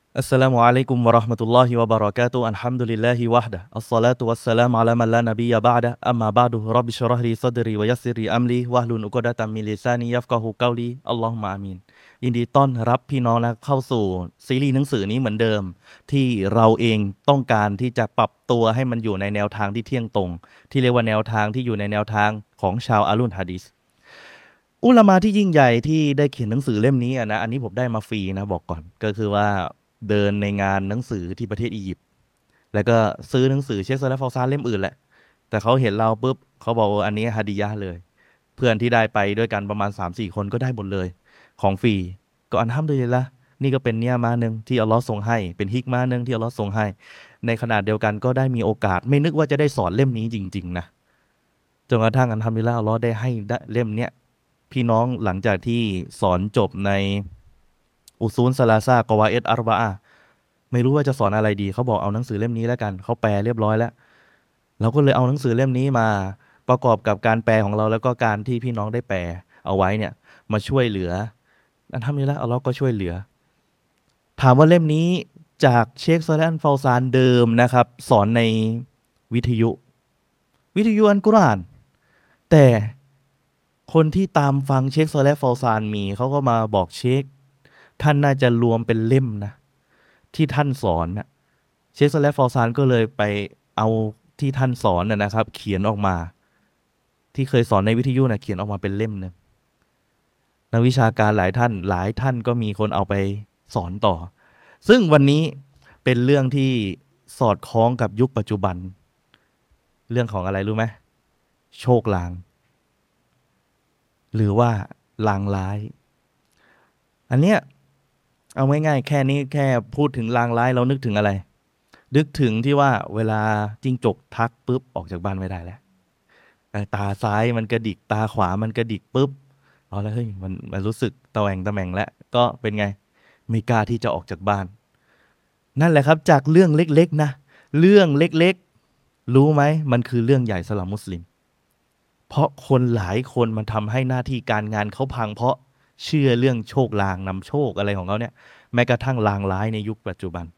อัสสลามุอะลัยกุมวะเราะห์มะตุลลอฮิวะบะเราะกาตุฮ์อัลฮัมดุลิลลาฮิวะฮ์ดะอัสศอลาตุวัสสลามุอะลามันลานบียะบะอ์ดะอัมมาบะอ์ดุร็อบบิชเราะห์ลีซัดรีวะยัสซิรลีอัมรีวะฮลุลอุกดะตัมมินลิซานียัฟกะฮูกอลีอัลลอฮุมะอามีนยินดีต้อนรับพี่น้องนะเข้าสู่ซีรีส์หนังสือนี้เหมือนเดิมที่เราเองต้องการที่จะปรับตัวให้มันอยู่ในแนวทางที่เที่ยงตรงที่เรียกว่าแนวทางที่อยู่ในแนวทางของชาวอะลุลหะดีษอุลามะที่ยิ่งใหญ่ที่ได้เขียนหนังสือเล่มนี้นะอันนี้ผมได้มาฟรีนะบอกก่อนก็คือว่าเดินในงานหนังสือที่ประเทศอียิปต์แล้วก็ซื้อหนังสือเชคซาลาฟาวซานเล่มอื่นแหละแต่เขาเห็นเราปุ๊บเขาบอกว่าอันนี้ฮาดิยะห์เลยเพื่อนที่ได้ไปด้วยกันประมาณ3-4คนก็ได้หมดเลยของฟรีก็อัลฮัมดุลิลละห์นี่ก็เป็นเนียมาหนึ่งที่อัลลอฮ์ทรงให้เป็นฮิกมาหนึ่งที่อัลลอฮ์ทรงให้ในขณะเดียวกันก็ได้มีโอกาสไม่นึกว่าจะได้สอนเล่มนี้จริงๆนะจนกระทั่งอัลฮัมดุลิลละห์อัลลอฮ์ได้ให้เล่มเนี้ย พี่น้องหลังจากที่สอนจบในอุซูลซาลาซากวาเอตอัรบะอาไม่รู้ว่าจะสอนอะไรดีเขาบอกเอาหนังสือเล่มนี้แล้วกันเขาแปลเรียบร้อยแล้วเราก็เลยเอาหนังสือเล่มนี้มาประกอบกับการแปลของเราแล้วก็การที่พี่น้องได้แปลเอาไว้เนี่ยมาช่วยเหลืออันทำนี้แล้วอัลเลาะห์ก็ช่วยเหลือถามว่าเล่มนี้จากเชคซอลห์อัลฟาวซานเดิมนะครับสอนในวิทยุอัลกุรอานแต่คนที่ตามฟังเชคซอลห์ฟาวซานมีเขาก็มาบอกเชค ท่านน่าจะรวมเป็นเล่มนะที่ท่านสอนนะเชคซอลห์ฟอร์ซานก็เลยไปเอาที่ท่านสอนนะครับเขียนออกมาที่เคยสอนในวิทยุนะเขียนออกมาเป็นเล่มหนึงนักวิชาการหลายท่านก็มีคนเอาไปสอนต่อซึ่งวันนี้เป็นเรื่องที่สอดคล้องกับยุคปัจจุบันเรื่องของอะไรรู้ไหมโชคลางหรือว่าลางร้ายอันเนี้ยเอาง่ายๆแค่นี้แค่พูดถึงลางร้ายเรานึกถึงอะไร นึกถึงที่ว่าเวลาจิ้งจกทักปุ๊บออกจากบ้านไม่ได้แล้วตาซ้ายมันกระดิกตาขวามันกระดิกปุ๊บเอาแล้วเฮ้ยมันรู้สึกตะแหม่งแล้วก็เป็นไงไม่กล้าที่จะออกจากบ้านนั่นแหละครับจากเรื่องเล็กๆนะเรื่องเล็กๆรู้ไหมมันคือเรื่องใหญ่สำหรับมุสลิมเพราะคนหลายคนมันทำให้หน้าที่การงานเขาพังเพราะเชื่อเรื่องโชคลางนำโชคอะไรของเขาเนี่ยแม้กระทั่งลางร้ายในยุคปัจจุบัน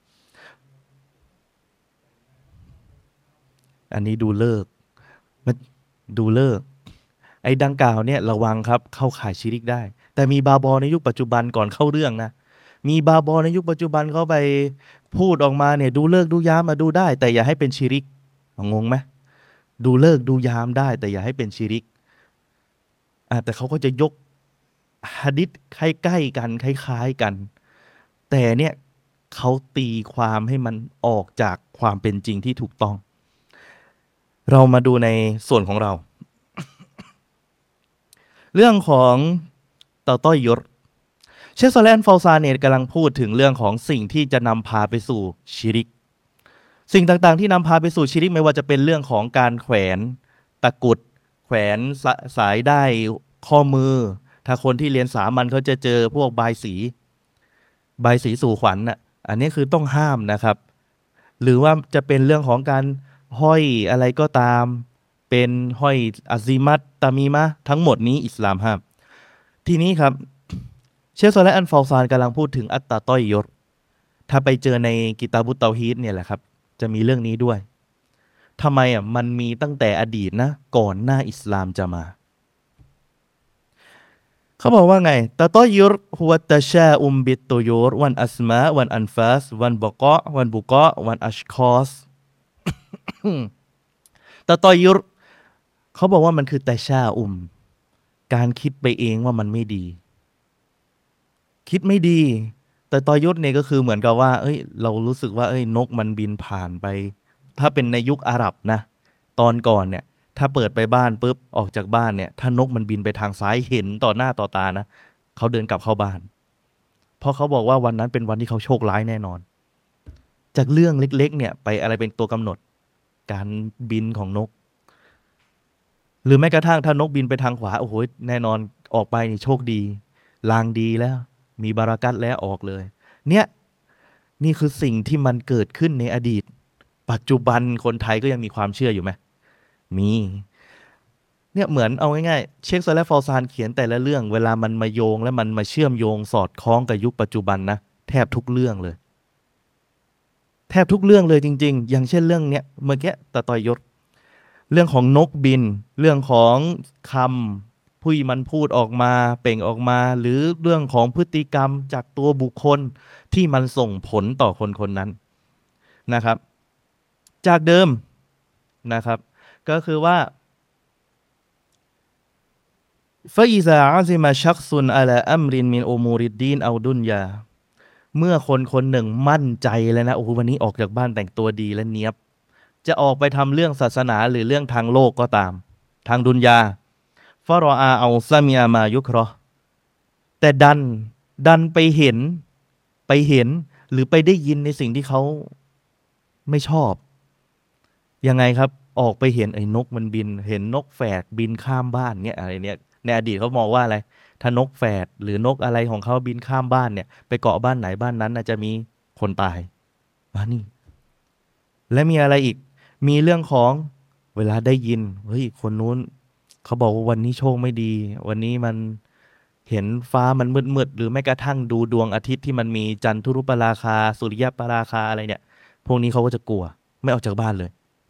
อันนี้ดูเลิกษ์มันดูเลิกษ์ ไอ้ดังกล่าวเนี่ยระวังครับเข้าข่ายชิริกได้แต่มีบาบอในยุคปัจจุบันก่อนเข้าเรื่องนะมีบาบอในยุคปัจจุบันเขาไปพูดออกมาเนี่ยดูเลิกษ์ดูยามมาดูได้แต่อย่าให้เป็นชิริกงงไหมดูเลิกษ์ดูยามได้แต่อย่าให้เป็นชิริกแต่เขาก็จะยกหะดีษใกล้ๆกันคล้ายๆกันแต่เนี่ยเขาตีความให้มันออกจากความเป็นจริงที่ถูกต้องเรามาดูในส่วนของเราเรื่องของเต่าต้อยยศ เชคซอลแลนฟาวซานเนี่ยกำลังพูดถึงเรื่องของสิ่งที่จะนำพาไปสู่ชิริกสิ่งต่างๆที่นำพาไปสู่ชิริกไม่ว่าจะเป็นเรื่องของการแขวนตะกรุดแขวนสายได้ข้อมือถ้าคนที่เรียนสามัญเขาจะเจอพวกบายสีสู่ขวัญน่ะอันนี้คือต้องห้ามนะครับหรือว่าจะเป็นเรื่องของการห้อยอะไรก็ตามเป็นห้อยอาซิมัตตามีมะทั้งหมดนี้อิสลามห้ามทีนี้ครับ เชคซอลและอันฟาวซานกำลังพูดถึงอัตตาต้อยยศถ้าไปเจอในกิตาบุตเตาฮีดเนี่ยแหละครับจะมีเรื่องนี้ด้วยทำไมมันมีตั้งแต่อดีตนะก่อนหน้าอิสลามจะมาเขาบอกว่าไงตาต้อยยศฮุวตะชาบิตโตยศวันอัสมาวันอันฟาสวันบกะวันบุกะวันอัชคอสตาต้อยยศเขาบอกว่ามันคือตะชาการคิดไปเองว่ามันไม่ดี คิดไม่ดีแต่ตอยศเนี่ยก็คือเหมือนกับว่าเอ้ยเรารู้สึกว่าเอ้ยนกมันบินผ่านไปถ้าเป็นในยุคอาหรับนะตอนก่อนเนี่ยถ้าเปิดไปบ้านปุ๊บออกจากบ้านเนี่ยถ้านกมันบินไปทางซ้ายเห็นต่อหน้าต่อตานะเขาเดินกลับเข้าบ้านเพราะเขาบอกว่าวันนั้นเป็นวันที่เขาโชคร้ายแน่นอนจากเรื่องเล็กๆเนี่ยไปอะไรเป็นตัวกำหนดการบินของนกหรือแม้กระทั่งถ้านกบินไปทางขวาโอ้โหแน่นอนออกไปนี่โชคดีลางดีแล้วมีบารากัตแล้วออกเลยเนี่ย นี่คือสิ่งที่มันเกิดขึ้นในอดีตปัจจุบันคนไทยก็ยังมีความเชื่ออยู่ไหมมีเนี่ยเหมือนเอาง่ายๆเชคซอลและฟอลซานเขียนแต่ละเรื่องเวลามันมาโยงและมันมาเชื่อมโยงสอดคล้องกับยุคปัจจุบันนะแทบทุกเรื่องเลยแทบทุกเรื่องเลยจริงๆอย่างเช่นเรื่องเนี้ยเมื่อกี้ตะตอยยศเรื่องของนกบินเรื่องของคำผู้มันพูดออกมาเปล่งออกมาหรือเรื่องของพฤติกรรมจากตัวบุคคลที่มันส่งผลต่อคนคนนั้นนะครับจากเดิมนะครับก็คือว่า فإذا عزم شخص على أمر من أمور الدين أو دنيا เมื่อคนคนหนึ่งมั่นใจแล้วนะโอ้โหวันนี้ออกจากบ้านแต่งตัวดีและเนียบจะออกไปทำเรื่องศาสนาหรือเรื่องทางโลกก็ตามทางดุนยาฟารออาเอาซามีอามายุครอแต่ดันไปเห็นหรือไปได้ยินในสิ่งที่เขาไม่ชอบยังไงครับออกไปเห็นไอ้นกมันบินเห็นนกแฝดบินข้ามบ้านเนี่ยอะไรเนี่ยในอดีตเขามองว่าอะไรถ้านกแฝดหรือนกอะไรของเขาบินข้ามบ้านเนี่ยไปเกาะบ้านไหนบ้านนั้นน่าจะมีคนตายนี่และมีอะไรอีกมีเรื่องของเวลาได้ยินเฮ้ยคนนู้นเขาบอกว่าวันนี้โชคไม่ดีวันนี้มันเห็นฟ้ามันมืดหรือแม้กระทั่งดูดวงอาทิตย์ที่มันมีจันทรุปราคาสุริยปราคาอะไรเนี่ยพวกนี้เขาก็จะกลัวไม่ออกจากบ้านเลย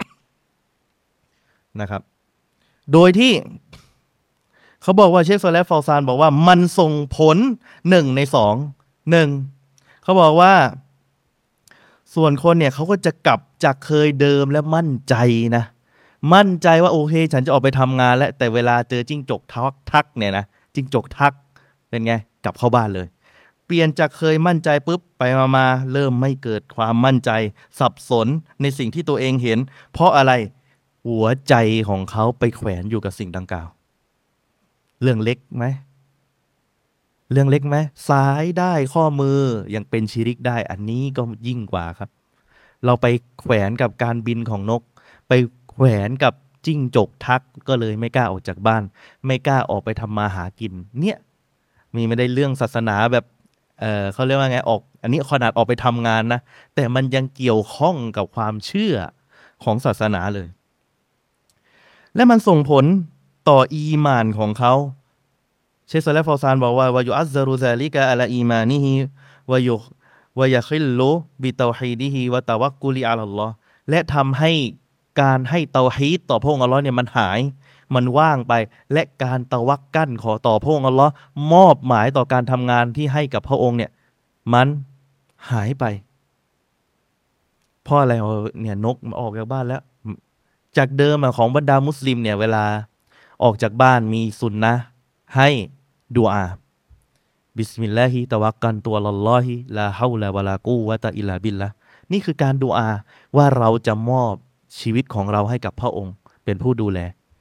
นะครับโดยที่เขาบอกว่าเชคโซแลฟฟอลซานบอกว่ามันส่งผล1 ใน 2เขาบอกว่าส่วนคนเนี่ยเขาก็จะกลับจากเคยเดิมและมั่นใจนะมั่นใจว่าโอเคฉันจะออกไปทำงานแล้วแต่เวลาเจอจิ้งจกทักเนี่ยนะจิ้งจกทักเป็นไงกลับเข้าบ้านเลยเปลี่ยนจากเคยมั่นใจปุ๊บไปมาเริ่มไม่เกิดความมั่นใจสับสนในสิ่งที่ตัวเองเห็นเพราะอะไรหัวใจของเขาไปแขวนอยู่กับสิ่งดังกล่าวเรื่องเล็กไหมเรื่องเล็กไหมซ้ายได้ข้อมือยังเป็นชิริกได้อันนี้ก็ยิ่งกว่าครับเราไปแขวนกับการบินของนกไปแขวนกับจิ้งจกทักก็เลยไม่กล้าออกจากบ้านไม่กล้าออกไปทำมาหากินเนี่ยมีไม่ได้เรื่องศาสนาแบบเขาเรียกว่าไงออกอันนี้ขนาดออกไปทำงานนะแต่มันยังเกี่ยวข้องกับความเชื่อของศาสนาเลยและมันส่งผลต่ออีหม่านของเขาเชคซอเลห์ฟอซานบอกว่าวายุอัซซารุซาลิกะอะลาอีมานิฮิวายุวายะคิลลุบิเตาฮีดิฮิวะตะวักกุลิอะลัลลอฮ์และทำให้การให้เตาฮีดต่อพระองค์อัลลอฮ์เนี่ยมันหายมันว่างไปและการตะวักกั้นขอต่อพระองค์อัลลอฮ์มอบหมายต่อการทำงานที่ให้กับพระองค์เนี่ยมันหายไปเพราะอะไรเนี่ยนกมาออกจากบ้านแล้วจากเดิมของบรรดามุสลิมเนี่ยเวลาออกจากบ้านมีสุนนะให้ดุอาบิสมิลลาฮิตะวักกันตัวลัลลอฮิลาฮาวลาวะลากูวะตะอิลาบิลละนี่คือการดุอาว่าเราจะมอบชีวิตของเราให้กับพระองค์เป็นผู้ดูแล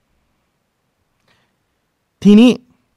ทีนี้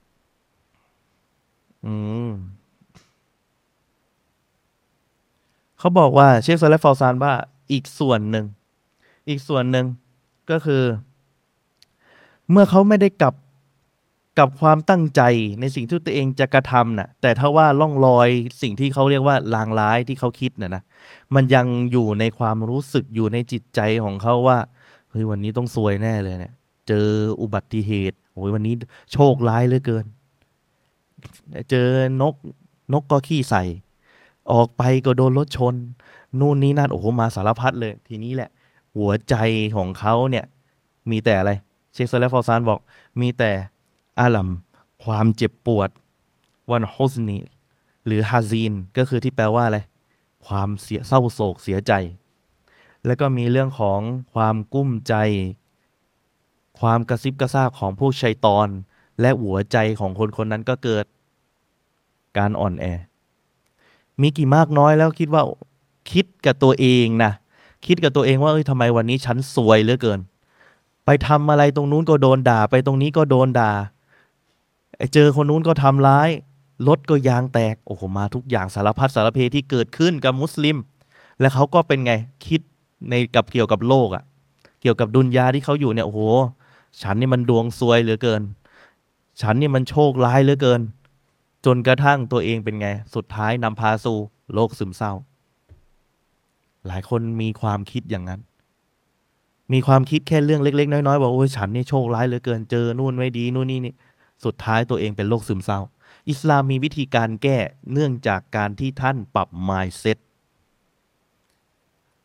เขาบอกว่าเชคซอเลห์ฟอซานว่าอีกส่วนหนึ่งก็คือเมื่อเขาไม่ได้กับความตั้งใจในสิ่งที่ตัวเองจะกระทำน่ะแต่ถ้าว่าล่องรอยสิ่งที่เขาเรียกว่าลางร้ายที่เขาคิดน่ะนะมันยังอยู่ในความรู้สึกอยู่ในจิตใจของเขาว่าเฮ้ยวันนี้ต้องซวยแน่เลยเนี่ยเจออุบัติเหตุโอ้ยวันนี้โชคร้ายเหลือเกินเจอนกก็ขี้ใส่ออกไปก็โดนรถชนนู่นนี่นั่นโอ้โหมาสารพัดเลยทีนี้แหละหัวใจของเขาเนี่ยมีแต่อะไรเชคซอเลห์ฟอซานบอกมีแต่อาลัมความเจ็บปวดวันฮุสนีหรือฮาซีนก็คือที่แปลว่าอะไรความเศร้าโศกเสียใจแล้วก็มีเรื่องของความกุ้มใจความกระซิบกระซาบของพวกชัยฏอนและหัวใจของคนคนนั้นก็เกิดการอ่อนแอมีกี่มากน้อยแล้วคิดกับตัวเองนะคิดกับตัวเองว่าทำไมวันนี้ฉันซวยเหลือเกินไปทำอะไรตรงนู้นก็โดนด่าไปตรงนี้ก็โดนด่าเจอคนนู้นก็ทำร้ายรถก็ยางแตกโอ้โหมาทุกอย่างสารพัดสารเพที่เกิดขึ้นกับมุสลิมและเขาก็เป็นไงคิดในกับเกี่ยวกับโลกอะเกี่ยวกับดุนยาที่เขาอยู่เนี่ยโอ้โหฉันนี่มันดวงซวยเหลือเกินฉันนี่มันโชคร้ายเหลือเกินจนกระทั่งตัวเองเป็นไงสุดท้ายนำพาสู่โรคซึมเศร้าหลายคนมีความคิดอย่างนั้นมีความคิดแค่เรื่องเล็กๆน้อยๆบอกโอ้ยฉันนี่โชคร้ายเหลือเกินเจอนู่นไม่ดีนู่นนี่สุดท้ายตัวเองเป็นโรคซึมเศร้าอิสลามมีวิธีการแก้เนื่องจากการที่ท่านปรับ mindset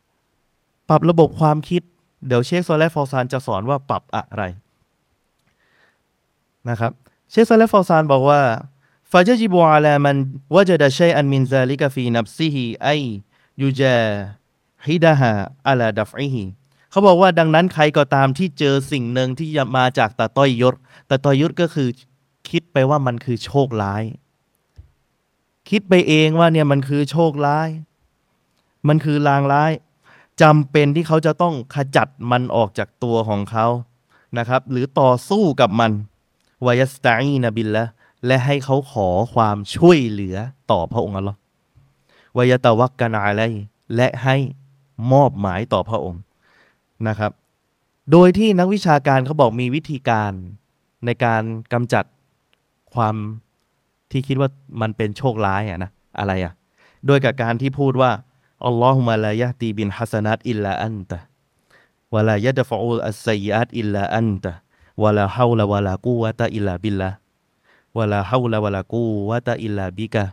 ปรับระบบความคิดเดี๋ยวเชคซอเลห์ฟอซานจะสอนว่าปรับอะไรนะครับเชคซอเลห์ฟอซานบอกว่าฟาจิบุอาลามันวะจดะชัยอันมินซาลิกะฟีนัฟซิฮิไอยูจาฮิดะฮาอะลาดัฟอิฮิเขาบอกว่าดังนั้นใครก็ตามที่เจอสิ่งหนึ่งที่มาจากตะต้อยยศตะต้อยยศก็คือคิดไปว่ามันคือโชคร้ายคิดไปเองว่าเนี่ยมันคือโชคร้ายมันคือลางร้ายจำเป็นที่เขาจะต้องขจัดมันออกจากตัวของเขานะครับหรือต่อสู้กับมันวายัสตาอีนบิลละและให้เขาขอความช่วยเหลือต่อพระองค์อัลลอฮ์วายะตะวักกะนอะลัยและให้มอบหมายต่อพระองค์นะครับโดยที่นักวิชาการเขาบอกมีวิธีการในการกำจัดความที่คิดว่ามันเป็นโชคร้ายนะอะไรโดยกับการที่พูดว่าอัลลอฮุมะลายะตีบินฮัสนัตอิลลาอันตะวะลายะดะฟะอูอัสซัยยิอาตอิลลาอันตะวะลาฮาวละวะลากุวะตะอิลลาบิลลาฮ์วะลาฮาวละวะลากุวะตะอิลลาบิกะ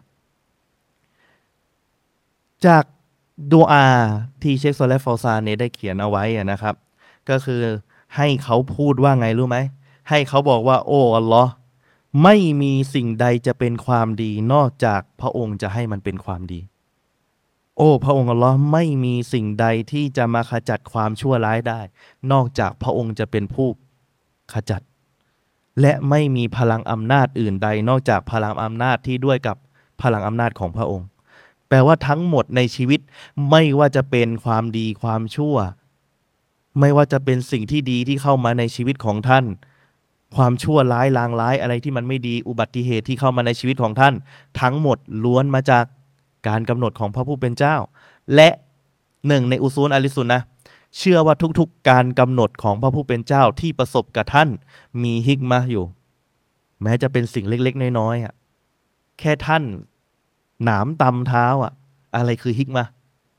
จากดุอาที่เชคซอเลห์ฟอซานเนี่ยได้เขียนเอาไว้นะครับก็คือให้เขาพูดว่าไงรู้ไหมให้เขาบอกว่าโอ้อัลลอฮ์ไม่มีสิ่งใดจะเป็นความดีนอกจากพระองค์จะให้มันเป็นความดีโอ้พระองค์อัลลอฮ์ไม่มีสิ่งใดที่จะมาขจัดความชั่วร้ายได้นอกจากพระองค์จะเป็นผู้ขจัดและไม่มีพลังอำนาจอื่นใดนอกจากพลังอำนาจที่ด้วยกับพลังอำนาจของพระองค์แปลว่าทั้งหมดในชีวิตไม่ว่าจะเป็นความดีความชั่วไม่ว่าจะเป็นสิ่งที่ดีที่เข้ามาในชีวิตของท่านความชั่วร้ายลางร้ายอะไรที่มันไม่ดีอุบัติเหตุที่เข้ามาในชีวิตของท่านทั้งหมดล้วนมาจากการกำหนดของพระผู้เป็นเจ้าและหนึ่งในอุซูลอะลิสุนนะห์เชื่อว่าทุกๆการกำหนดของพระผู้เป็นเจ้าที่ประสบกับท่านมีฮิกมะห์อยู่แม้จะเป็นสิ่งเล็กๆน้อยๆแค่ท่านหนามตำเท้าอะไรคือฮิกมะห์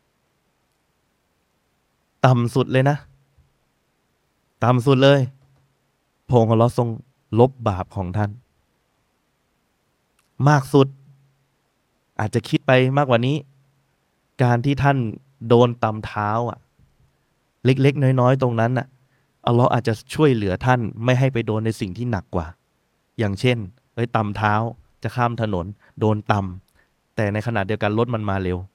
ต่ำสุดเลยนะต่ำสุดเลยพระองค์อัลเลาะห์ทรงลบบาปของท่านมากสุดอาจจะคิดไปมากกว่านี้การที่ท่านโดนตำเท้าเล็กๆน้อยๆตรงนั้นอัลเลาะห์อาจจะช่วยเหลือท่านไม่ให้ไปโดนในสิ่งที่หนักกว่าอย่างเช่นตำเท้าจะข้ามถนนโดนตำแต่ในขณะเดียวกันรถมันมาเร็ว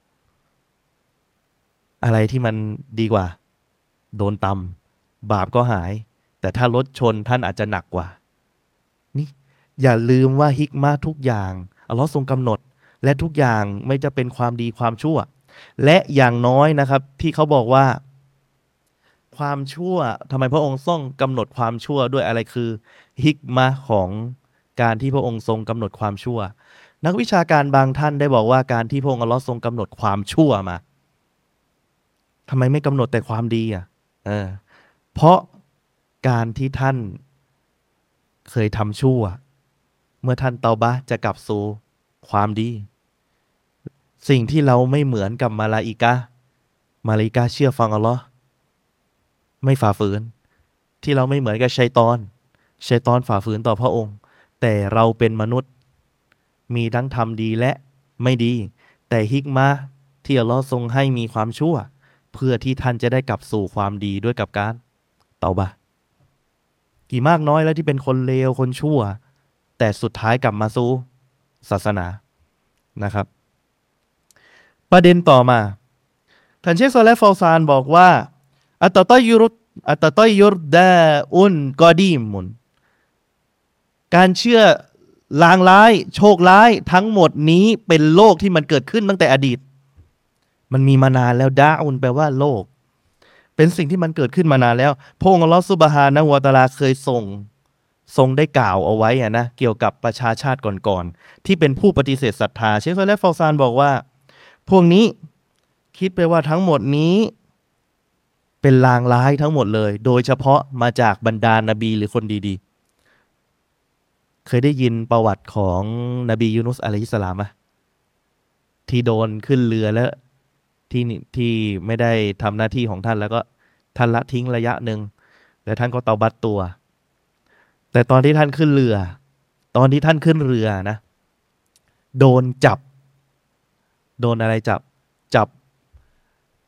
อะไรที่มันดีกว่าโดนตำบาปก็หายแต่ถ้ารถชนท่านอาจจะหนักกว่านี่อย่าลืมว่าฮิกมะห์ทุกอย่างอัลเลาะห์ทรงกำหนดและทุกอย่างไม่จะเป็นความดีความชั่วและอย่างน้อยนะครับที่เขาบอกว่าความชั่วทำไมพระองค์ทรงกำหนดความชั่วด้วยอะไรคือฮิกมะห์ของการที่พระองค์ทรงกำหนดความชั่วนักวิชาการบางท่านได้บอกว่าการที่พระองค์อัลเลาะห์ทรงกำหนดความชั่วมาทำไมไม่กำหนดแต่ความดีเพราะการที่ท่านเคยทำชั่วเมื่อท่านเตาบะห์จะกลับสู่ความดีสิ่งที่เราไม่เหมือนกับมาลาอิกะห์เชื่อฟังอัลเลาะห์ไม่ฝ่าฝืนที่เราไม่เหมือนกับชัยฏอนฝ่าฝืนต่อพระองค์แต่เราเป็นมนุษย์มีทั้งทำดีและไม่ดีแต่ฮิกมะห์ที่อัลเลาะห์ทรงให้มีความชั่วเพื่อที่ท่านจะได้กลับสู่ความดีด้วยกับการเตาบะห์กี่มากน้อยแล้วที่เป็นคนเลวคนชั่วแต่สุดท้ายกลับมาสู่ศาสนานะครับประเด็นต่อมาท่านเชคซอเลห์ฟาวซานบอกว่าอัตตอยยุรดาอุนกอดีมุนการเชื่อลางร้ายโชคร้ายทั้งหมดนี้เป็นโลกที่มันเกิดขึ้นตั้งแต่อดีตมันมีมานานแล้วดาอุนแปลว่าโลกเป็นสิ่งที่มันเกิดขึ้นมานานแล้วพระองค์อัลเลาะห์ซุบฮานะฮูวะตะอาลาเคยทรงได้กล่าวเอาไว้นะเกี่ยวกับประชาชาติก่อนๆที่เป็นผู้ปฏิเสธศรัทธาเชคซอเลห์ฟาวซานบอกว่าพวกนี้คิดไปว่าทั้งหมดนี้เป็นลางร้ายทั้งหมดเลยโดยเฉพาะมาจากบรรดานบีหรือคนดีๆเคยได้ยินประวัติของนบียูนุสอะลัยฮิสสลามที่โดนขึ้นเรือแล้วที่ไม่ได้ทำหน้าที่ของท่านแล้วก็ท่านละทิ้งระยะหนึ่งแล้วท่านก็เตาบัตตัวแต่ตอนที่ท่านขึ้นเรือนะโดนอะไรจับ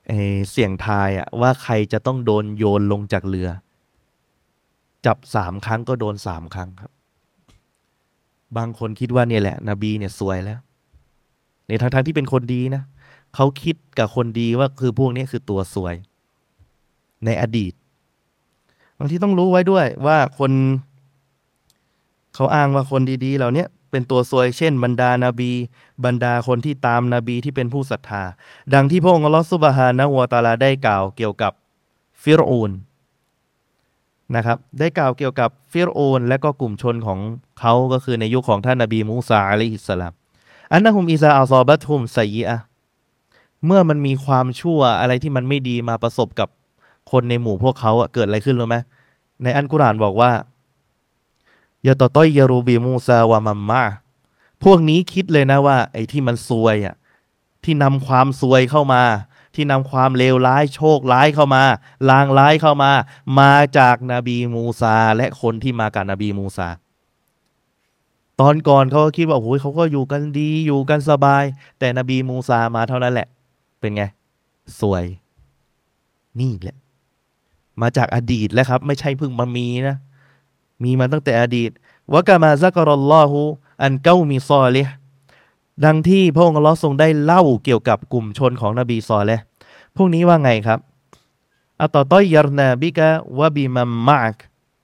เสี่ยงทายว่าใครจะต้องโดนโยนลงจากเรือจับ3 ครั้งก็โดน3 ครั้งครับบางคนคิดว่าเนี่ยแหละนบีเนี่ยซวยแล้วในทางที่เป็นคนดีนะเขาคิดกับคนดีว่าคือพวกนี้คือตัวซวยในอดีตบางทีต้องรู้ไว้ด้วยว่าคนเขาอ้างว่าคนดีๆเหล่านี้เป็นตัวซวยเช่นบรรดานาบีบรรดาคนที่ตามนบีที่เป็นผู้ศรัทธาดังที่พระองค์อัลลอฮฺซุบฮานะฮูวะตะอาลาได้กล่าวเกี่ยวกับฟิรอูนนะครับได้กล่าวเกี่ยวกับฟิรอูนและก็กลุ่มชนของเขาก็คือในยุคของท่านนบีมูซาอะลัยฮิสสลามอันนะฮุมอิซาอัซอบัตฮุมไซยิอะห์เมื่อมันมีความชั่วอะไรที่มันไม่ดีมาประสบกับคนในหมู่พวกเขาเกิดอะไรขึ้นรู้ไหมในอัลกุรอานบอกว่ายะตะตอยยะรูบิมูซาวะมัมมาพวกนี้คิดเลยนะว่าไอ้ที่มันซวยที่นำความซวยเข้ามาที่นำความเลวร้ายโชคร้ายเข้ามาลางร้ายเข้ามามาจากนบีมูซาและคนที่มากับนบีมูซาตอนก่อนเขาก็คิดว่าโอ้ยเขาก็อยู่กันดีอยู่กันสบายแต่นบีมูซามาเท่านั้นแหละเป็นไงซวยนี่แหละมาจากอดีตแล้วครับไม่ใช่เพิ่งมามีนะมีมาตั้งแต่อดีตวะกะมาซักรอลลอฮุอันเกามีซอลิฮดังที่พระองค์อัลลอฮ์ทรงได้เล่าเกี่ยวกับกลุ่มชนของนบีซอเลห์พวกนี้ว่าไงครับอัตตอยยรนาบิกะวะบิมัมมะก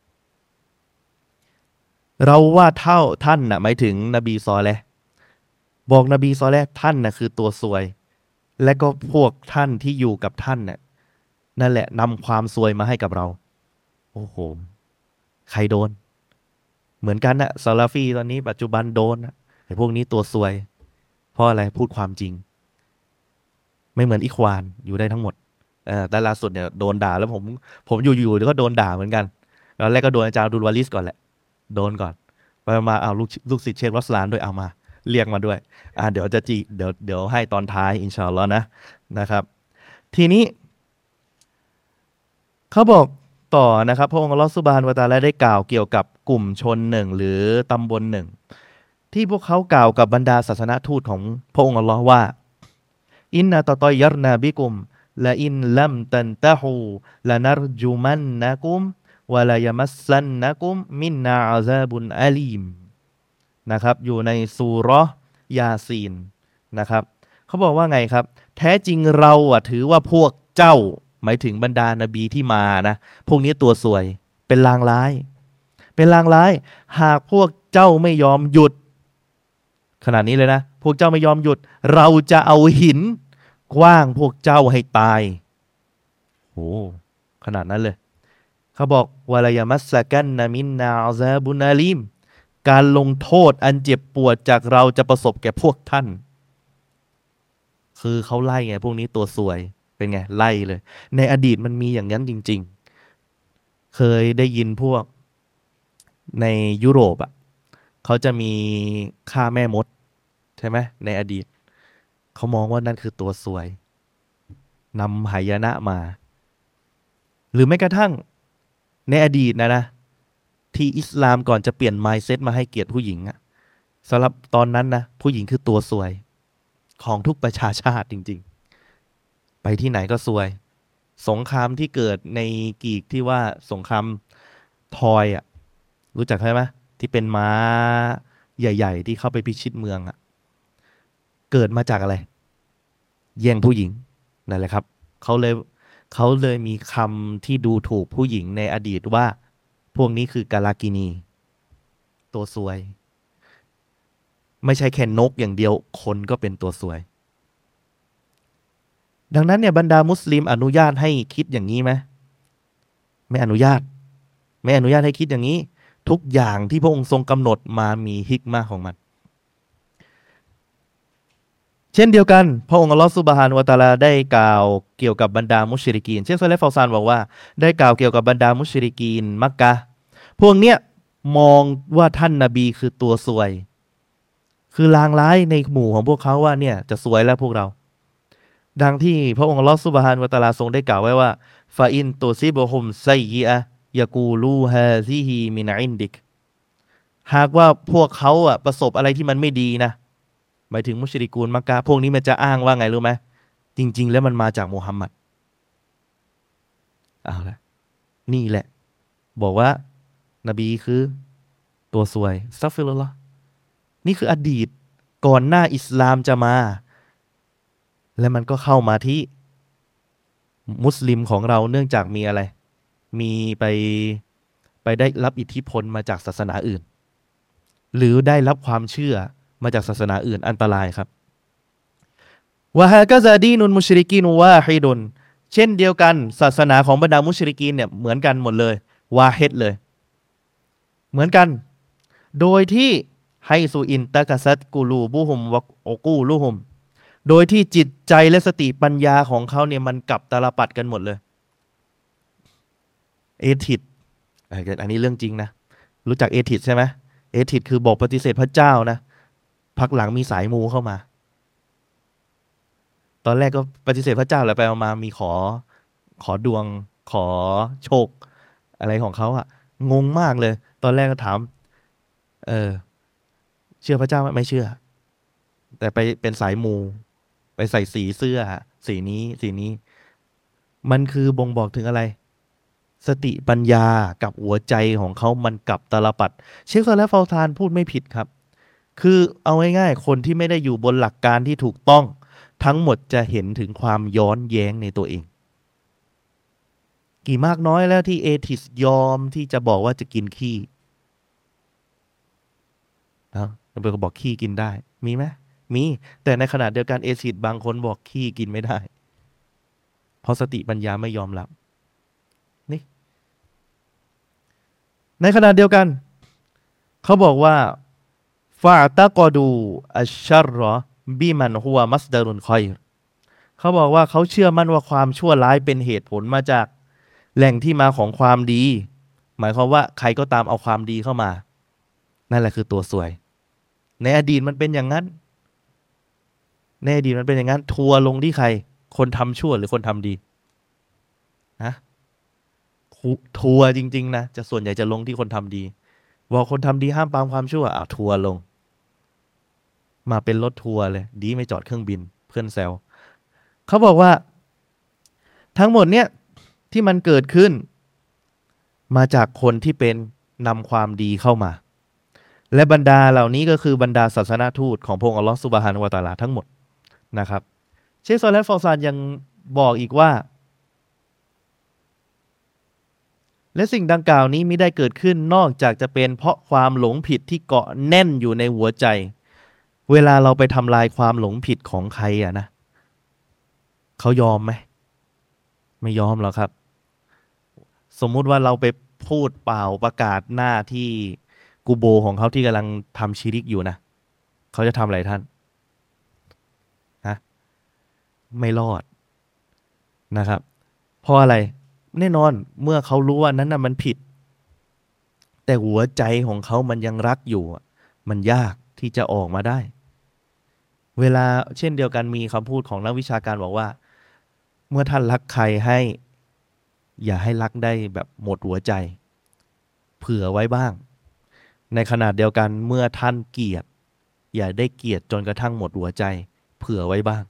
เราว่าเท่าท่านหมายถึงนบีซอเลห์บอกนบีซอเลห์ท่านคือตัวซวยและก็พวกท่านที่อยู่กับท่านนั่นแหละนำความซวยมาให้กับเราโอ้โหใครโดนเหมือนกันซาลาฟีตอนนี้ปัจจุบันโดนไอ้พวกนี้ตัวซวยเพราะอะไรพูดความจริงไม่เหมือนอิควานอยู่ได้ทั้งหมดแต่ล่าสุดเนี่ยโดนด่าแล้วผมอยู่ๆก็โดนด่าเหมือนกันตอนแรกก็โดนอาจารย์อับดุลวาลิสก่อนแหละโดนก่อนไปมาเอาลูกศิษย์เชครัสลานด้วยเอามาเรียกมาด้วยเดี๋ยวจะเดี๋ยวให้ตอนท้ายอินชาอัลลอฮ์นะครับทีนี้เขาบอกต่อนะครับพระองค์อัลลอฮฺซุบฮานะฮูวะตะอาลาได้กล่าวเกี่ยวกับกลุ่มชนหนึ่งหรือตำบลหนึ่งที่พวกเขากล่าวกับบรรดาศาสนทูตของพระองค์อัลลอฮ์ว่าอินนาตะตอยยรนาบิกุมละอินลัมตันตะฮูละนรจุมันนะกุมวะลายมัสซันนะกุมมินนาอาซาบุนอาลีมนะครับอยู่ในซูเราะห์ยาซีนนะครับเขาบอกว่าไงครับแท้จริงเราถือว่าพวกเจ้าหมายถึงบรรดานบีที่มานะพวกนี้ตัวสวยเป็นลางร้ายเป็นลางร้ายหากพวกเจ้าไม่ยอมหยุดขนาดนี้เลยนะพวกเจ้าไม่ยอมหยุดเราจะเอาหินกว้างพวกเจ้าให้ตายโอ้ขนาดนั้นเลยเขาบอกวะลายมัสซะกันนะมินนาอาซาบุนอาลีมการลงโทษอันเจ็บปวดจากเราจะประสบแก่พวกท่านคือเขาไล่ไงพวกนี้ตัวสวยเป็นไงไล่เลยในอดีตมันมีอย่างนั้นจริงๆเคยได้ยินพวกในยุโรปเขาจะมีฆ่าแม่มดใช่ไหมในอดีตเขามองว่านั่นคือตัวสวยนำหายนะมาหรือแม้กระทั่งในอดีตนะที่อิสลามก่อนจะเปลี่ยน mindset มาให้เกียรติผู้หญิงสำหรับตอนนั้นนะผู้หญิงคือตัวสวยของทุกประชาชาติจริงๆไปที่ไหนก็ซวยสงครามที่เกิดในกรีกที่ว่าสงครามทรอยรู้จักใช่ไหมที่เป็นม้าใหญ่ๆที่เข้าไปพิชิตเมืองเกิดมาจากอะไรแย่งผู้หญิงนั่นแหละครับเขาเลยมีคำที่ดูถูกผู้หญิงในอดีตว่าพวกนี้คือกาลากินีตัวซวยไม่ใช่แค่นกอย่างเดียวคนก็เป็นตัวซวยดังนั้นเนี่ยบรรดามุสลิมอนุญาตให้คิดอย่างนี้ไหมไม่อนุญาตให้คิดอย่างนี้ทุกอย่างที่พระองค์ทรงกำหนดมามีฮิกมาของมันเช่นเดียวกันพระองค์อัลลอฮฺซุบฮานะฮูวะตะอาลาได้กล่าวเกี่ยวกับบรรดามุชริกีนเชคซอเลห์ ฟาวซานบอกว่าได้กล่าวเกี่ยวกับบรรดามุชริกีนมักกะฮ์พวกเนี้ยมองว่าท่านนบีคือตัวซวยคือลางร้ายในหมู่ของพวกเขาว่าเนี่ยจะซวยแล้วพวกเราดังที่พระองค์อัลลอฮฺซุบฮานะฮูวะตะอาลาทรงได้กล่าวไว้ว่าฟาอินตุซิบฮุมไซยิอะยะกูลูฮาซิฮีมินอินดิกหากว่าพวกเขาประสบอะไรที่มันไม่ดีนะหมายถึงมุชริกูนมักกะฮ์พวกนี้มันจะอ้างว่าไงรู้ไหมจจริงๆแล้วมันมาจากมูฮัมหมัดเอาละนี่แหละบอกว่านบีคือตัวซวยอัสตัฆฟิรุลลอฮ์นี่คืออดีตก่อนหน้าอิสลามจะมาและมันก็เข้ามาที่มุสลิมของเราเนื่องจากมีอะไรมีไปได้รับอิทธิพลมาจากศาสนาอื่นหรือได้รับความเชื่อมาจากศาสนาอื่นอันตรายครับวะฮากะซาดีนุนมุชริกีนวาฮิดุนเช่นเดียวกันศาสนาของบรรดามุชริกีนเนี่ยเหมือนกันหมดเลยวาฮิดเลยเหมือนกันโดยที่ให้ซูอินตะกะซัตกูลูบุฮุมวะโอกูลูฮุมโดยที่จิตใจและสติปัญญาของเขาเนี่ยมันกลับตาลปัดกันหมดเลยเอทิดอันนี้เรื่องจริงนะรู้จักเอทิดใช่ไหมเอทิดคือบอกปฏิเสธพระเจ้านะพักหลังมีสายมูเข้ามาตอนแรกก็ปฏิเสธพระเจ้าแล้วไปมามีขอดวงขอโชคอะไรของเขาอะงงมากเลยตอนแรกก็ถามเออเชื่อพระเจ้าไหมไม่เชื่อแต่ไปเป็นสายมูไปใส่สีเสื้อสีนี้สีนี้มันคือบ่งบอกถึงอะไรสติปัญญากับหัวใจของเขามันกลับตาลปัดเชคซอและฟาวซานพูดไม่ผิดครับคือเอาง่ายๆคนที่ไม่ได้อยู่บนหลักการที่ถูกต้องทั้งหมดจะเห็นถึงความย้อนแย้งในตัวเองกี่มากน้อยแล้วที่เอทิสยอมที่จะบอกว่าจะกินขี้นะเบลก็บอกขี้กินได้มีไหมมีแต่ในขณะเดียวกันเอทิสบางคนบอกขี้กินไม่ได้เพราะสติปัญญาไม่ยอมรับนี่ในขณะเดียวกันเขาบอกว่าฟาตะกอดูอัชชัรรอบีมันฮัวมัสดารุนคอยเขาบอกว่าเขาเชื่อมั่นว่าความชั่วร้ายเป็นเหตุผลมาจากแหล่งที่มาของความดีหมายความว่าใครก็ตามเอาความดีเข้ามานั่นแหละคือตัวสวยในอดีตมันเป็นอย่างนั้นในอดีตมันเป็นอย่างนั้นทัวร์ลงที่ใครคนทำชั่วหรือคนทำดีนะทัวร์จริงๆนะจะส่วนใหญ่จะลงที่คนทำดีบอกคนทำดีห้ามปรามความชั่วทัวร์ลงมาเป็นรถทัวร์เลยดีไม่จอดเครื่องบินเพื่อนแซวเขาบอกว่าทั้งหมดเนี้ยที่มันเกิดขึ้นมาจากคนที่เป็นนำความดีเข้ามาและบรรดาเหล่านี้ก็คือบรรดาศาสนาทูตของพระองค์อัลลอฮฺซุบฮานะฮูวะตะอาลาทั้งหมดนะครับเชคซอลและฟอซานยังบอกอีกว่าและสิ่งดังกล่าวนี้ไม่ได้เกิดขึ้นนอกจากจะเป็นเพราะความหลงผิดที่เกาะแน่นอยู่ในหัวใจเวลาเราไปทำลายความหลงผิดของใครอะนะเขายอมไหมไม่ยอมหรอกครับสมมุติว่าเราไปพูดเปล่าประกาศหน้าที่กูโบของเขาที่กำลังทำชิริกอยู่นะเขาจะทำอะไรท่านนะไม่รอดนะครับเพราะอะไรแน่นอนเมื่อเขารู้ว่านั้นน่ะมันผิดแต่หัวใจของเขามันยังรักอยู่มันยากที่จะออกมาได้เวลาเช่นเดียวกันมีคำพูดของนักวิชาการบอกว่าเมื่อท่านรักใครให้อย่าให้รักได้แบบหมดหัวใจเผื่อไว้บ้างในขณะเดียวกันเมื่อท่านเกลียดอย่าได้เกลียดจนกระทั่งหมดหัวใจเผื่อไว้บ้าง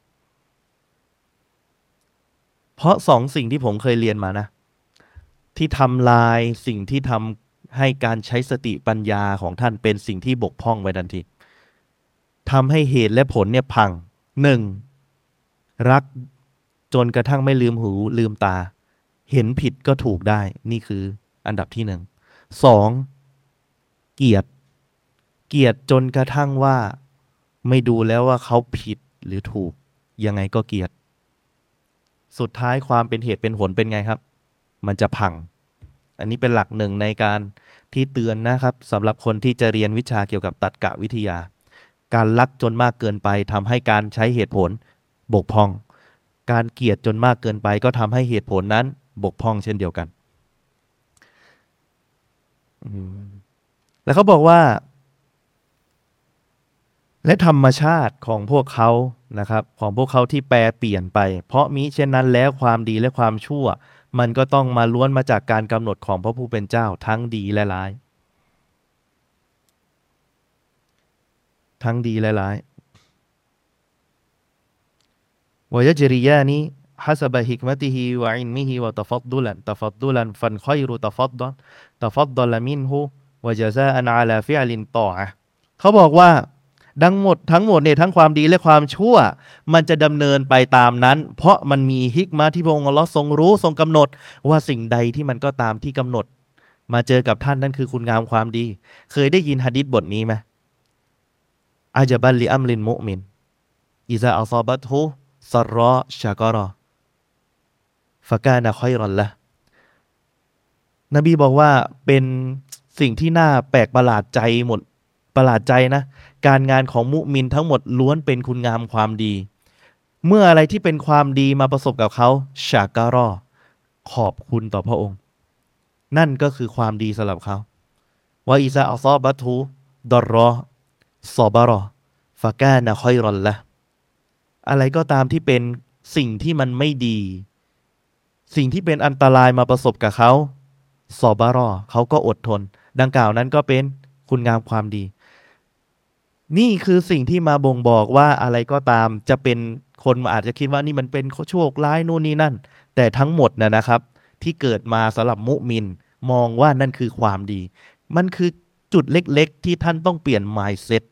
เพราะสองสิ่งที่ผมเคยเรียนมานะที่ทำลายสิ่งที่ทำให้การใช้สติปัญญาของท่านเป็นสิ่งที่บกพร่องไว้ทันทีทำให้เหตุและผลเนี่ยพังหนึ่งรักจนกระทั่งไม่ลืมหูลืมตาเห็นผิดก็ถูกได้นี่คืออันดับที่หนึ่งสองเกลียดเกลียดจนกระทั่งว่าไม่ดูแล้วว่าเขาผิดหรือถูกยังไงก็เกลียดสุดท้ายความเป็นเหตุเป็นผลเป็นไงครับมันจะพังอันนี้เป็นหลักหนึ่งในการที่เตือนนะครับสำหรับคนที่จะเรียนวิชาเกี่ยวกับตรรกะวิทยาการรักจนมากเกินไปทำให้การใช้เหตุผลบกพร่องการเกลียดจนมากเกินไปก็ทำให้เหตุผลนั้นบกพร่องเช่นเดียวกันแล้วเขาบอกว่าและธรรมชาติของพวกเขานะครับของพวกเขาที่แปรเปลี่ยนไปเพราะมิเช่นนั้นแล้วความดีและความชั่วมันก็ต้องมาล้วนมาจากการกำหนดของพระผู้เป็นเจ้าทั้งดีและร้ายทั้งดีและร้าย ويجريان حسب حكمته وعلمه وتفضلا فالخير تفضل منه وجزاء على فعل طاعة เขาบอกว่าทั้งหมดเนี่ยทั้งความดีและความชั่วมันจะดำเนินไปตามนั้นเพราะมันมีฮิกมะห์ที่พระองค์อัลเลาะห์ทรงรู้ทรงกำหนดว่าสิ่งใดที่มันก็ตามที่กำหนดมาเจอกับท่านนั่นคือคุณงามความดีเคยได้ยินหะดีษบทนี้ไหมอาจบัลลิอัมรินมุอ์มินอิซาอัศอบัตฮุซัรรอชะกะรอฟะกานะค็อยรอนละนบีบอกว่าเป็นสิ่งที่น่าแปลกประหลาดใจหมดประหลาดใจนะการงานของมุมินทั้งหมดล้วนเป็นคุณงามความดีเมื่ออะไรที่เป็นความดีมาประสบกับเขาชะกะรอขอบคุณต่อพระองค์นั่นก็คือความดีสำหรับเขาว่าอิซาอัศอบัตฮุดอรรอซอบะรอฟะกานะค็อยรอนละอะไรก็ตามที่เป็นสิ่งที่มันไม่ดีสิ่งที่เป็นอันตรายมาประสบกับเขาซอบะรอเขาก็อดทนดังกล่าวนั้นก็เป็นคุณงามความดีนี่คือสิ่งที่มาบ่งบอกว่าอะไรก็ตามจะเป็นคนอาจจะคิดว่านี่มันเป็นโชคร้ายนู่นนี่นั่นแต่ทั้งหมดนะครับที่เกิดมาสำหรับมุมินมองว่านั่นคือความดีมันคือจุดเล็กๆที่ท่านต้องเปลี่ยน mindset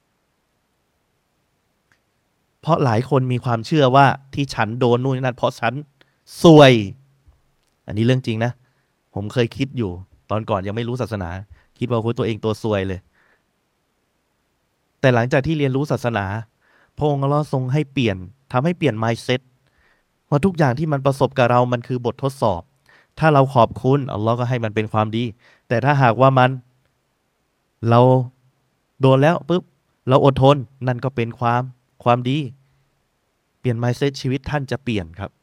เพราะหลายคนมีความเชื่อว่าที่ฉันโดนนู่นนี่นั่นเพราะฉันซวยอันนี้เรื่องจริงนะผมเคยคิดอยู่ตอนก่อนยังไม่รู้ศาสนาคิดว่าตัวเองตัวซวยเลยแต่หลังจากที่เรียนรู้ศาสนาพระองค์อัลเลาะห์ทรงให้เปลี่ยนทำให้เปลี่ยน mindset ว่าทุกอย่างที่มันประสบกับเรามันคือบททดสอบถ้าเราขอบคุณอัลเลาะห์ก็ให้มันเป็นความดีแต่ถ้าหากว่าเราโดนแล้วปุ๊บเราอดทนนั่นก็เป็นความดีเปลี่ยน mindset ชีวิตท่านจะเปลี่ยนครับ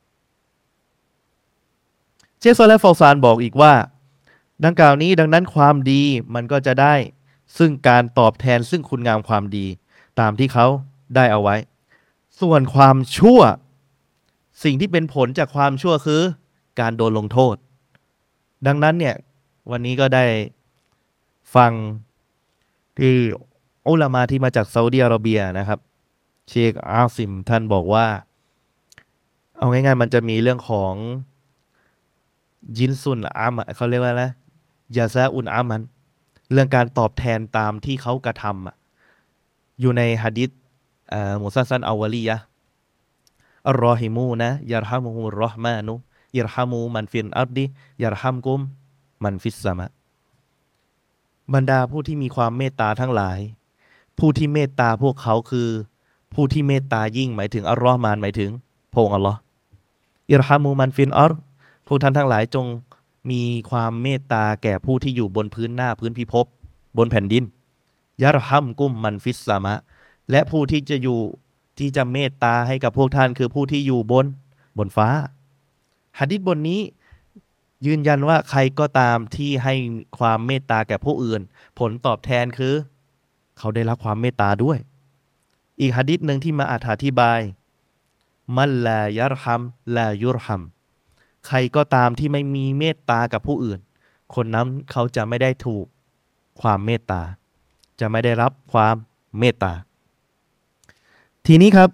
เชคซอเลห์ ฟาวซานบอกอีกว่าดังกล่าวนี้ดังนั้นความดีมันก็จะได้ซึ่งการตอบแทนซึ่งคุณงามความดีตามที่เขาได้เอาไว้ส่วนความชั่วสิ่งที่เป็นผลจากความชั่วคือการโดนลงโทษดังนั้นเนี่ยวันนี้ก็ได้ฟังที่อุลามะที่มาจากซาอุดิอาระเบียนะครับเชคอาซิมท่านบอกว่าเอาง่ายๆมันจะมีเรื่องของยินซุนอามันเขาเรียกว่าอะไรยาซาอุนอามันเรื่องการตอบแทนตามที่เขากระทำอยู่ในหะดีษมุซัสซันอาวลียะอัลรอฮิมูนะยารฮามุฮุรเราะห์มานุยิรฮามูมันฟิลอัรดิยิรฮัมกุมมันฟิสสมะบรรดาผู้ที่มีความเมตตาทั้งหลายผู้ที่เมตตาพวกเขาคือผู้ที่เมตตายิ่งหมายถึงอัลลอฮ์มานหมายถึงพระองค์อัลลอฮ์อิรฮามูมันฟิลอัรฎพวกท่านทั้งหลายจงมีความเมตตาแก่ผู้ที่อยู่บนพื้นหน้าพื้นพิภพบนแผ่นดินยะรฮัมกุมมันฟิสสามะและผู้ที่จะเมตตาให้กับพวกท่านคือผู้ที่อยู่บนฟ้าหะดีษบทนี้ยืนยันว่าใครก็ตามที่ให้ความเมตตาแก่ผู้อื่นผลตอบแทนคือเขาได้รับความเมตตาด้วยอีกหะดีษหนึ่งที่มาอธิบายมันลายัรฮัมลายุรฮัมใครก็ตามที่ไม่มีเมตตากับผู้อื่นคนนั้นเขาจะไม่ได้ถูกความเมตตาจะไม่ได้รับความเมตตาทีนี้ครับ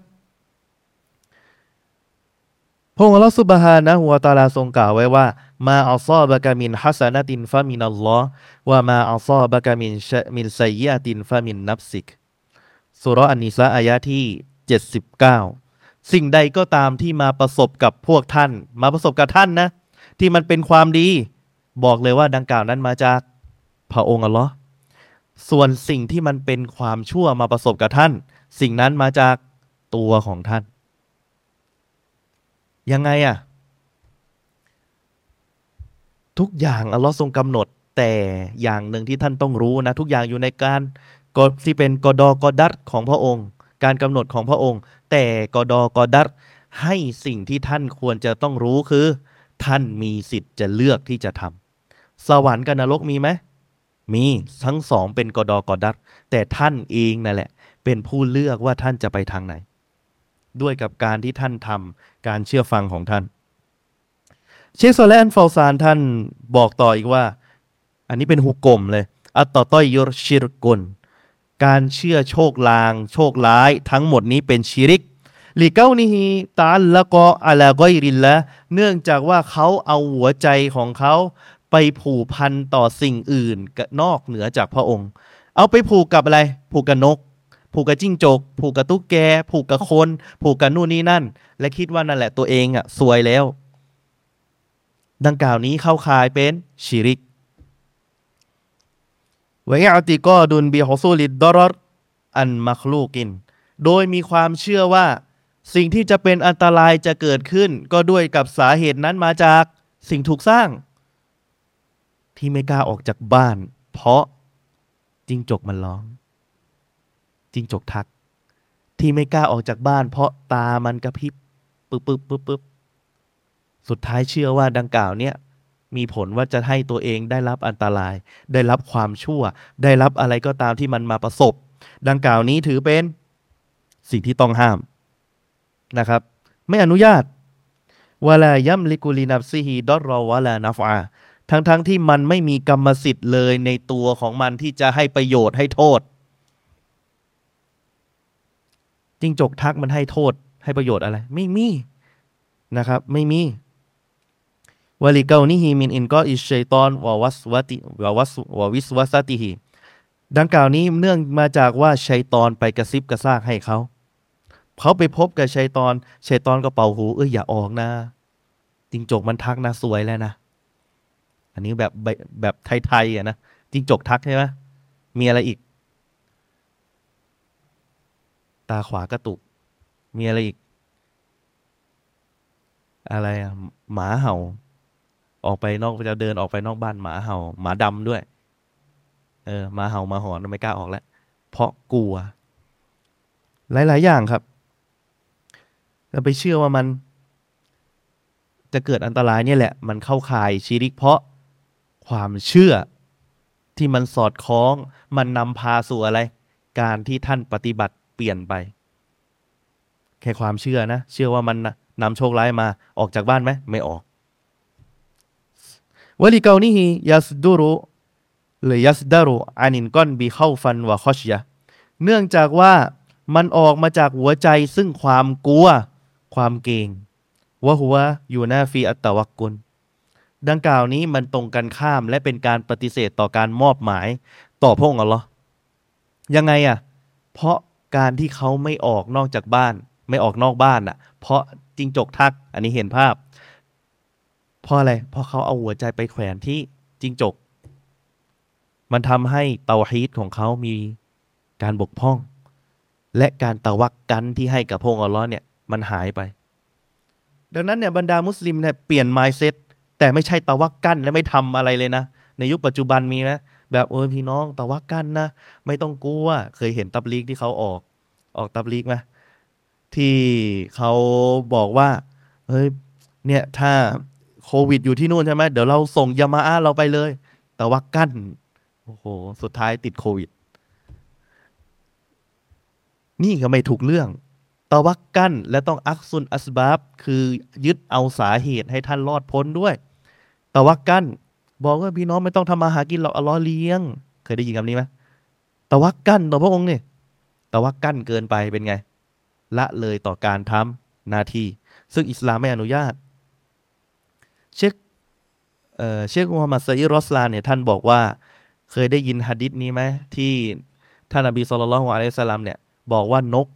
พระองค์อัลเลาะห์ซุบฮานะฮูวะตะอาลาทรงกล่าวไว้ว่ามาอัศอบะกะมินฮัสนะตินฟะมินัลลอฮ์วะมาอัศอบะกะมินซัยยิอะตินฟะมินนัฟซิกซูเราะห์อันนิสาอายะห์ที่79สิ่งใดก็ตามที่มาประสบกับพวกท่านมาประสบกับท่านนะที่มันเป็นความดีบอกเลยว่าดังกล่าวนั้นมาจากพระองค์อัลเลาะห์ส่วนสิ่งที่มันเป็นความชั่วมาประสบกับท่านสิ่งนั้นมาจากตัวของท่านยังไงอะทุกอย่างอัลเลาะห์ทรงกำหนดแต่อย่างหนึ่งที่ท่านต้องรู้นะทุกอย่างอยู่ในการที่เป็นกอดอกอดัรของพระองค์การกำหนดของพระองค์แต่กอดอกอดัรให้สิ่งที่ท่านควรจะต้องรู้คือท่านมีสิทธิ์จะเลือกที่จะทำสวรรค์กับนรกมีไหมมีทั้งสองเป็นกอดอกอดัรแต่ท่านเองนั่นแหละเป็นผู้เลือกว่าท่านจะไปทางไหนด้วยกับการที่ท่านทำการเชื่อฟังของท่านเชคซอเลห์ อัล ฟาวซานท่านบอกต่ออีกว่าอันนี้เป็นฮุกกลมเลยอัตตอตอยยุรชิรกุนการเชื่อโชคลางโชคร้ายทั้งหมดนี้เป็นชิริกลิเกานิฮิตาลละกออะลากอยริลละเนื่องจากว่าเขาเอาหัวใจของเขาไปผูกพันต่อสิ่งอื่นนอกเหนือจากพระองค์ เอาไปผูกกับอะไรผูกกับนกผูกกับจิ้งจกผูกกับตุ๊กแกผูกกับคนผูกกับนู่นนี่นั่นและคิดว่านั่นแหละตัวเองอ่ะสวยแล้วดังกล่าวนี้เข้าข่ายเป็นชิริกวะยะติกอดุนบิฮุซูลิดดรรอันมักลูกินโดยมีความเชื่อว่าสิ่งที่จะเป็นอันตรายจะเกิดขึ้นก็ด้วยกับสาเหตุนั้นมาจากสิ่งถูกสร้างที่ไม่กล้าออกจากบ้านเพราะจิ้งจกมันร้องจิ้งจกทักที่ไม่กล้าออกจากบ้านเพราะตามันกระพริบปึ๊บสุดท้ายเชื่อว่าดังกล่าวเนี้ยมีผลว่าจะให้ตัวเองได้รับอันตรายได้รับความชั่วได้รับอะไรก็ตามที่มันมาประสบดังกล่าวนี้ถือเป็นสิ่งที่ต้องห้ามนะครับไม่อนุญาตวะลายัมลิกุลินับซิฮีดอรอวะลานัฟอาทั้งที่มันไม่มีกรรมสิทธิ์เลยในตัวของมันที่จะให้ประโยชน์ให้โทษจิ้งจกทักมันให้โทษให้ประโยชน์อะไรไม่มีนะครับไม่มีวะลิเกานิฮิมินอินกออิชัยตอนวะวัสวะติวะวิสวะซะติฮิดังกล่าวนี้เนื่องมาจากว่าชัยตอนไปกระซิบกระซากให้เขาไปพบกับชัยตอนก็เป่าหูอย่าออกนะจิ้งจกมันทักนะสวยแล้วนะอันนี้แบบไทยๆอ่ะนะจิ้งจกทักใช่ไหมมีอะไรอีกตาขวากระตุกมีอะไรอีกอะไรอ่ะหมาเห่าออกไปนอกจะเดินออกไปนอกบ้านหมาเห่าหมาดำด้วยหมาเห่าหมาหอนไม่กล้าออกแล้วเพราะกลัวหลายๆอย่างครับเราไปเชื่อว่ามันจะเกิดอันตรายเนี่ยแหละมันเข้าข่ายชิริกเพราะความเชื่อที่มันสอดคล้องมันนำพาสู่อะไรการที่ท่านปฏิบัติเปลี่ยนไปแค่ความเชื่อนะเชื่อว่ามันนำโชคร้ายมาออกจากบ้านไหมไม่ออกวะลิเกานิฮิยัสดูรุหรือยัสดารุอานินก้อนบีเข้าฟันวะคอชยะเนื่องจากว่ามันออกมาจากหัวใจซึ่งความกลัวความเกรงวะหัวอยู่หน้าฟีอัตตะวักกุลดังกล่าวนี้มันตรงกันข้ามและเป็นการปฏิเสธต่อการมอบหมายต่อพระองค์อัลลอฮ์ยังไงอ่ะเพราะการที่เขาไม่ออกนอกจากบ้านไม่ออกนอกบ้านอ่ะเพราะจิ้งจกทักอันนี้เห็นภาพเพราะอะไรเพราะเขาเอาหัวใจไปแขวนที่จิ้งจกมันทำให้เตาฮีดของเขามีการบกพร่องและการตะวักกันที่ให้กับพระองค์อัลลอฮ์เนี่ยมันหายไปดังนั้นเนี่ยบรรดามุสลิมเนี่ยเปลี่ยน mindset แต่ไม่ใช่ตะวักกันและไม่ทำอะไรเลยนะในยุคปัจจุบันมีไหมแบบพี่น้องตะวักกันนะไม่ต้องกลัวเคยเห็นตับลีกที่เขาออกตับลีกไหมที่เขาบอกว่าเนี่ยถ้าโควิดอยู่ที่นู่นใช่ไหมเดี๋ยวเราส่งยามาอาเราไปเลยตะวักกันโอ้โหสุดท้ายติดโควิดนี่ก็ไม่ถูกเรื่องตะวักกันและต้องอักซุนอัสบาบคือยึดเอาสาเหตุให้ท่านรอดพ้นด้วยตะวักกันบอกว่าพี่น้องไม่ต้องทำมาหากินหรอกอัลเลาะห์เลี้ยงเคยได้ยินคำนี้ไหมตะวักกันต่อพระองค์เนี่ยตะวักกันเกินไปเป็นไงละเลยต่อการทำหน้าที่ซึ่งอิสลามไม่อนุญาตเชคมูฮัมหมัดซะอีรอสลานเนี่ยท่านบอกว่าเคยได้ยินหะดีษนี้ไหมที่ท่านนบีศ็อลลัลลอฮุอะลัยฮิวะซัลลัมเนี่ยบอกว่านก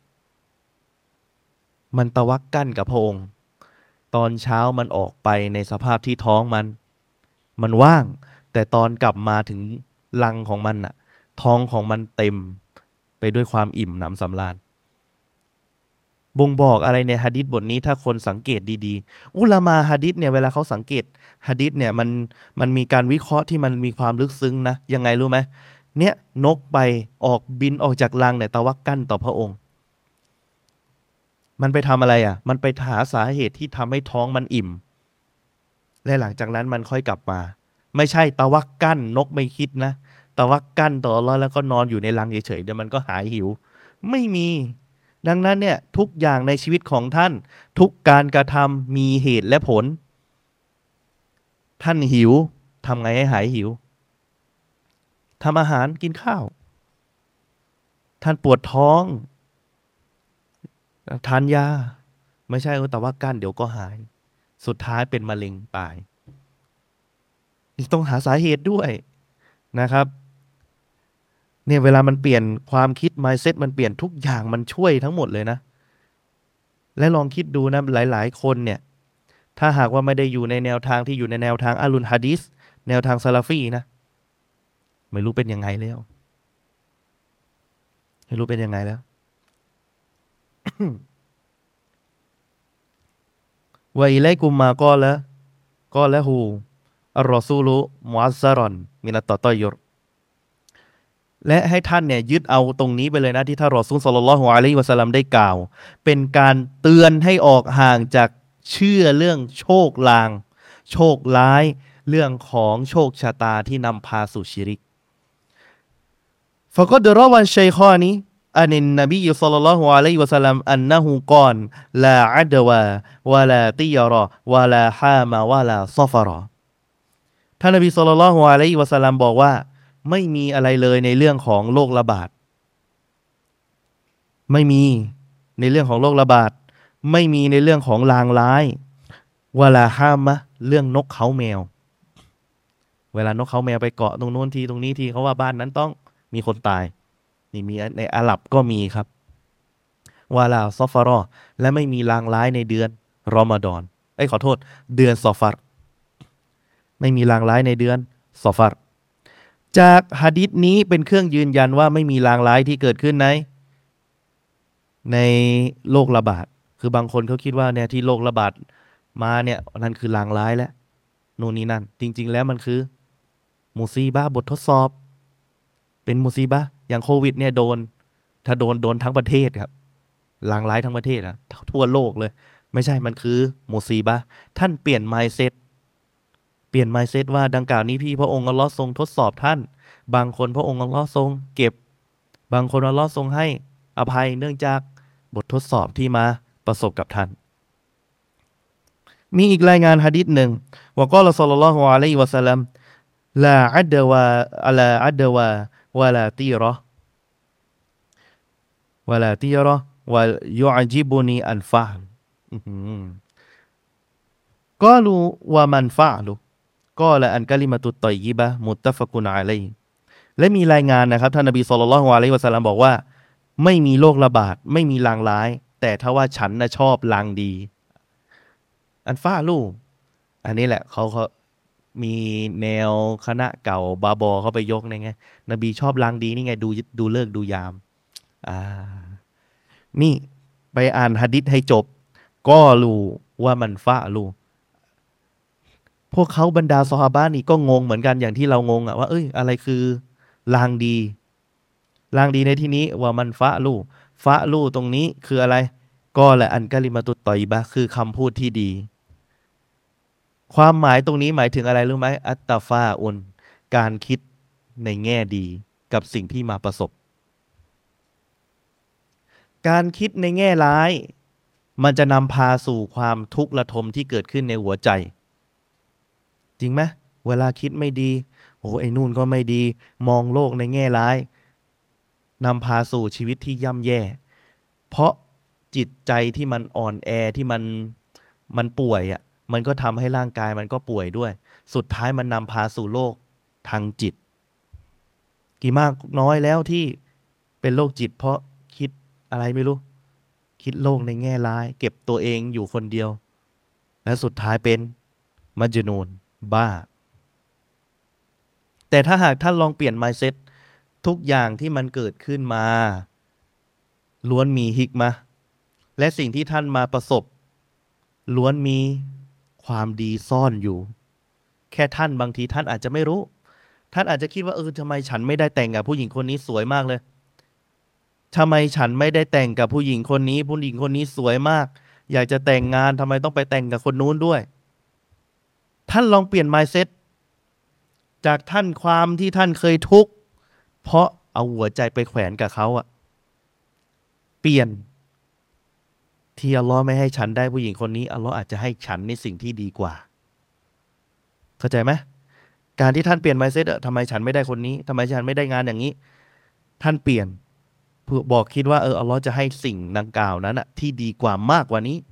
มันตะวักกันกับพระองค์ตอนเช้ามันออกไปในสภาพที่ท้องมันว่างแต่ตอนกลับมาถึงรังของมันท้องของมันเต็มไปด้วยความอิ่มหนำสำราญบ่งบอกอะไรในหะดีษบทนี้ถ้าคนสังเกตดีๆอุลามะหะดีษเนี่ยเวลาเขาสังเกตหะดีษเนี่ยมันมีการวิเคราะห์ที่มันมีความลึกซึ้งนะยังไงรู้ไหมเนี่ยนกไปบินออกจากรังเนี่ยตะวักกันต่อพระองค์มันไปทำอะไรมันไปหาสาเหตุที่ทำให้ท้องมันอิ่มและหลังจากนั้นมันค่อยกลับมาไม่ใช่ตะวักกันนกไม่คิดนะตะวักกันต่ออัลเลาะห์แล้วก็นอนอยู่ในรังเฉยๆเดี๋ยวมันก็หายหิวไม่มีดังนั้นเนี่ยทุกอย่างในชีวิตของท่านทุกการกระทำมีเหตุและผลท่านหิวทำไงให้หายหิวทำอาหารกินข้าวท่านปวดท้องทานยาไม่ใช่แต่ว่ากั้นเดี๋ยวก็หายสุดท้ายเป็นมะเร็งตายต้องหาสาเหตุด้วยนะครับเนี่ยเวลามันเปลี่ยนความคิด mindset มันเปลี่ยนทุกอย่างมันช่วยทั้งหมดเลยนะและลองคิดดูนะหลายๆคนเนี่ยถ้าหากว่าไม่ได้อยู่ในแนวทางที่อยู่ในแนวทางอาลุนฮะดีษแนวทางซาลาฟีนะไม่รู้เป็นยังไงแล้วไม่รู้เป็นยังไงแล้ว วะอิไลกุมมาก็ละหูอัลรอซูลุมุอัซซารอนมินัตตอตอยรและให้ท่านเนี่ยยึดเอาตรงนี้ไปเลยนะที่ท่านรอซูลศ็อลลัลลอฮุอะลัยฮิวะซัลลัมได้กล่าวเป็นการเตือนให้ออกห่างจากเชื่อเรื่องโชคลางโชคร้ายเรื่องของโชคชะตาที่นำพาสู่ชิริกฟะกอดรอวันชัยคอนีอันนบีศ็อลลัลลอฮุอะลัยฮิวะซัลลัมอันนะฮูกอนลาอัดวาวะลาติยรอวะลาฮามาวะลาซอฟรอท่านนบีศ็อลลัลลอฮุอะลัยฮิวะซัลลัมบอกว่าไม่มีอะไรเลยในเรื่องของโรคระบาดไม่มีในเรื่องของโรคระบาดไม่มีในเรื่องของลางร้ายวะลาฮามะเรื่องนกเขาแมวเวลานกเขาแมวไปเกาะตรงโน้นทีตรงนี้ทีเขาว่าบ้านนั้นต้องมีคนตายนี่มีในอาหรับก็มีครับวาลาซอฟารอและไม่มีลางร้ายในเดือนรอมฎอนขอโทษเดือนซอฟัรไม่มีลางร้ายในเดือนซอฟัรจากหะดีษนี้เป็นเครื่องยืนยันว่าไม่มีลางร้ายที่เกิดขึ้นในโรคระบาดคือบางคนเขาคิดว่าเนี่ยที่โรคระบาดมาเนี่ยนั่นคือลางร้ายแล้วนู่นนี่นั่นจริงๆแล้วมันคือมุซีบะห์บททดสอบเป็นมุซีบะห์อย่างโควิดเนี่ยถ้าโดนทั้งประเทศครับลางร้ายทั้งประเทศนะทั่วโลกเลยไม่ใช่มันคือมุซีบะห์ท่านเปลี่ยน mindset เปลี่ยน mindset ว่าดังกล่าวนี้พี่พระองค์อัลลอฮ์ทรงทดสอบท่านบางคนพระองค์อัลลอฮ์ทรงเก็บบางคนอัลลอฮ์ทรงให้อภัยเนื่องจากบททดสอบที่มาประสบกับท่านมีอีกรายงานหะดีษหนึ่งว่าก็ละศ็อลลัลลอฮุอะลัยฮิวะซัลลัมลาอัดวะอะลาอัดวะวะลาตีเราะห์วะลาตีเราะห์วะยุอญิบุนีอันฟะห์กอลูวะมันฟะลุกอละอันกะลิมะตุตฏอยยิบะฮ์มุตตะฟะกุนอะลัยฮิและมีรายงานนะครับท่านนบีศ็อลลัลลอฮุอะลัยฮิวะซัลลัมบอกว่าไม่มีโรคระบาดไม่มีลางร้ายแต่ถ้าว่าฉันน่ะชอบลางดีอันฟะลูอันนี้แหละเขามีแนวคณะเก่าบาบอเขาไปยกไงนบีชอบลางดีนี่ไงดูเลิกษ์ดูยามอ่านี่ไปอ่านหะดีษให้จบก็รู้ว่ามันฟะลูพวกเขาบรรดาซอฮาบะห์นี่ก็งงเหมือนกันอย่างที่เรางงอะว่าอะไรคือลางดีลางดีในที่นี้ว่ามันฟะลูตรงนี้คืออะไรก็แหละอันกะลิมาตุตฏอยบะห์คือคำพูดที่ดีความหมายตรงนี้หมายถึงอะไรรู้ไหมอัตตาฟาอุนการคิดในแง่ดีกับสิ่งที่มาประสบการคิดในแง่ร้ายมันจะนำพาสู่ความทุกข์ระทมที่เกิดขึ้นในหัวใจจริงไหมเวลาคิดไม่ดีโอ้ไอ้นู่นก็ไม่ดีมองโลกในแง่ร้ายนำพาสู่ชีวิตที่ย่ำแย่เพราะจิตใจที่มันอ่อนแอที่มันป่วยอ่ะมันก็ทำให้ร่างกายมันก็ป่วยด้วยสุดท้ายมันนำพาสู่โรคทางจิตกี่มากน้อยแล้วที่เป็นโรคจิตเพราะคิดอะไรไม่รู้คิดโลกในแง่ร้ายเก็บตัวเองอยู่คนเดียวและสุดท้ายเป็นมัจญูนบ้าแต่ถ้าหากท่านลองเปลี่ยน mindset ทุกอย่างที่มันเกิดขึ้นมาล้วนมีฮิกมะห์และสิ่งที่ท่านมาประสบล้วนมีความดีซ่อนอยู่แค่ท่านบางทีท่านอาจจะไม่รู้ท่านอาจจะคิดว่าทำไมฉันไม่ได้แต่งกับผู้หญิงคนนี้สวยมากเลยทำไมฉันไม่ได้แต่งกับผู้หญิงคนนี้ผู้หญิงคนนี้สวยมากอยากจะแต่งงานทำไมต้องไปแต่งกับคนนู้นด้วยท่านลองเปลี่ยน mindset จากท่านความที่ท่านเคยทุกข์เพราะเอาหัวใจไปแขวนกับเขาอะเปลี่ยนที่อัลลอฮ์ไม่ให้ฉันได้ผู้หญิงคนนี้อัลลอฮ์อาจจะให้ฉันในสิ่งที่ดีกว่าเข้าใจไหมการที่ท่านเปลี่ยน mindset ทำไมฉันไม่ได้คนนี้ทำไมฉันไม่ได้งานอย่างนี้ท่านเปลี่ยนบอกคิดว่าอัลลอฮ์จะให้สิ่งดังกล่าวนั้นที่ดีกว่ามากกว่านี้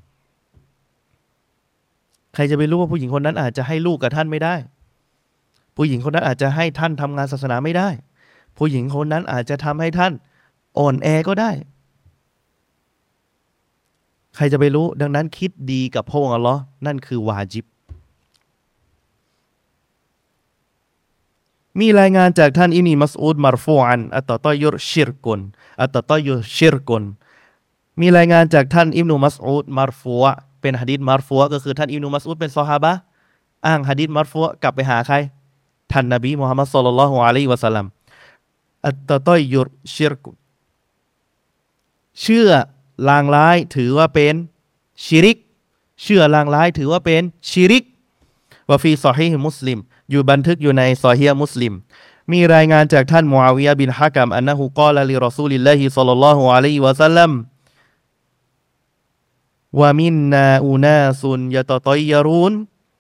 ใครจะไปรู้ว่าผู้หญิงคนนั้นอาจจะให้ลูกกับท่านไม่ได้ผู้หญิงคนนั้นอาจจะให้ท่านทำงานศาสนาไม่ได้ผู้หญิงคนนั้นอาจจะทำให้ท่านอ่อนแอก็ได้ใครจะไปรู้ดังนั้นคิดดีกับพระองค์อัลลอฮ์นั่นคือวาญิบมีรายงานจากท่านอิบนุมัสอูดมารฟูอันอัตตอยุรชิรกุนอัตตอยุรชิรกุนมีรายงานจากท่านอิบนุมัสอูดมารฟูเป็นหะดีษมารฟูก็คือท่านอิบนุมัสอูดเป็นซอฮาบะห์อ้างหะดีษมารฟูกลับไปหาใครท่านนบีมุฮัมมัดศ็อลลัลลอฮุอะลัยฮิวะซัลลัมอัตตอยุรชิรกุนเชื่อลางร้ายถือว่าเป็นชิริกเชื่อลางร้ายถือว่าเป็นชิริกวะฟีซอฮีฮ์มุสลิมอยู่บันทึกอยู่ในซอฮีฮ์มุสลิมมีรายงานจากท่านมุอาวิยะห์บินฮะกัมอันนะฮูกอละลิรอซูลิลลาฮิศ็อลลัลลอฮุอะลัยฮิวะซัลลัมวะมินนาอุนาซุนยะตะฏอยยะรูน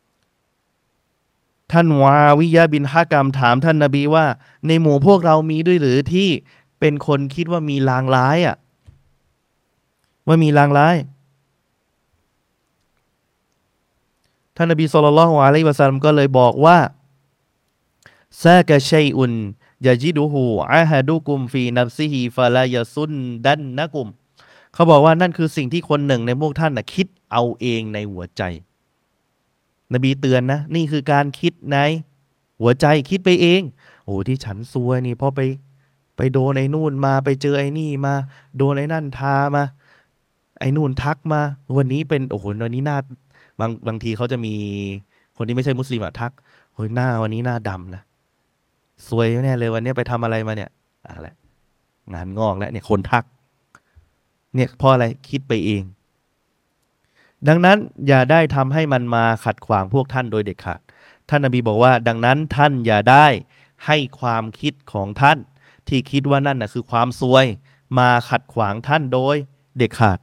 ท่านมุอาวิยะห์บินฮะกัมถามท่านนบีว่าในหมู่พวกเรามีด้วยหรือที่เป็นคนคิดว่ามีลางร้ายว่ามีลางร้ายท่านนบีศ็อลลัลลอฮุอะลัยฮิวะซัลลัมก็เลยบอกว่าซากะชัยอุนยะจิดุฮูอะฮะดุกุมฟีนัฟซิฮิฟะลายะซุนดันนะกุมเขาบอกว่านั่นคือสิ่งที่คนหนึ่งในพวกท่านคิดเอาเองในหัวใจนบีเตือนนะนี่คือการคิดในหัวใจคิดไปเองโอ้ที่ฉันซวยนี่เพราะไปโดนไอ้นู่นมาไปเจอไอ้นี่มาโดนไอ้นั่นทามาไอ้นู่นทักมาวันนี้เป็นโอ้โหวันนี้หน้าบางทีเขาจะมีคนที่ไม่ใช่มุสลิมทักโอ้ยหน้าวันนี้หน้าดำนะซวยแน่เลยวันนี้ไปทำอะไรมาเนี่ยอะไรงานงอกแล้วเนี่ยคนทักเนี่ยเพราะอะไรคิดไปเองดังนั้นอย่าได้ทำให้มันมาขัดขวางพวกท่านโดยเด็ดขาดท่านนบีบอกว่าดังนั้นท่านอย่าได้ให้ความคิดของท่านที่คิดว่านั่นคือความซวยมาขัดขวางท่านโดยเด็ดขาด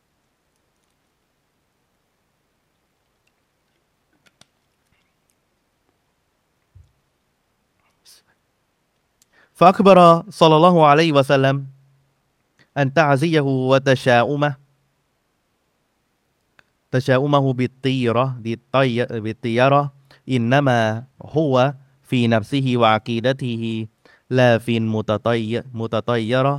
فأخبر صلى الله عليه وسلم أن تعزيه وتشاؤمه بالطيرة إنما هو في نفسه وعقيدته لا في المتطيرة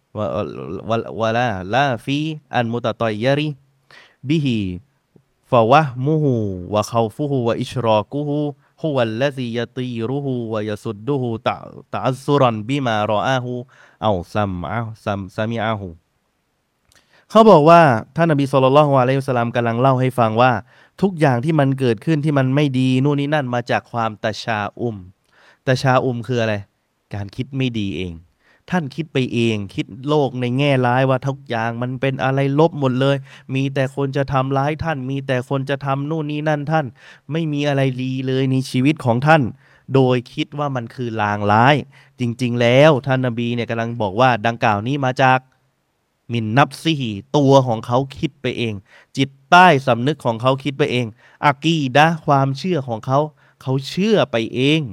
ولا في المتطير به فوهمه وخوفه وإشراكه هو الذي يطيره ويسده تعذرا بما رآه أو سمعه เขาบอกว่าท่านนบีศ็อลลัลลอฮุอะลัยฮิวะซัลลัมกำลังเล่าให้ฟังว่าทุกอย่างที่มันเกิดขึ้นที่มันไม่ดีนู่นนี่นั่นมาจากความตะชาอุมคืออะไรการคิดไม่ดีเองท่านคิดไปเองคิดโลกในแง่ร้ายว่าทุกอย่างมันเป็นอะไรลบหมดเลยมีแต่คนจะทำร้ายท่านมีแต่คนจะทำนู่นนี่นั่นท่านไม่มีอะไรดีเลยในชีวิตของท่านโดยคิดว่ามันคือลางร้ายจริงๆแล้วท่านนบีเนี่ยกำลังบอกว่าดังกล่าวนี้มาจากมินนับซิฮีตัวของเขาคิดไปเองจิตใต้สำนึกของเขาคิดไปเองอากีดะห์ความเชื่อของเขาเชื่อไปเอง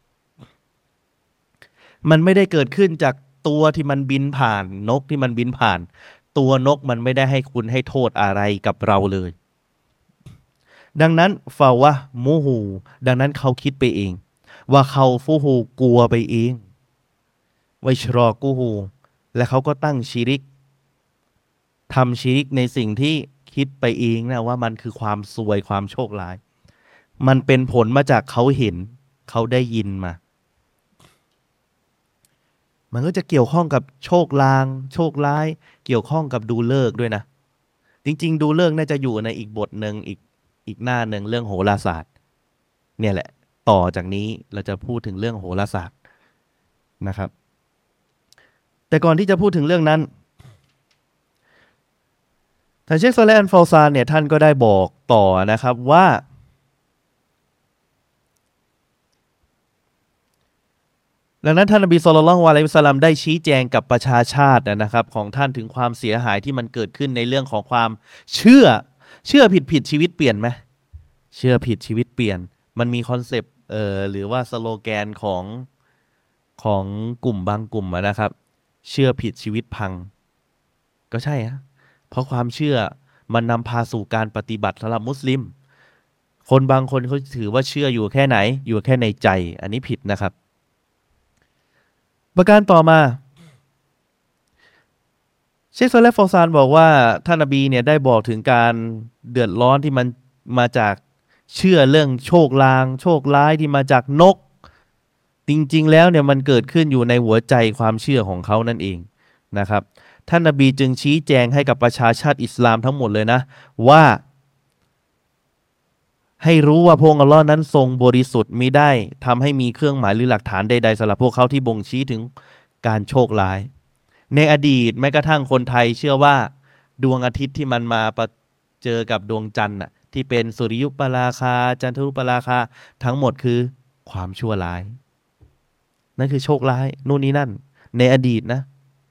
มันไม่ได้เกิดขึ้นจากตัวที่มันบินผ่านนกที่มันบินผ่านตัวนกมันไม่ได้ให้คุณให้โทษอะไรกับเราเลยดังนั้นฟาวะมูฮูดังนั้นเขาคิดไปเองว่าเขาฟูฮูกลัวไปเองไวชรอกูฮูและเขาก็ตั้งชิริกทำชิริกในสิ่งที่คิดไปเองนะว่ามันคือความซวยความโชคร้ายมันเป็นผลมาจากเขาเห็นเขาได้ยินมามันก็จะเกี่ยวข้องกับโชคลางโชคร้ายเกี่ยวข้องกับดูฤกษ์ด้วยนะจริงๆดูฤกษ์น่าจะอยู่ในอีกบทหนึ่งอีกหน้าหนึ่งเรื่องโหราศาสตร์เนี่ยแหละต่อจากนี้เราจะพูดถึงเรื่องโหราศาสตร์นะครับแต่ก่อนที่จะพูดถึงเรื่องนั้นท่านเชคซอเลห์ อัล ฟาวซานเนี่ยท่านก็ได้บอกต่อนะครับว่าดังนั้นท่านนบีศ็อลลัลลอฮุอะลัยฮิวะซัลลัมได้ชี้แจงกับประชาชาตินะครับของท่านถึงความเสียหายที่มันเกิดขึ้นในเรื่องของความเชื่อผิดชีวิตเปลี่ยนไหมเชื่อผิดชีวิตเปลี่ยนมันมีคอนเซปต์หรือว่าสโลแกนของกลุ่มบางกลุ่มนะครับเชื่อผิดชีวิตพังก็ใช่ฮะเพราะความเชื่อมันนำพาสู่การปฏิบัติสำหรับมุสลิมคนบางคนเขาถือว่าเชื่ออยู่แค่ไหนอยู่แค่ในใจอันนี้ผิดนะครับประการต่อมาเชคซอเลห์ฟอซานบอกว่าท่านนบีเนี่ยได้บอกถึงการเดือดร้อนที่มันมาจากเชื่อเรื่องโชคลางโชคร้ายที่มาจากนกจริงๆแล้วเนี่ยมันเกิดขึ้นอยู่ในหัวใจความเชื่อของเขานั่นเองนะครับท่านนบีจึงชี้แจงให้กับประชาชาติอิสลามทั้งหมดเลยนะว่าให้รู้ว่าพระองค์อัลเลาะห์นั้นทรงบริสุทธิ์มิได้ทำให้มีเครื่องหมายหรือหลักฐานใดๆสำหรับพวกเขาที่บ่งชี้ถึงการโชคร้ายในอดีตแม้กระทั่งคนไทยเชื่อว่าดวงอาทิตย์ที่มันมาประเจอกับดวงจันทร์น่ะที่เป็นสุริยุปราคาจันทรุปราคาทั้งหมดคือความชั่วร้ายนั่นคือโชคร้ายนู่นนี่นั่นในอดีตนะ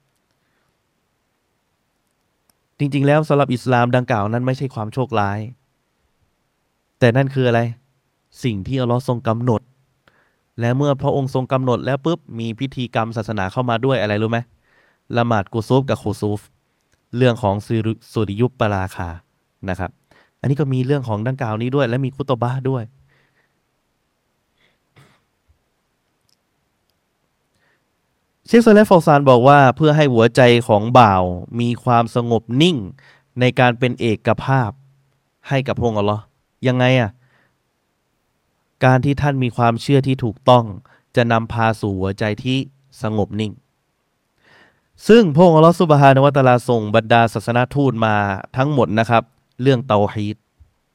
จริงๆแล้วสำหรับอิสลามดังกล่าวนั้นไม่ใช่ความโชคร้ายแต่นั่นคืออะไรสิ่งที่อัลลอฮ์ทรงกำหนดและเมื่อพระองค์ทรงกำหนดแล้วปุ๊บมีพิธีกรรมศาสนาเข้ามาด้วยอะไรรู้ไหมละหมาดกุซูฟกับคูซูฟเรื่องของสุริยุปราคานะครับอันนี้ก็มีเรื่องของดังกล่าวนี้ด้วยและมีคุตบะห์ด้วยเชคซอเลห์ฟอซานบอกว่าเพื่อให้หัวใจของบ่าวมีความสงบนิ่งในการเป็นเอกภาพให้กับพระองค์อัลลอฮ์ยังไงอ่ะการที่ท่านมีความเชื่อที่ถูกต้องจะนำพาสู่หัวใจที่สงบนิ่งซึ่งพระองค์อัลลอฮฺซุบฮานะฮูวะตะอาลาส่งบรรดาศาสนทูตมาทั้งหมดนะครับเรื่องเตาฮีด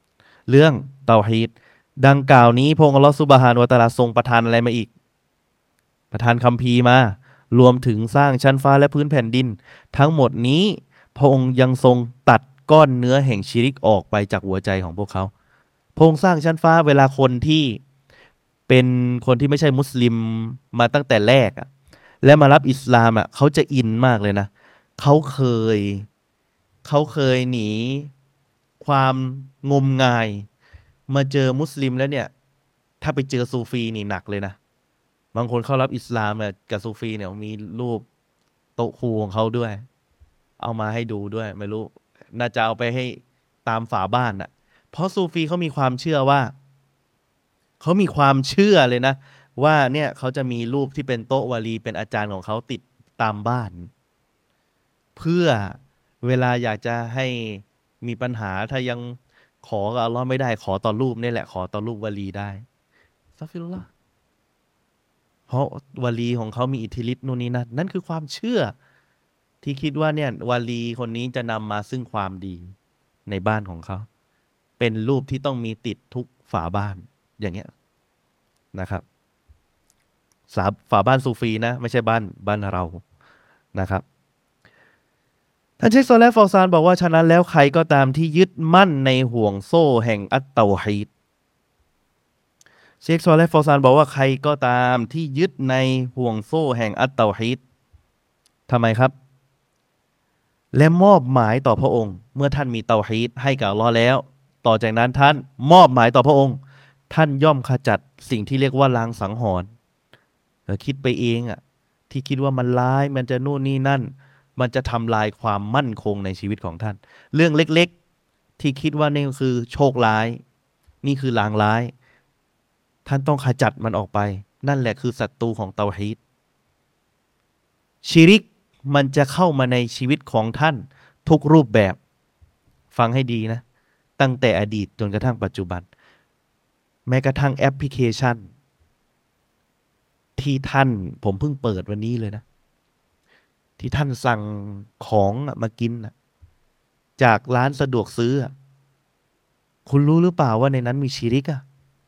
ดังกล่าวนี้พระองค์อัลลอฮฺซุบฮานะฮูวะตะอาลาทรงประทานอะไรมาอีกประทานคัมภีร์มารวมถึงสร้างชั้นฟ้าและพื้นแผ่นดินทั้งหมดนี้พระองค์ยังทรงตัดก้อนเนื้อแห่งชิริกออกไปจากหัวใจของพวกเขาพระองค์สร้างชั้นฟ้าเวลาคนที่เป็นคนที่ไม่ใช่มุสลิมมาตั้งแต่แรกอะและมารับอิสลามอ่ะเขาจะอินมากเลยนะเขาเคยหนีความงมงายมาเจอมุสลิมแล้วเนี่ยถ้าไปเจอซูฟีนี่หนักเลยนะบางคนเข้ารับอิสลามเนี่ยกับซูฟีเนี่ยมีรูปโต๊ะครูของเขาด้วยเอามาให้ดูด้วยไม่รู้น่าจะเอาไปให้ตามฝาบ้านอ่ะเพราะซูฟีเขามีความเชื่อว่าเขามีความเชื่อเลยนะว่าเนี่ยเขาจะมีรูปที่เป็นโต๊ะวาลีเป็นอาจารย์ของเขาติดตามบ้านเพื่อเวลาอยากจะให้มีปัญหาถ้ายังขอกับอัลเลาะห์ไม่ได้ขอต่อรูปนี่แหละขอต่อรูปวาลีได้ซัฟฟิรุลลอฮ์เพราะวาลีของเขามีอิทธิฤทธิ์นู่นนี่นั่นคือความเชื่อที่คิดว่าเนี่ยวาลีคนนี้จะนำมาซึ่งความดีในบ้านของเขาเป็นรูปที่ต้องมีติดทุกฝาบ้านอย่างเงี้ยนะครับฝาบ้านซูฟีนะไม่ใช่บ้านเรานะครับท่านเชคซอเลห์ฟอซานบอกว่าฉะนั้นแล้วใครก็ตามที่ยึดมั่นในห่วงโซ่แห่งอัตเตาฮีดเชคซอเลห์ฟอซานบอกว่าใครก็ตามที่ยึดในห่วงโซ่แห่งอัตเตาฮีดทำไมครับและมอบหมายต่อพระองค์เมื่อท่านมีเตาฮีดให้กับอัลเลาะห์แล้วต่อจากนั้นท่านมอบหมายต่อพระองค์ท่านย่อมขจัดสิ่งที่เรียกว่าลางสังหรณ์คิดไปเองอ่ะที่คิดว่ามันร้ายมันจะนู่นนี่นั่นมันจะทำลายความมั่นคงในชีวิตของท่านเรื่องเล็กๆที่คิดว่านี่คือโชคร้ายนี่คือลางร้ายท่านต้องขจัดมันออกไปนั่นแหละคือศัตรูของเตาฮีดชิริกมันจะเข้ามาในชีวิตของท่านทุกรูปแบบฟังให้ดีนะตั้งแต่อดีตจนกระทั่งปัจจุบันแม้กระทั่งแอปพลิเคชันที่ท่านผมเพิ่งเปิดวันนี้เลยนะที่ท่านสั่งของมากินจากร้านสะดวกซื้อคุณรู้หรือเปล่าว่าในนั้นมีชิริกอะ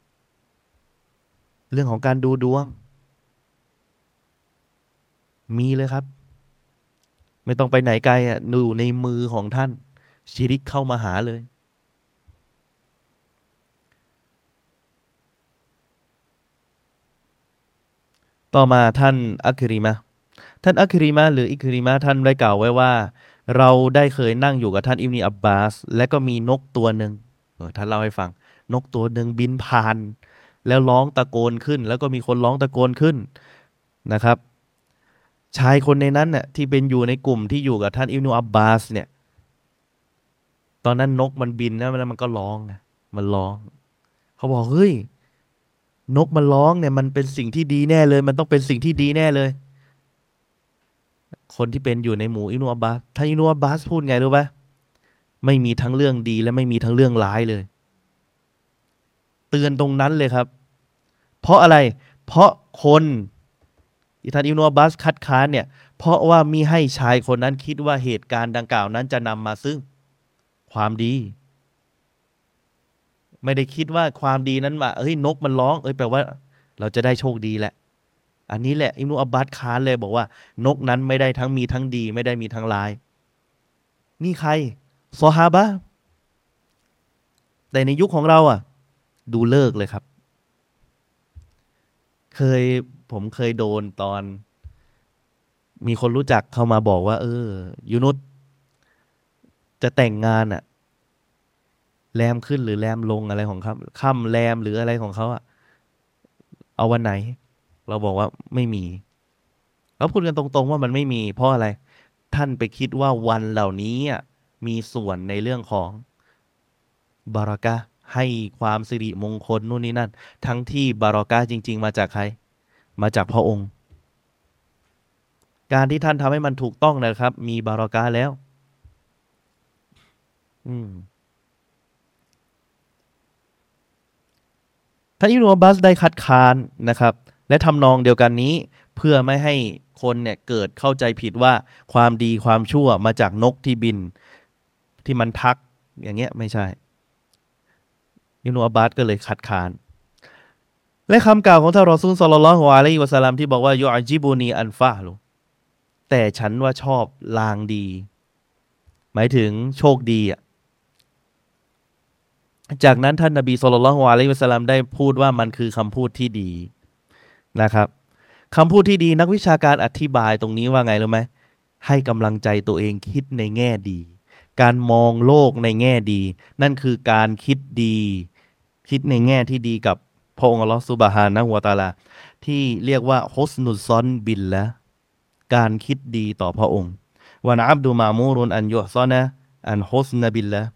เรื่องของการดูดวงมีเลยครับไม่ต้องไปไหนไกลดูในมือของท่านชิริกเข้ามาหาเลยต่อมาท่านอัคริมะหรืออิคริมะท่านได้กล่าวไว้ว่าเราได้เคยนั่งอยู่กับท่านอิบนีอับบาสและก็มีนกตัวหนึ่งท่านเล่าให้ฟังนกตัวหนึ่งบินผ่านแล้วร้องตะโกนขึ้นแล้วก็มีคนร้องตะโกนขึ้นนะครับชายคนในนั้นเนี่ยที่เป็นอยู่ในกลุ่มที่อยู่กับท่านอิบนุอับบาสเนี่ยตอนนั้นนกมันบินนะแล้วมันก็ร้องนะมันร้องเขาบอกเฮ้ยนกมันร้องเนี่ยมันเป็นสิ่งที่ดีแน่เลยมันต้องเป็นสิ่งที่ดีแน่เลยคนที่เป็นอยู่ในหมู่อิบนุอับบาสท่านอิบนุอับบาสพูดไงรู้ปะไม่มีทั้งเรื่องดีและไม่มีทั้งเรื่องร้ายเลยเตือนตรงนั้นเลยครับเพราะอะไรเพราะคนที่ท่านอิบนุอับบาสคัดค้านเนี่ยเพราะว่ามิให้ชายคนนั้นคิดว่าเหตุการณ์ดังกล่าวนั้นจะนำมาซึ่งความดีไม่ได้คิดว่าความดีนั้นว่าเฮ้ยนกมันร้องแปลว่าเราจะได้โชคดีแหละอันนี้แหละอิบนุอับบาสค้านเลยบอกว่านกนั้นไม่ได้ทั้งมีทั้งดีไม่ได้มีทั้งร้ายนี่ใครซอฮาบะห์แต่ในยุคของเราอ่ะดูเลิกเลยครับเคยผมเคยโดนตอนมีคนรู้จักเข้ามาบอกว่ายูนุสจะแต่งงานอ่ะแรมขึ้นหรือแรมลงอะไรของเขาค่ำแรมหรืออะไรของเขาอ่ะเอาวันไหนเราบอกว่าไม่มีเราพูดกันตรงๆว่ามันไม่มีเพราะอะไรท่านไปคิดว่าวันเหล่านี้มีส่วนในเรื่องของบารอกะห์ให้ความสิริมงคลนู่นนี่นั่นทั้งที่บารอกะห์จริงๆมาจากใครมาจากพระองค์การที่ท่านทำให้มันถูกต้องนะครับมีบารอกะห์แล้วอืมท่านอิบนุอับบาสได้คัดค้านนะครับและทำนองเดียวกันนี้เพื่อไม่ให้คนเนี่ยเกิดเข้าใจผิดว่าความดีความชั่วมาจากนกที่บินที่มันทักอย่างเงี้ยไม่ใช่อิบนุอับบาสก็เลยคัดค้านและคำกล่าวของท่านรอซูลศ็อลลัลลอฮุอะลัยฮิวะซัลลัมที่บอกว่ายุอจิบุนีอันฟะลุแต่ฉันว่าชอบลางดีหมายถึงโชคดีอ่ะจากนั้นท่านนบีศ็อลลัลลอฮุอะลัยฮิวะซัลลัมได้พูดว่ามันคือคำพูดที่ดีนะครับคำพูดที่ดีนักวิชาการอธิบายตรงนี้ว่าไงรู้ไหมให้กำลังใจตัวเองคิดในแง่ดีการมองโลกในแง่ดีนั่นคือการคิดดีคิดในแง่ที่ดีกับพระองค์อัลลอฮฺซุบฮานะฮูวะตะอาลาที่เรียกว่าฮุสนุซอนบิลละการคิดดีต่อพระองค์วะนะอับดุมามูรุนอันยุฮซอนะอันฮุสนบิลละ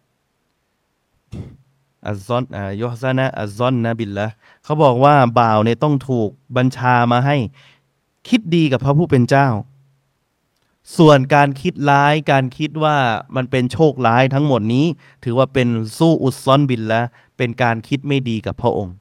อัลซอนยุฮซานะอัลซอนนะบิลละเขาบอกว่าบ่าวเนี่ยต้องถูกบัญชามาให้คิดดีกับพระผู้เป็นเจ้าส่วนการคิดร้ายการคิดว่ามันเป็นโชคร้ายทั้งหมดนี้ถือว่าเป็นสู้อุซซอนบิลละเป็นการคิดไม่ดีกับพระองค์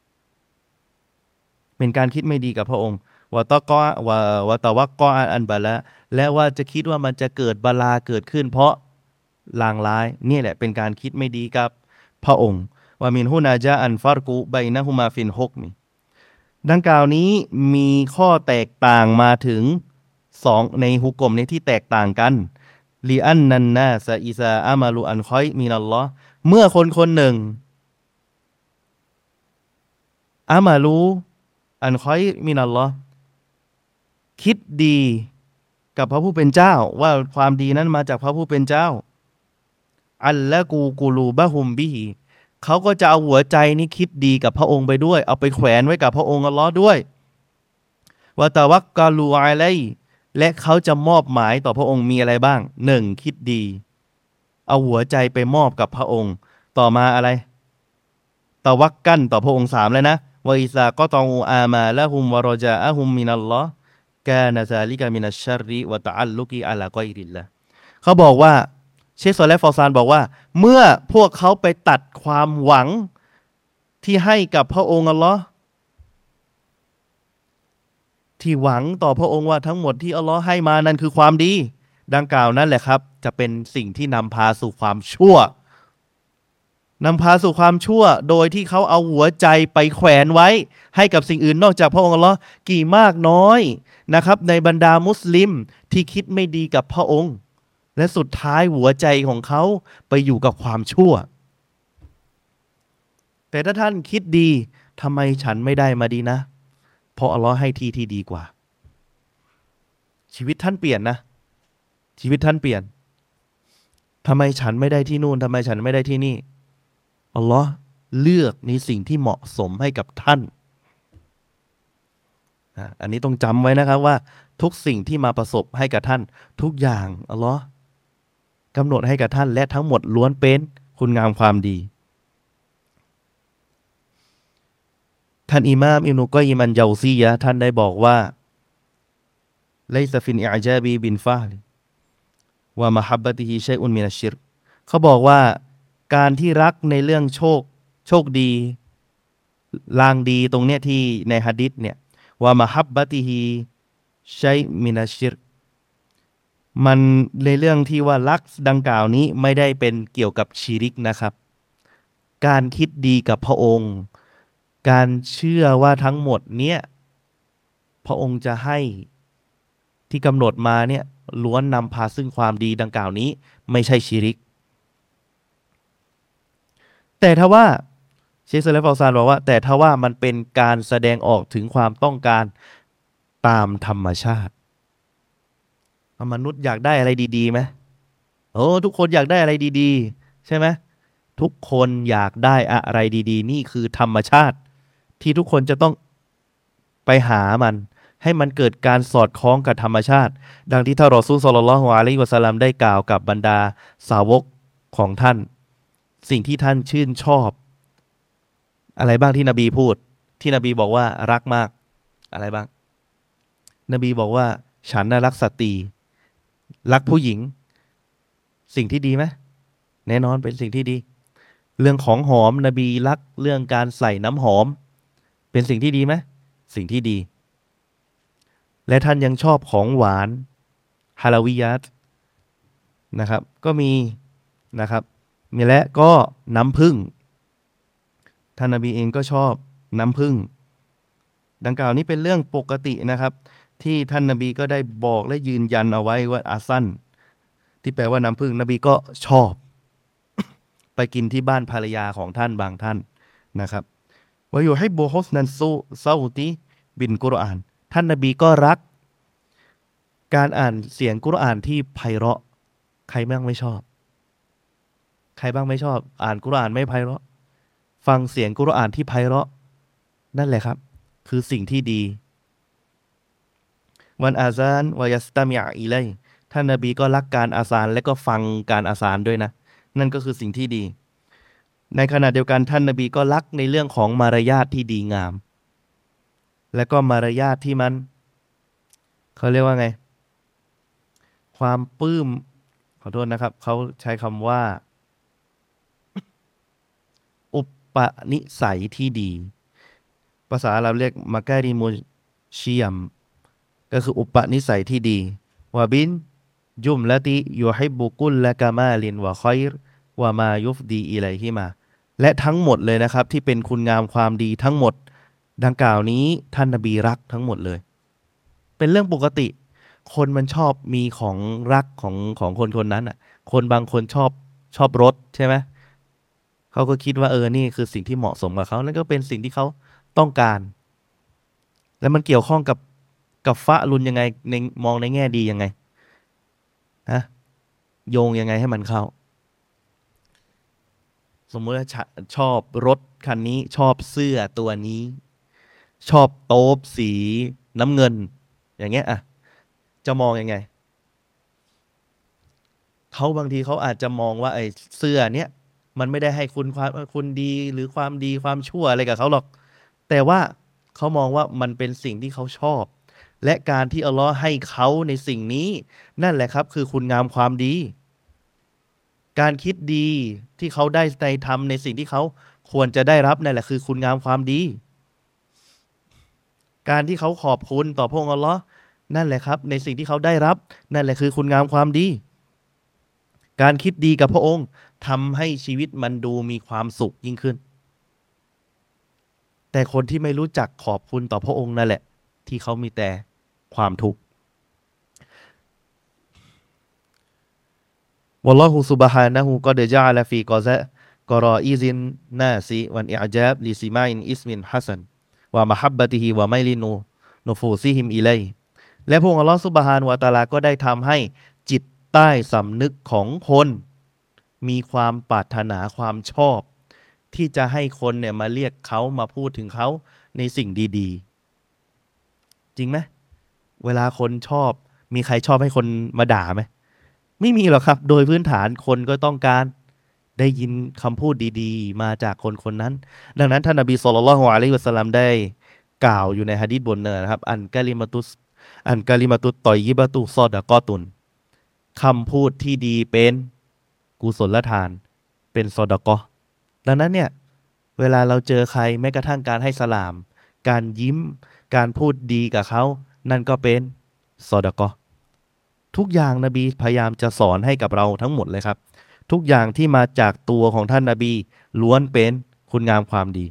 เป็นการคิดไม่ดีกับพระองค์วะตะกอวะตะวักกออันบะละและว่าจะคิดว่ามันจะเกิดบาลาเกิดขึ้นเพราะลางร้ายนี่แหละเป็นการคิดไม่ดีกับพระองค์ว่ามินฮุนาจาอันฟารกุไบนะฮุมาฟินฮกมีดังกล่าวนี้มีข้อแตกต่างมาถึงสองในฮุกกลมในที่แตกต่างกันลีอันนันนาซาอิซาอามาลูอันคอยมินัลลอฮ์เมื่อคนคนหนึ่งอามาลูอันคอยมินัลลอฮ์คิดดีกับพระผู้เป็นเจ้าว่าความดีนั้นมาจากพระผู้เป็นเจ้าอัลละกูลูบะฮุมบิฮีเขาก็จะเอาหัวใจนี้คิดดีกับพระองค์ไปด้วยเอาไปแขวนไว้กับพระองค์อัลลอฮ์ด้วยวะตะวักกะลูอะลัยและเขาจะมอบหมายต่อพระองค์มีอะไรบ้างหนึ่งคิดดีเอาหัวใจไปมอบกับพระองค์ต่อมาอะไรตะวักกันต่อพระองค์สามเลยนะวะอิซาก็ตองอามาละฮุมวะรอจาอะฮุมมินัลลอฮ์กานะซาลิกะมินัชชัรริวะตะอัลลุกิอะลากอยริลละเขาบอกว่าเชคซอเลห์ฟอซานบอกว่าเมื่อพวกเขาไปตัดความหวังที่ให้กับพระองค์อัลลอฮ์ที่หวังต่อพระองค์ว่าทั้งหมดที่อัลลอฮ์ให้มานั้นคือความดีดังกล่าวนั่นแหละครับจะเป็นสิ่งที่นำพาสู่ความชั่วนำพาสู่ความชั่วโดยที่เขาเอาหัวใจไปแขวนไว้ให้กับสิ่งอื่นนอกจากพระองค์อัลลอฮ์กี่มากน้อยนะครับในบรรดามุสลิมที่คิดไม่ดีกับพระองค์และสุดท้ายหัวใจของเขาไปอยู่กับความชั่วแต่ถ้าท่านคิดดีทำไมฉันไม่ได้มาดีนะเพราะอัลลอฮ์ให้ที่ดีกว่าชีวิตท่านเปลี่ยนนะชีวิตท่านเปลี่ยนทำไมฉันไม่ได้ที่นู่นทำไมฉันไม่ได้ที่นี่อัลลอฮ์เลือกในสิ่งที่เหมาะสมให้กับท่านอันนี้ต้องจำไว้นะครับว่าทุกสิ่งที่มาประสบให้กับท่านทุกอย่างอัลลอฮ์กำหนดให้กับท่านและทั้งหมดล้วนเป็นคุณงามความดีท่านอิหม่ามอิบนุกอยยิมอันเยาซียะห์ท่านได้บอกว่าไลซะฟินอิอญาบีบินฟาลวะมะฮับบะติฮิชัยอุนมินัชชิรเขาบอกว่าการที่รักในเรื่องโชคดีลางดีตรงเนี้ยที่ในหะดีษเนี่ยว่ามะฮับบะติฮิชัยมินัชชิรมันในเรื่องที่ว่ารักดังกล่าวนี้ไม่ได้เป็นเกี่ยวกับชิริกนะครับการคิดดีกับพระองค์การเชื่อว่าทั้งหมดเนี้ยพระองค์จะให้ที่กำหนดมาเนี่ยล้วนนำพาซึ่งความดีดังกล่าวนี้ไม่ใช่ชิริกแต่ถ้าว่าเชคซาเลฟ ฟาวซานบอกว่าแต่ถ้าว่ามันเป็นการแสดงออกถึงความต้องการตามธรรมชาติมนุษย์อยากได้อะไรดีๆไหมโอ้ทุกคนอยากได้อะไรดีๆใช่ไหมทุกคนอยากได้อะไรดีๆนี่คือธรรมชาติที่ทุกคนจะต้องไปหามันให้มันเกิดการสอดคล้องกับธรรมชาติดังที่ท่านรอซูล ศ็อลลัลลอฮุอะลัยฮิวะซัลลัมได้กล่าวกับบรรดาสาวกของท่านสิ่งที่ท่านชื่นชอบอะไรบ้างที่นบีพูดที่นบีบอกว่ารักมากอะไรบ้างนบีบอกว่าฉันน่ะรักสตรีรักผู้หญิงสิ่งที่ดีไหมแน่นอนเป็นสิ่งที่ดีเรื่องของหอมนบีรักเรื่องการใส่น้ำหอมเป็นสิ่งที่ดีไหมสิ่งที่ดีและท่านยังชอบของหวานฮาลาวิยัตนะครับก็มีนะครับมีและก็น้ำผึ้งท่านนบีเองก็ชอบน้ำผึ้งดังกล่าวนี้เป็นเรื่องปกตินะครับที่ท่านนบีก็ได้บอกและยืนยันเอาไว้ว่าอาซันที่แปลว่าน้ำผึ้งนบีก็ชอบไปกินที่บ้านภรรยาของท่านบางท่านนะครับวะยูฮิบบุฮุสนันซูซาอุติบินกุรอานท่านนบีก็รักการอ่านเสียงกุรอานที่ไพเราะใครบ้างไม่ชอบใครบ้างไม่ชอบอ่านกุรอานไม่ไพเราะฟังเสียงกุรอานที่ไพเราะนั่นแหละครับคือสิ่งที่ดีวันอาซานวายัสตามิอะอิไลท่านนบีก็รักการอาซานและก็ฟังการอาซานด้วยนะนั่นก็คือสิ่งที่ดีในขณะเดียวกันท่านนบีก็รักในเรื่องของมารยาทที่ดีงามและก็มารยาทที่มันเขาเรียกว่าไงความปลื้มขอโทษนะครับเขาใช้คำว่าอุปนิสัยที่ดีภาษาเราเรียกมาการิมุเชียมก็คืออุปนิสัยที่ดีวะบินยุมละติยูฮิบบุกุลและกามาลินวะคอยรวะมายุฟดีอิไลฮิมาและทั้งหมดเลยนะครับที่เป็นคุณงามความดีทั้งหมดดังกล่าวนี้ท่านนบีรักทั้งหมดเลยเป็นเรื่องปกติคนมันชอบมีของรักของคนคนนั้นอ่ะคนบางคนชอบรถใช่ไหมเขาก็คิดว่านี่คือสิ่งที่เหมาะสมกับเขานั่นก็เป็นสิ่งที่เขาต้องการแล้วมันเกี่ยวข้องกับฟะลุนยังไงในมองในแง่ดียังไงฮะโยงยังไงให้มันเข้าสมมติว่าชอบรถคันนี้ชอบเสื้อตัวนี้ชอบโต๊ะสีน้ำเงินอย่างเงี้ยจะมองยังไงเขาบางทีเขาอาจจะมองว่าไอ้เสื้อเนี้ยมันไม่ได้ให้คุณดีหรือความดีความชั่วอะไรกับเขาหรอกแต่ว่าเขามองว่ามันเป็นสิ่งที่เขาชอบและการที่อัลลอฮ์ให้เขาในสิ่งนี้นั่นแหละครับคือคุณงามความดีการคิดดีที่เขาได้ในทำในสิ่งที่เขาควรจะได้รับนั่นแหละคือคุณงามความดีการที่เขาขอบคุณต่อพระองค์อัลลอฮ์นั่นแหละครับในสิ่งที่เขาได้รับนั่นแหละคือคุณงามความดีการคิดดีกับพระองค์ทำให้ชีวิตมันดูมีความสุขยิ่งขึ้นแต่คนที่ไม่รู้จักขอบคุณต่อพระองค์นั่นแหละที่เขามีแต่ความทุกข์วัลลอฮุซุบฮานะฮูกอดจาอะลาฟีกอรออิซินนาซิวันอิอญาบลิซิมาอินอิสมินฮัสันวะมะฮับบะติฮิวะไมลินูฟูซิฮิมอิไลและพระองค์อัลลอฮฺซุบฮานะฮูวะตะอาลาก็ได้ทำให้จิตใต้สำนึกของคนมีความปรารถนาความชอบที่จะให้คนเนี่ยมาเรียกเขามาพูดถึงเขาในสิ่งดีๆจริงไหมเวลาคนชอบมีใครชอบให้คนมาด่าไหมไม่มีหรอกครับโดยพื้นฐานคนก็ต้องการได้ยินคำพูดดีๆมาจากคนคนนั้นดังนั้นท่านนบีศ็อลลัลลอฮุอะลัยฮิวะซัลลัมได้กล่าวอยู่ในหะดีษบทหนึ่งนะครับอันกะลิมาตุตตอยยิบะตุซอดะกอตุนคำพูดที่ดีเป็นกุศลทานเป็นซอดะกอฮ์ดังนั้นเนี่ยเวลาเราเจอใครแม้กระทั่งการให้สลาม การยิ้มการพูดดีกับเขานั่นก็เป็นซอดะกอฮ์ทุกอย่างนบีพยายามจะสอนให้กับเราทั้งหมดเลยครับทุกอย่างที่มาจากตัวของท่านนบีล้วนเป็นคุณงามความดี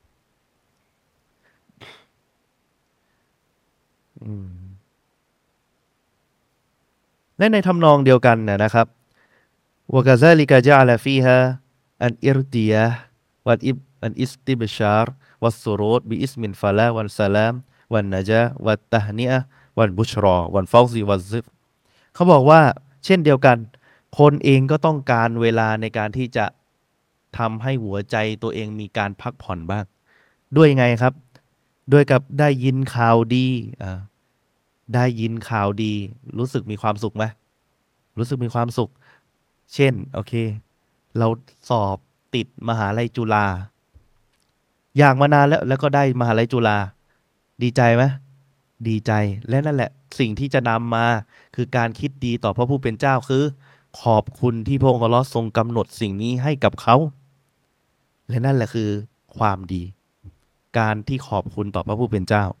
และในทำนองเดียวกันนะครับวะกะซาลิกะญะอะลาฟีฮาอันอิรติยะห์วัลอิบอันอิสติบชารวัสสุรูรบิอิสมินฟะลาวัลสลามวันนะญาวัตตะฮนิอะห์วันบุชรอวันฟาวซิวัซซิฟเขาบอกว่าเช่นเดียวกันคนเองก็ต้องการเวลาในการที่จะทำให้หัวใจตัวเองมีการพักผ่อนบ้างด้วยไงครับด้วยกับได้ยินข่าวดีได้ยินข่าวดีรู้สึกมีความสุขไหมรู้สึกมีความสุขเช่นโอเคเราสอบติดมหาลัยจุฬาอยากมานานแล้วก็ได้มหาลัยจุฬาดีใจไหมดีใจและนั่นแหละสิ่งที่จะนำมาคือการคิดดีต่อพระผู้เป็นเจ้าคือขอบคุณที่พระองค์อัลเลาะห์ทรงกำหนดสิ่งนี้ให้กับเขาและนั่นแหละคือความดีการที่ขอบคุณต่อพระผู้เป็นเจ้า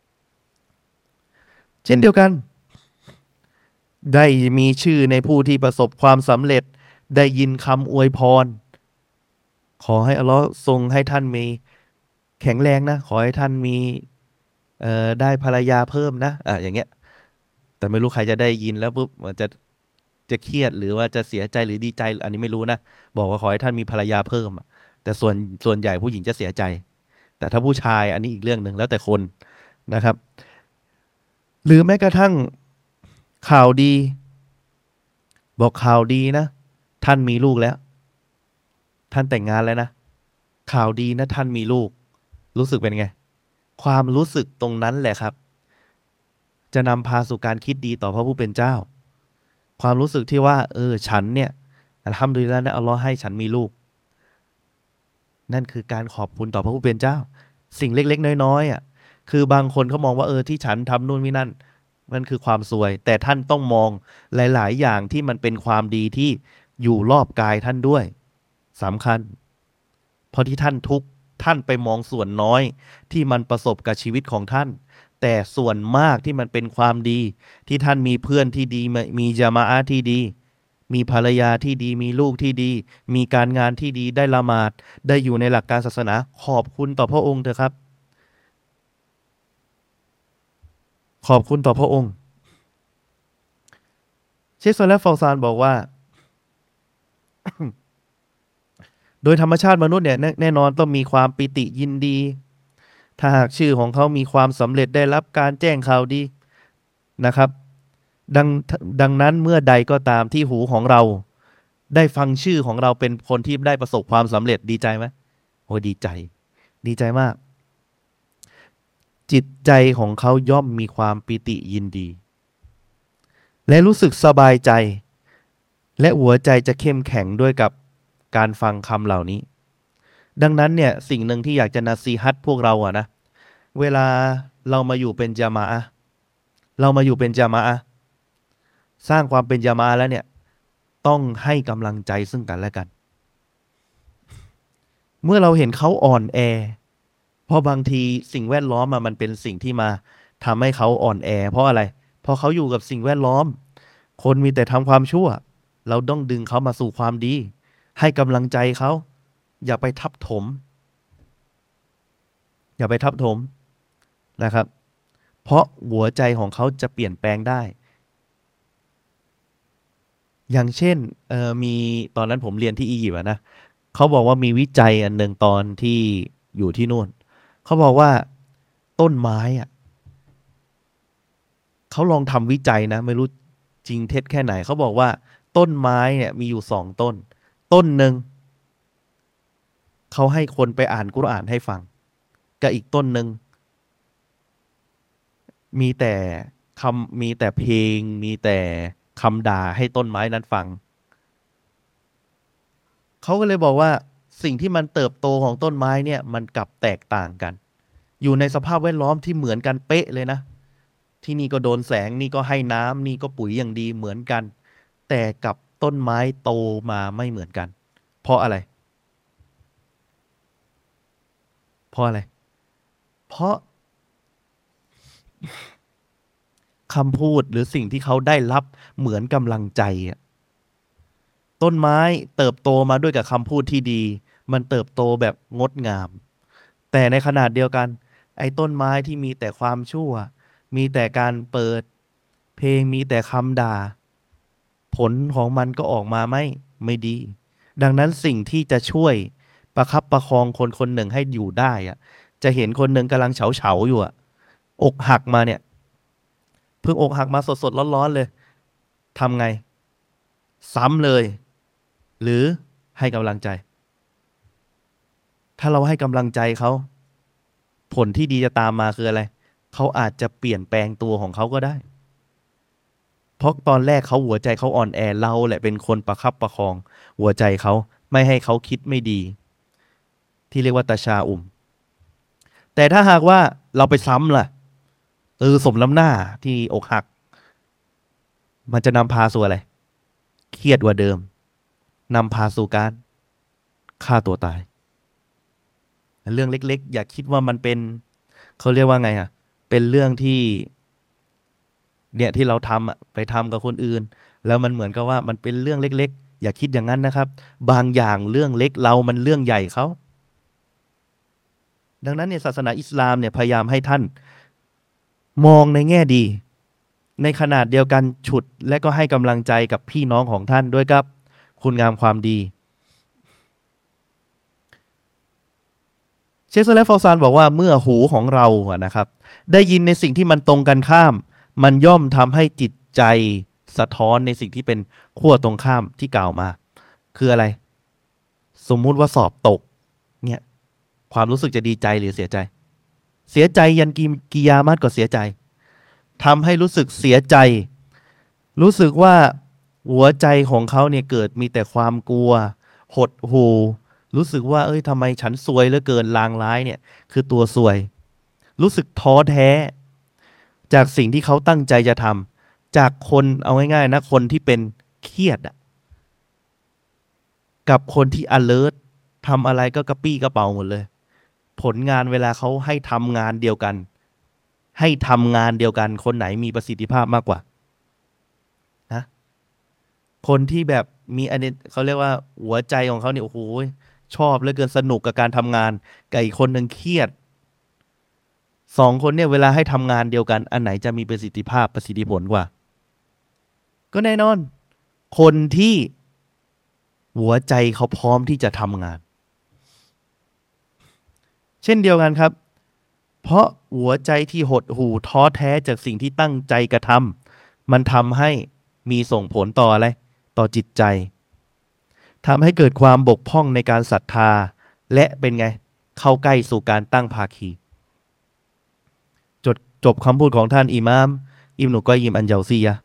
เช่นเดียวกันได้มีชื่อในผู้ที่ประสบความสำเร็จได้ยินคำอวยพรขอให้อัลเลาะห์ทรงให้ท่านมีแข็งแรงนะขอให้ท่านมีได้ภรรยาเพิ่มนะอย่างเงี้ยแต่ไม่รู้ใครจะได้ยินแล้วปุ๊บมันจะเครียดหรือว่าจะเสียใจหรือดีใจอันนี้ไม่รู้นะบอกว่าขอให้ท่านมีภรรยาเพิ่มแต่ส่วนใหญ่ผู้หญิงจะเสียใจแต่ถ้าผู้ชายอันนี้อีกเรื่องหนึ่งแล้วแต่คนนะครับหรือแม้กระทั่งข่าวดีบอกข่าวดีนะท่านมีลูกแล้วท่านแต่งงานแล้วนะข่าวดีนะท่านมีลูกรู้สึกเป็นไงความรู้สึกตรงนั้นแหละครับจะนำพาสู่การคิดดีต่อพระผู้เป็นเจ้าความรู้สึกที่ว่าฉันเนี่ยอัลฮัมดุลิลละห์นะอัลลอฮ์ให้ฉันมีลูกนั่นคือการขอบคุณต่อพระผู้เป็นเจ้าสิ่งเล็กๆน้อยๆคือบางคนเขามองว่าที่ฉันทำนู่นนี่นั่นมันคือความซวยแต่ท่านต้องมองหลายๆอย่างที่มันเป็นความดีที่อยู่รอบกายท่านด้วยสำคัญเพราะที่ท่านทุกข์ท่านไปมองส่วนน้อยที่มันประสบกับชีวิตของท่านแต่ส่วนมากที่มันเป็นความดีที่ท่านมีเพื่อนที่ดีมีญะมาอะห์ที่ดีมีภรรยาที่ดีมีลูกที่ดีมีการงานที่ดีได้ละหมาดได้อยู่ในหลักการศาสนาขอบคุณต่อพระองค์เถอะครับขอบคุณต่อพระองค์เชคซอเลห์ฟาวซานบอกว่า โดยธรรมชาติมนุษย์เนี่ยแน่นอนต้องมีความปิติยินดีถ้าหากชื่อของเขามีความสำเร็จได้รับการแจ้งข่าวดีนะครับดังดังนั้นเมื่อใดก็ตามที่หูของเราได้ฟังชื่อของเราเป็นคนที่ได้ประสบความสำเร็จดีใจไหมโอ้ดีใจดีใจมากจิตใจของเขาย่อมมีความปิติยินดีและรู้สึกสบายใจและหัวใจจะเข้มแข็งด้วยกับการฟังคำเหล่านี้ดังนั้นเนี่ยสิ่งหนึ่งที่อยากจะนาซีฮัตพวกเรานะเวลาเรามาอยู่เป็นญะมาอะห์เรามาอยู่เป็นญะมาอะห์สร้างความเป็นญะมาอะห์แล้วเนี่ยต้องให้กำลังใจซึ่งกันและกันเมื่อเราเห็นเขาอ่อนแอเพราะบางทีสิ่งแวดล้อมมันเป็นสิ่งที่มาทำให้เขาอ่อนแอเพราะอะไรเพราะเขาอยู่กับสิ่งแวดล้อมคนมีแต่ทำความชั่วเราต้องดึงเขามาสู่ความดีให้กำลังใจเขาอย่าไปทับถมอย่าไปทับถมนะครับเพราะหัวใจของเขาจะเปลี่ยนแปลงได้อย่างเช่นมีตอนนั้นผมเรียนที่อียิปต์นะเขาบอกว่ามีวิจัยอันหนึ่งตอนที่อยู่ที่นู่นเขาบอกว่าต้นไม้เขาลองทำวิจัยนะไม่รู้จริงเท็จแค่ไหนเขาบอกว่าต้นไม้เนี่ยมีอยู่2 ต้นต้นหนึ่งเขาให้คนไปอ่านกุรอานให้ฟังกับอีกต้นหนึ่งมีแต่มีแต่เพลงมีแต่คำด่าให้ต้นไม้นั้นฟังเขาก็เลยบอกว่าสิ่งที่มันเติบโตของต้นไม้เนี่ยมันกลับแตกต่างกันอยู่ในสภาพแวดล้อมที่เหมือนกันเป๊ะเลยนะที่นี่ก็โดนแสงนี่ก็ให้น้ำนี่ก็ปุ๋ยอย่างดีเหมือนกันแต่กับต้นไม้โตมาไม่เหมือนกันเพราะอะไรเพราะอะไรเพราะคำพูดหรือสิ่งที่เขาได้รับเหมือนกำลังใจอะต้นไม้เติบโตมาด้วยกับคำพูดที่ดีมันเติบโตแบบงดงามแต่ในขนาดเดียวกันไอ้ต้นไม้ที่มีแต่ความชั่วมีแต่การเปิดเพลงมีแต่คำด่าผลของมันก็ออกมาไม่ดีดังนั้นสิ่งที่จะช่วยประคับประคองคนคนหนึ่งให้อยู่ได้อะจะเห็นคนหนึ่งกำลังเฉาอยู่อะอกหักมาเนี่ยเพิ่งอกหักมาสดๆร้อนๆเลยทำไงซ้ำเลยหรือให้กำลังใจถ้าเราให้กำลังใจเขาผลที่ดีจะตามมาคืออะไรเขาอาจจะเปลี่ยนแปลงตัวของเขาก็ได้เพราะตอนแรกเขาหัวใจเขาอ่อนแอเราแหละเป็นคนประคับประคองหัวใจเขาไม่ให้เขาคิดไม่ดีที่เรียกว่าตาชาอุมแต่ถ้าหากว่าเราไปซ้ำล่ะสมน้ำหน้าที่อกหักมันจะนำพาสู่อะไรเครียดกว่าเดิมนำพาสู่การฆ่าตัวตายเรื่องเล็กๆอย่าคิดว่ามันเป็นเขาเรียกว่าไงอ่ะเป็นเรื่องที่เนี่ยที่เราทำอ่ะไปทำกับคนอื่นแล้วมันเหมือนกับว่ามันเป็นเรื่องเล็กๆอย่าคิดอย่างนั้นนะครับบางอย่างเรื่องเล็กเรามันเรื่องใหญ่เขาดังนั้นเนี่ยศาสนาอิสลามเนี่ยพยายามให้ท่านมองในแง่ดีในขนาดเดียวกันฉุดและก็ให้กำลังใจกับพี่น้องของท่านด้วยครับคุณงามความดีเชคซาเลฟฟาวซานบอกว่าเมื่อหูของเราอะนะครับได้ยินในสิ่งที่มันตรงกันข้ามมันย่อมทำให้จิตใจสะท้อนในสิ่งที่เป็นขั้วตรงข้ามที่กล่าวมาคืออะไรสมมุติว่าสอบตกเนี่ยความรู้สึกจะดีใจหรือเสียใจเสียใจยันกิยามัตก็เสียใจทำให้รู้สึกเสียใจรู้สึกว่าหัวใจของเขาเนี่ยเกิดมีแต่ความกลัวหดหู่รู้สึกว่าทำไมฉันซวยเหลือเกินลางร้ายเนี่ยคือตัวซวยรู้สึกท้อแท้จากสิ่งที่เขาตั้งใจจะทำจากคนเอาง่ายๆนะคนที่เป็นเครียดกับคนที่ alert ทำอะไรก็กระปี้กระเป๋าหมดเลยผลงานเวลาเขาให้ทำงานเดียวกันคนไหนมีประสิทธิภาพมากกว่านะคนที่แบบมีอันนี้เขาเรียกว่าหัวใจของเขาเนี่ยโอ้โหชอบเหลือเกินสนุกกับการทำงานกับอีกคนหนึ่งเครียดสองคนเนี่ยเวลาให้ทำงานเดียวกันอันไหนจะมีประสิทธิภาพประสิทธิผลกว่าก็แน่นอนคนที่หัวใจเขาพร้อมที่จะทำงานเช่นเดียวกันครับเพราะหัวใจที่หดหู่ท้อแท้จากสิ่งที่ตั้งใจกระทำมันทำให้มีส่งผลต่ออะไรต่อจิตใจทำให้เกิดความบกพร่องในการศรัทธาและเป็นไงเข้าใกล้สู่การตั้งภาคีจบคำพูดของท่านอิมามอิบนุกอยยิมอันเยาซียะห์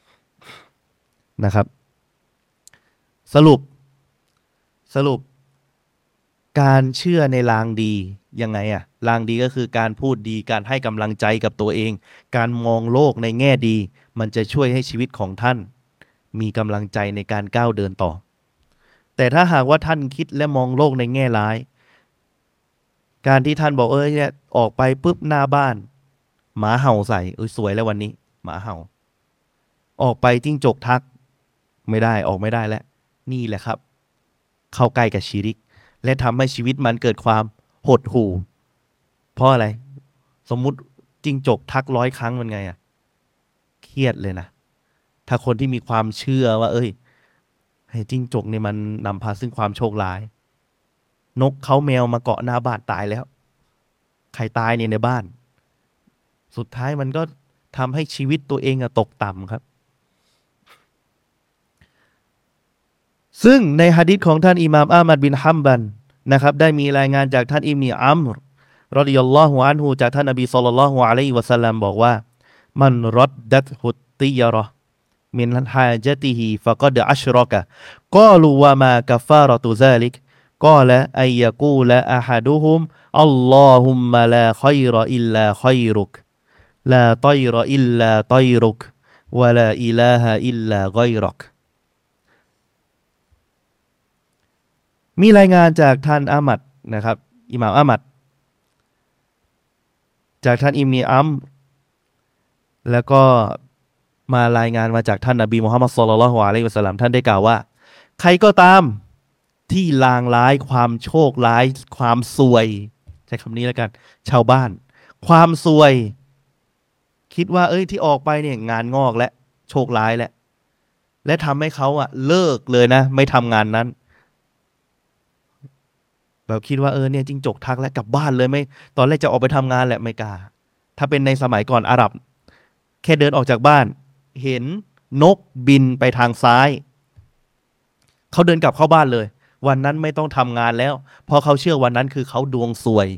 นะครับสรุปการเชื่อในลางดียังไงอะลางดีก็คือการพูดดีการให้กำลังใจกับตัวเองการมองโลกในแง่ดีมันจะช่วยให้ชีวิตของท่านมีกำลังใจในการก้าวเดินต่อแต่ถ้าหากว่าท่านคิดและมองโลกในแง่ร้ายการที่ท่านบอกเนี่ยออกไปปุ๊บหน้าบ้านหมาเห่าใส่สวยแล้ววันนี้หมาเห่าออกไปจิ้งจกทักไม่ได้ออกไม่ได้แล้วนี่แหละครับเข้าใกล้กับชิริกและทำให้ชีวิตมันเกิดความหดหู่เพราะอะไรสมมุติจิ้งจกทัก100 ครั้งมันไงเครียดเลยนะถ้าคนที่มีความเชื่อว่าให้จิ้งจกเนี่ยมันนำพาซึ่งความโชคร้ายนกเขาแมวมาเกาะหน้าบ้านตายแล้วใครตายเนี่ยในบ้านสุดท้ายมันก็ทำให้ชีวิตตัวเองตกต่ำครับซึ่งในหะดีษของท่านอิหม่ามอะห์มัดบินฮัมบัลนะครับได้มีรายงานจากท่านอิบนุอัมรรอฎิยัลลอฮุอันฮุจากท่านนบีศ็อลลัลลอฮุอะลัยฮิวะซัลลัมบอกว่ามันรดดัตฮุตติยะเราะห์มินฮาจติฮิฟะกอดอัชรอกะกอลูวะมากัฟฟารตุซาลิกกอละอัยยะกูละอะฮัดุฮุมอัลลอฮุมมะลาค็อยรออิลลาค็อยรุกลาฏอยรออิลลาฏอยรุกวะลาอิลาฮะอิลลาฆอยรักมีรายงานจากท่านอามัดนะครับอิหม่ามอามัดจากท่านอิบนีอัมรแล้วก็มารายงานมาจากท่านนบีมุฮัมมัดศ็อลลัลลอฮุอะลัยฮิวะซัลลัมท่านได้กล่าวว่าใครก็ตามที่ลางร้ายความโชคร้ายความซวยใช้คำนี้แล้วกันชาวบ้านความซวยคิดว่าที่ออกไปเนี่ยงานงอกและโชคร้ายและทำให้เขาเลิกเลยนะไม่ทำงานนั้นแบบคิดว่าเนี่ยจิ้งจกทักแล้วกลับบ้านเลยไม่ตอนแรกจะออกไปทำงานแหละไม่กล้าถ้าเป็นในสมัยก่อนอาหรับแค่เดินออกจากบ้านเห็นนกบินไปทางซ้ายเขาเดินกลับเข้าบ้านเลยวันนั้นไม่ต้องทำงานแล้วเพราะเขาเชื่อวันนั้นคือเขาดวงซวย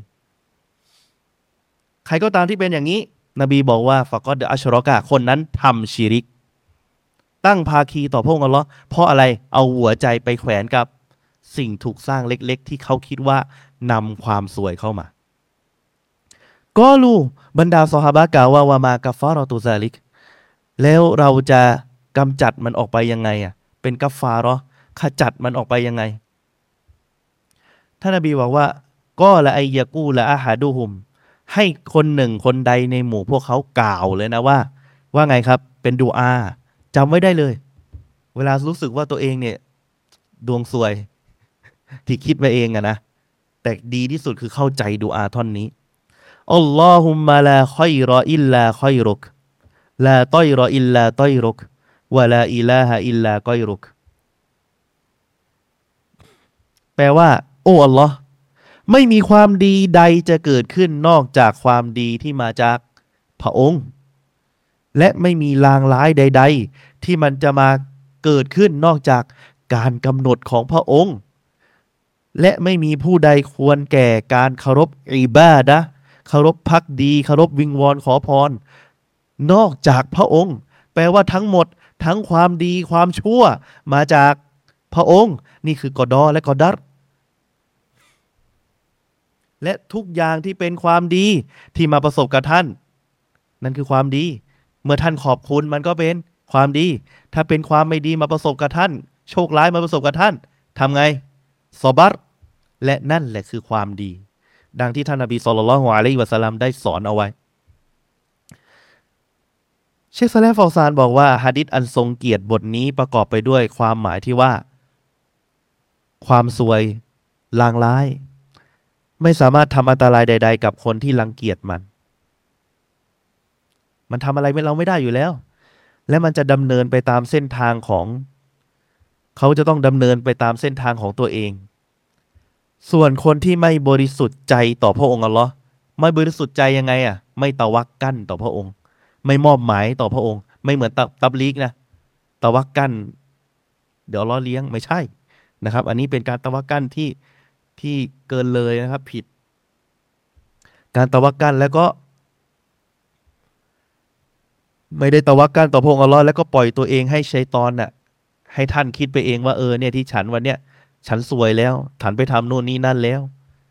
ใครก็ตามที่เป็นอย่างนี้นบีบอกว่าฟะกอดอัชรอกะคนนั้นทำชิริกตั้งภาคีต่อพระองค์อัลเลาะห์เพราะอะไรเอาหัวใจไปแขวนกับสิ่งถูกสร้างเล็กๆที่เขาคิดว่านำความสวยเข้ามาก็รู้บรรดาซอฮาบะห์กล่าวว่าวามากัฟฟารอตุซาลิกแล้วเราจะกำจัดมันออกไปยังไงเป็นกัฟฟาเราะห์ขจัดมันออกไปยังไงท่านนบีบอกว่าก็ละอัยยะกูละอะฮะดุฮุมให้คนหนึ่งคนใดในหมู่พวกเขากล่าวเลยนะว่าไงครับเป็นดุอาจำไว้ได้เลยเวลารู้สึกว่าตัวเองเนี่ยดวงซวยที่คิดไปเองนะแต่ดีที่สุดคือเข้าใจดุอาท่อนนี้อัลลอฮุมมะลาค็อยรออิลลาค็อยรุกลาฏอยรออิลลาฏอยรุกวะลาอิลาฮะอิลลาฏอยรุกแปลว่าโอ้อัลลอฮ์ไม่มีความดีใดจะเกิดขึ้นนอกจากความดีที่มาจากพระองค์และไม่มีลางร้ายใดๆที่มันจะมาเกิดขึ้นนอกจากการกำหนดของพระองค์และไม่มีผู้ใดควรแก่การเคารพอิบาดะห์เคารพภักดีเคารพวิงวอนขอพรนอกจากพระองค์แปลว่าทั้งหมดทั้งความดีความชั่วมาจากพระองค์นี่คือกอฎอและกอดัรและทุกอย่างที่เป็นความดีที่มาประสบกับท่านนั่นคือความดีเมื่อท่านขอบคุณมันก็เป็นความดีถ้าเป็นความไม่ดีมาประสบกับท่านโชคร้ายมาประสบกับท่านทำไงซอบัรและนั่นแหละคือความดีดังที่ท่านนบีศ็อลลัลลอฮุอะลัยฮิวะซัลลัมได้สอนเอาไว้เชคซะเลห์ ฟาวซานบอกว่าหะดีษอันทรงเกียรติบทนี้ประกอบไปด้วยความหมายที่ว่าความซวยลางร้ายไม่สามารถทำอันตรายใดๆกับคนที่รังเกียจมันทำอะไรเราไม่ได้อยู่แล้วและมันจะดำเนินไปตามเส้นทางของเขาจะต้องดำเนินไปตามเส้นทางของตัวเองส่วนคนที่ไม่บริสุทธิ์ใจต่อพระองค์อัลเลาะห์ไม่บริสุทธิ์ใจยังไงไม่ตะวักกั้นต่อพระองค์ไม่มอบหมายต่อพระองค์ไม่เหมือนตับลีกนะตะวักกั้นเดี๋ยวล้อเลี้ยงไม่ใช่นะครับอันนี้เป็นการตะวักกั้นที่เกินเลยนะครับผิดการตะวักกั้นแล้วก็ไม่ได้ตะวักกั้นต่อพระองค์อัลเลาะห์แล้วก็ปล่อยตัวเองให้ชัยฏอนให้ท่านคิดไปเองว่าเนี่ยที่ฉันวันเนี้ยฉันสวยแล้วฉันไปทำโน่นนี่นั่นแล้ว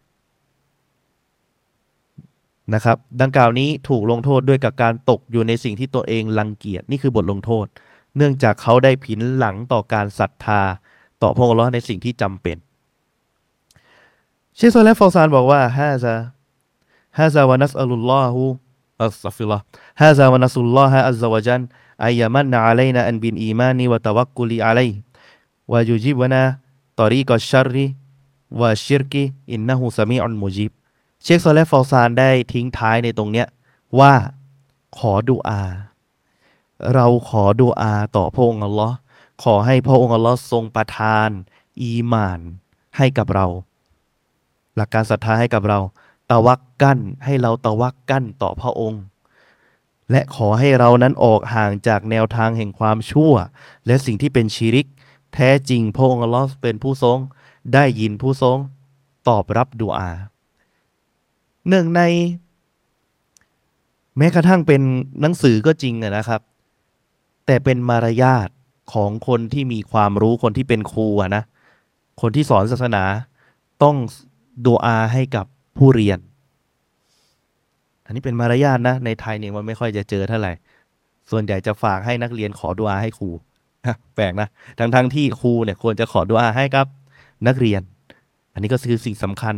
นะครับดังกล่าวนี้ถูกลงโทษด้วยกับการตกอยู่ในสิ่งที่ตัวเองรังเกียจนี่คือบทลงโทษเนื่องจากเขาได้ผินหลังต่อการศรัทธาต่อพระองค์อัลเลาะห์ในสิ่งที่จำเป็นเชคซอเลห์ ฟาวซานบอกว่าฮาซาวะนัสอัลลอฮุอัสตัฆฟิรุลลอฮ์ฮาซาวะนัสอัลลอฮะอัซซะวะญัลอัยยะมันอะลัยนาอันบิลอีมานีวะตะวักกุลิอะลัยวะยุจิบนะตอรีกัชชัรริวะชิรกิอินนะฮูซะมีอุนมุจีบเชคซอเลห์ ฟาวซานได้ทิ้งท้ายในตรงเนี้ยว่าขอดุอาเราขอดุอาต่อพระองค์อัลเลาะห์ขอให้พระองค์อัลเลาะห์ทรงประทานอีหม่านให้กับเราหลักการศรัทธาให้กับเราตะวักกั้นให้เราตะวักกั้นต่อพระองค์และขอให้เรานั้นออกห่างจากแนวทางแห่งความชั่วและสิ่งที่เป็นชิริกแท้จริงพระองค์อัลเลาะห์เป็นผู้ทรงได้ยินผู้ทรงตอบรับดุอาหนึ่งในแม้กระทั่งเป็นหนังสือก็จริงนะครับ แต่เป็นมารยาทของคนที่มีความรู้คนที่เป็นครูอะนะคนที่สอนศาสนาต้องดุอาให้กับผู้เรียน อันนี้เป็นมารยาทนะในไทยเนี่ยมันไม่ค่อยจะเจอเท่าไหร่ส่วนใหญ่จะฝากให้นักเรียนขอดุอาให้ครูแปลกนะทั้งที่ครูเนี่ยควรจะขอดุอาให้กับนักเรียน อันนี้ก็คือสิ่งสำคัญ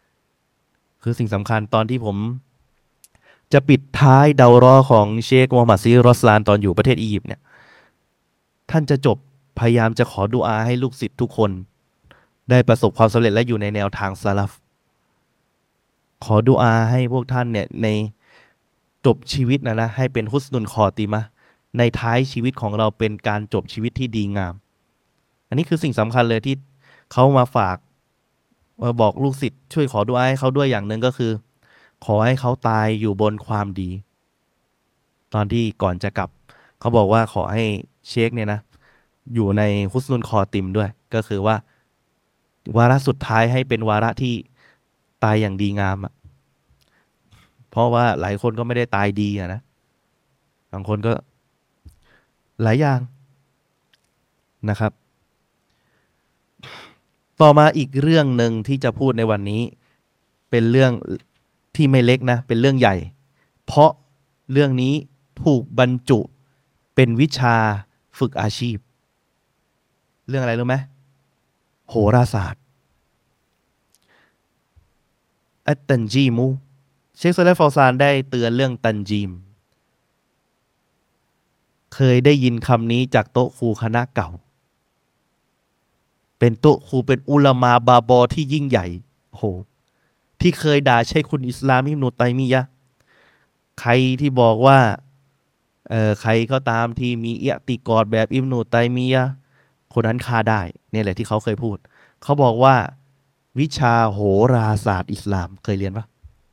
ตอนที่ผมจะปิดท้ายเดารอของเชคมูฮัมหมัดซีรอสลานตอนอยู่ประเทศอียิปต์เนี่ยท่านจะจบพยายามจะขอดุอาให้ลูกศิษย์ทุกคนได้ประสบความสำเร็จและอยู่ในแนวทางซาลฟขอดุอาให้พวกท่านเนี่ยในจบชีวิตนะให้เป็นฮุสนุนคอติมะในท้ายชีวิตของเราเป็นการจบชีวิตที่ดีงามอันนี้คือสิ่งสำคัญเลยที่เขามาฝากมาบอกลูกศิษย์ช่วยขอดุอาให้เขาด้วยอย่างหนึ่งก็คือขอให้เขาตายอยู่บนความดีตอนที่ก่อนจะกลับเขาบอกว่าขอให้เชคเนี่ยนะอยู่ในฮุสนุนคอติมด้วยก็คือว่าวาระสุดท้ายให้เป็นวาระที่ตายอย่างดีงามอะเพราะว่าหลายคนก็ไม่ได้ตายดีอะนะบางคนก็หลายอย่างนะครับต่อมาอีกเรื่องหนึ่งที่จะพูดในวันนี้เป็นเรื่องที่ไม่เล็กนะเป็นเรื่องใหญ่เพราะเรื่องนี้ถูกบรรจุเป็นวิชาฝึกอาชีพเรื่องอะไรรู้ไหมโหราศาสตร์อัตตันจีมูเชคซอเลห์ ฟาวซานได้เตือนเรื่องตันจีมเคยได้ยินคำนี้จากโต๊ะครูคณะเก่าเป็นโต๊ะครูเป็นอุลามาบาบอที่ยิ่งใหญ่โหที่เคยด่าใช่คุณอิสลามอิบนุตัยมียะห์ใครที่บอกว่าใครก็ตามที่มีอิอ์ติกอดแบบอิบนุตัยมียะห์คนนั้นฆ่าได้เนี่ยแหละที่เขาเคยพูดเขาบอกว่าวิชาโหราศาสตร์อิสลามเคยเรียนปะ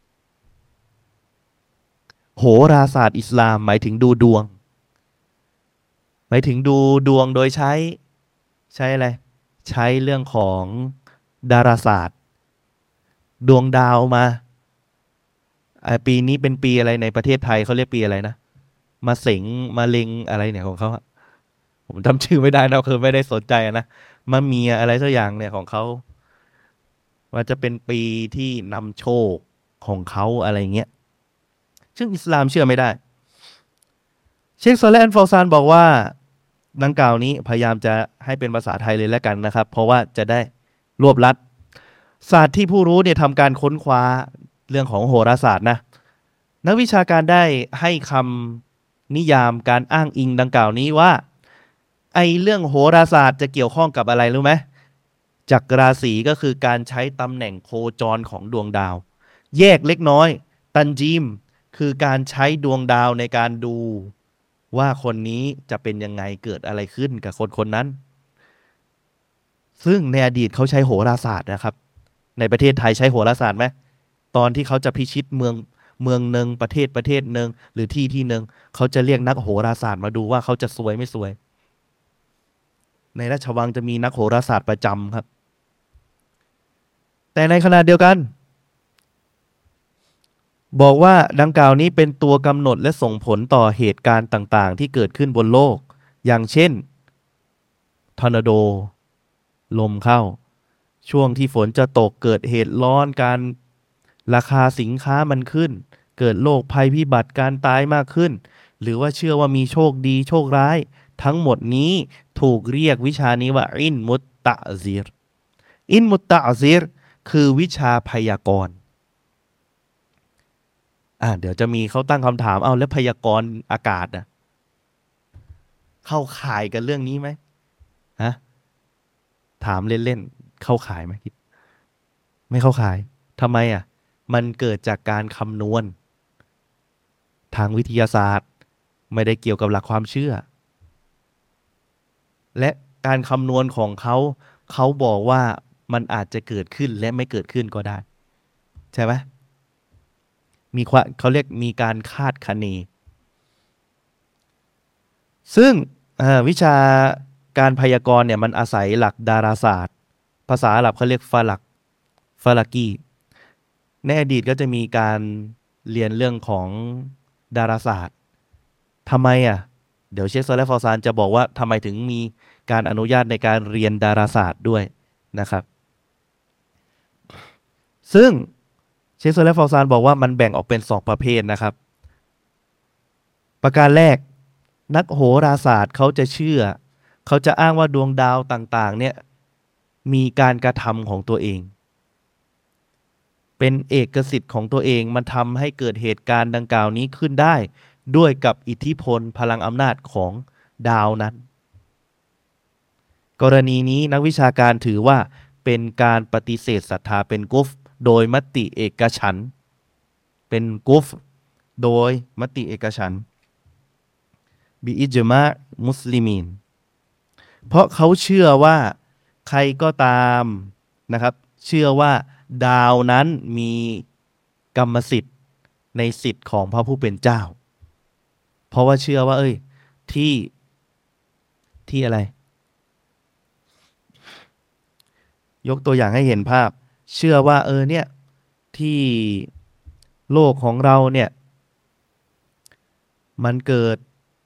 โหราศาสตร์อิสลามหมายถึงดูดวงหมายถึงดูดวงโดยใช้อะไรใช้เรื่องของดาราศาสตร์ดวงดาวมาปีนี้เป็นปีอะไรในประเทศไทยเขาเรียกปีอะไรนะมาเสงมาเล็งอะไรเนี่ยของเขาผมจำชื่อไม่ได้นะคือไม่ได้สนใจนะมาเมียอะไรสักอย่างเนี่ยของเขาว่าจะเป็นปีที่นำโชคของเขาอะไรเงี้ยซึ่งอิสลามเชื่อไม่ได้เชคซอเลห์ อัล ฟาวซานบอกว่าดังกล่าวนี้พยายามจะให้เป็นภาษาไทยเลยแล้วกันนะครับเพราะว่าจะได้รวบลัดศาสตร์ที่ผู้รู้เนี่ยทำการค้นคว้าเรื่องของโหราศาสตร์นะนักวิชาการได้ให้คำนิยามการอ้างอิงดังกล่าวนี้ว่าไอเรื่องโหราศาสตร์จะเกี่ยวข้องกับอะไรรู้ไหมจักรราศีก็คือการใช้ตำแหน่งโคจรของดวงดาวแยกเล็กน้อยตันจีมคือการใช้ดวงดาวในการดูว่าคนนี้จะเป็นยังไงเกิดอะไรขึ้นกับคนนั้นซึ่งในอดีตเขาใช้โหราศาสตร์นะครับในประเทศไทยใช้โหราศาสตร์ไหมตอนที่เขาจะพิชิตเมืองหนึ่งประเทศหนึ่งหรือที่หนึ่งเขาจะเรียกนักโหราศาสตร์มาดูว่าเขาจะสวยไม่สวยในราชวังจะมีนักโหราศาสตร์ประจำครับแต่ในขณะเดียวกันบอกว่าดังกล่าวนี้เป็นตัวกำหนดและส่งผลต่อเหตุการณ์ต่างๆที่เกิดขึ้นบนโลกอย่างเช่นทอร์นาโดลมเข้าช่วงที่ฝนจะตกเกิดเหตุร้อนการราคาสินค้ามันขึ้นเกิดโรคภัยพิบัติการตายมากขึ้นหรือว่าเชื่อว่ามีโชคดีโชคร้ายทั้งหมดนี้ถูกเรียกวิชานี้ว่าอินมุตตะซีรคือวิชาพยากรณ์เดี๋ยวจะมีเขาตั้งคำถามเอาแล้วพยากรณ์อากาศนะเข้าข่ายกันเรื่องนี้ไหมฮะถามเล่นๆเข้าข่ายไหมคิดไม่เข้าข่ายทำไมมันเกิดจากการคำนวณทางวิทยาศาสตร์ไม่ได้เกี่ยวกับหลักความเชื่อและการคำนวณของเขาบอกว่ามันอาจจะเกิดขึ้นและไม่เกิดขึ้นก็ได้ใช่ไหมเขาเรียกมีการคาดคะเนซึ่งวิชาการพยากรณ์เนี่ยมันอาศัยหลักดาราศาสตร์ภาษาอาหรับเขาเรียกฟาลักีในอดีตก็จะมีการเรียนเรื่องของดาราศาสตร์ทำไมเดี๋ยวเชคซอเลห์ ฟาวซานจะบอกว่าทำไมถึงมีการอนุญาตในการเรียนดาราศาสตร์ด้วยนะครับซึ่งเชคซอเลห์ ฟาวซานบอกว่ามันแบ่งออกเป็น2ประเภทนะครับประการแรกนักโหราศาสตร์เขาจะเชื่อเขาจะอ้างว่าดวงดาวต่างๆเนี่ยมีการกระทำของตัวเองเป็นเอกสิทธิ์ของตัวเองมันทำให้เกิดเหตุการณ์ดังกล่าวนี้ขึ้นได้ด้วยกับอิทธิพลพลังอำนาจของดาวนั้นกรณีนี้นักวิชาการถือว่าเป็นการปฏิเสธศรัทธาเป็นกุฟโดยมติเอกฉันท์เป็นกุฟโดยมติเอกฉันท์บิอิจมะมุสลิมีนเพราะเขาเชื่อว่าใครก็ตามนะครับเชื่อว่าดาวนั้นมีกรรมสิทธิ์ในสิทธิ์ของพระผู้เป็นเจ้าเพราะว่าเชื่อว่าที่อะไรยกตัวอย่างให้เห็นภาพเชื่อว่าเนี่ยที่โลกของเราเนี่ยมันเกิด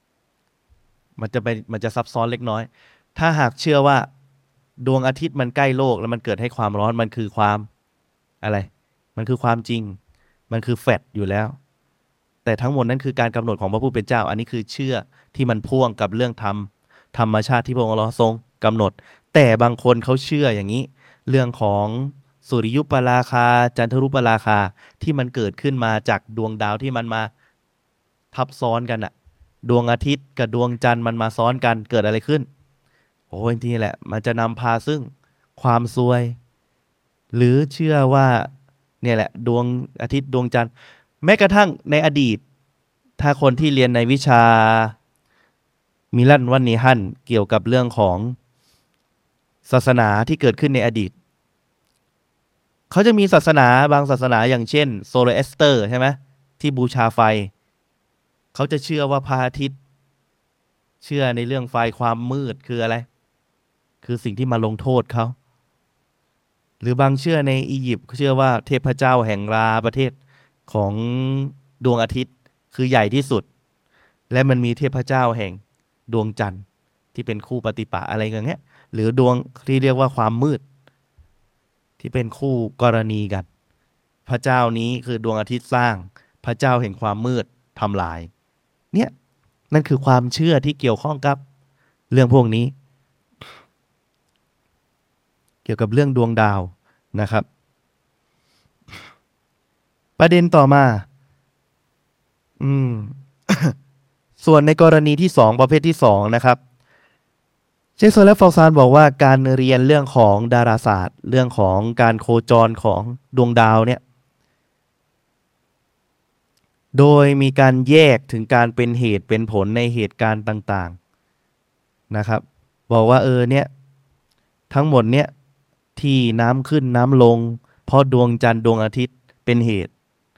มันจะซับซ้อนเล็กน้อยถ้าหากเชื่อว่าดวงอาทิตย์มันใกล้โลกแล้วมันเกิดให้ความร้อนมันคือความอะไรมันคือความจริงมันคือแฟกต์อยู่แล้วแต่ทั้งหมดนั้นคือการกำหนดของพระผู้เป็นเจ้าอันนี้คือเชื่อที่มันพ่วงกับเรื่องธรรมชาติที่พระองค์อัลเลาะห์ทรงกำหนดแต่บางคนเขาเชื่ออย่างนี้เรื่องของสุริยุปราคาจันทรุปราคาที่มันเกิดขึ้นมาจากดวงดาวที่มันมาทับซ้อนกันดวงอาทิตย์กับดวงจันทร์มันมาซ้อนกันเกิดอะไรขึ้นโอ้ยทีแหละมันจะนำพาซึ่งความซวยหรือเชื่อว่าเนี่ยแหละดวงอาทิตย์ดวงจันทร์แม้กระทั่งในอดีตถ้าคนที่เรียนในวิชามิลันวันนีฮันเกี่ยวกับเรื่องของศาสนาที่เกิดขึ้นในอดีตเขาจะมีศาสนาบางศาสนาอย่างเช่นโซโลเอสเตอร์ใช่ไหมที่บูชาไฟเขาจะเชื่อว่าพระอาทิตย์เชื่อในเรื่องไฟความมืดคืออะไรคือสิ่งที่มาลงโทษเขาหรือบางเชื่อในอียิปต์เชื่อว่าเทพเจ้าแห่งราประเทศของดวงอาทิตย์คือใหญ่ที่สุดและมันมีเทพเจ้าแห่งดวงจันทร์ที่เป็นคู่ปฏิปักษ์อะไรอย่างเงี้ยหรือดวงที่เรียกว่าความมืดที่เป็นคู่กรณีกันพระเจ้านี้คือดวงอาทิตย์สร้างพระเจ้าแห่งความมืดทำลายเนี่ยนั่นคือความเชื่อที่เกี่ยวข้องกับเรื่องพวกนี้เกี่ยวกับเรื่องดวงดาวนะครับประเด็นต่อมา ส่วนในกรณีที่2ประเภทที่2นะครับเชคซอเลห์ ฟาวซานบอกว่าการเรียนเรื่องของดาราศาสตร์เรื่องของการโคจรของดวงดาวเนี่ยโดยมีการแยกถึงการเป็นเหตุเป็นผลในเหตุการณ์ต่างๆนะครับบอกว่าเนี่ยทั้งหมดเนี่ยที่น้ำขึ้นน้ำลงเพราะดวงจันทร์ดวงอาทิตย์เป็นเหตุ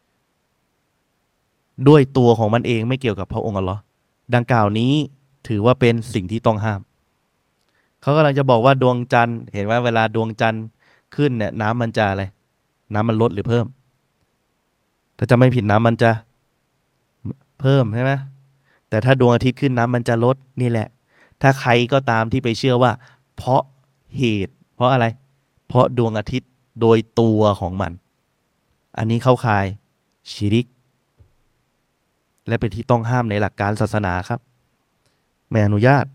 ด้วยตัวของมันเองไม่เกี่ยวกับพระองค์อัลเลาะห์ดังกล่าวนี้ถือว่าเป็นสิ่งที่ต้องห้ามเขากำลังจะบอกว่าดวงจันทร์เห็นว่าเวลาดวงจันทร์ขึ้นเนี่ยน้ำมันจะอะไรน้ำมันลดหรือเพิ่มถ้าจะไม่ผิดน้ำมันจะเพิ่มใช่ไหมแต่ถ้าดวงอาทิตย์ขึ้นน้ำมันจะลดนี่แหละถ้าใครก็ตามที่ไปเชื่อว่าเพราะเหตุเพราะอะไรเพราะดวงอาทิตย์โดยตัวของมันอันนี้เข้าข่ายชิริกและเป็นที่ต้องห้ามในหลักการศาสนาครับไม่อนุญาต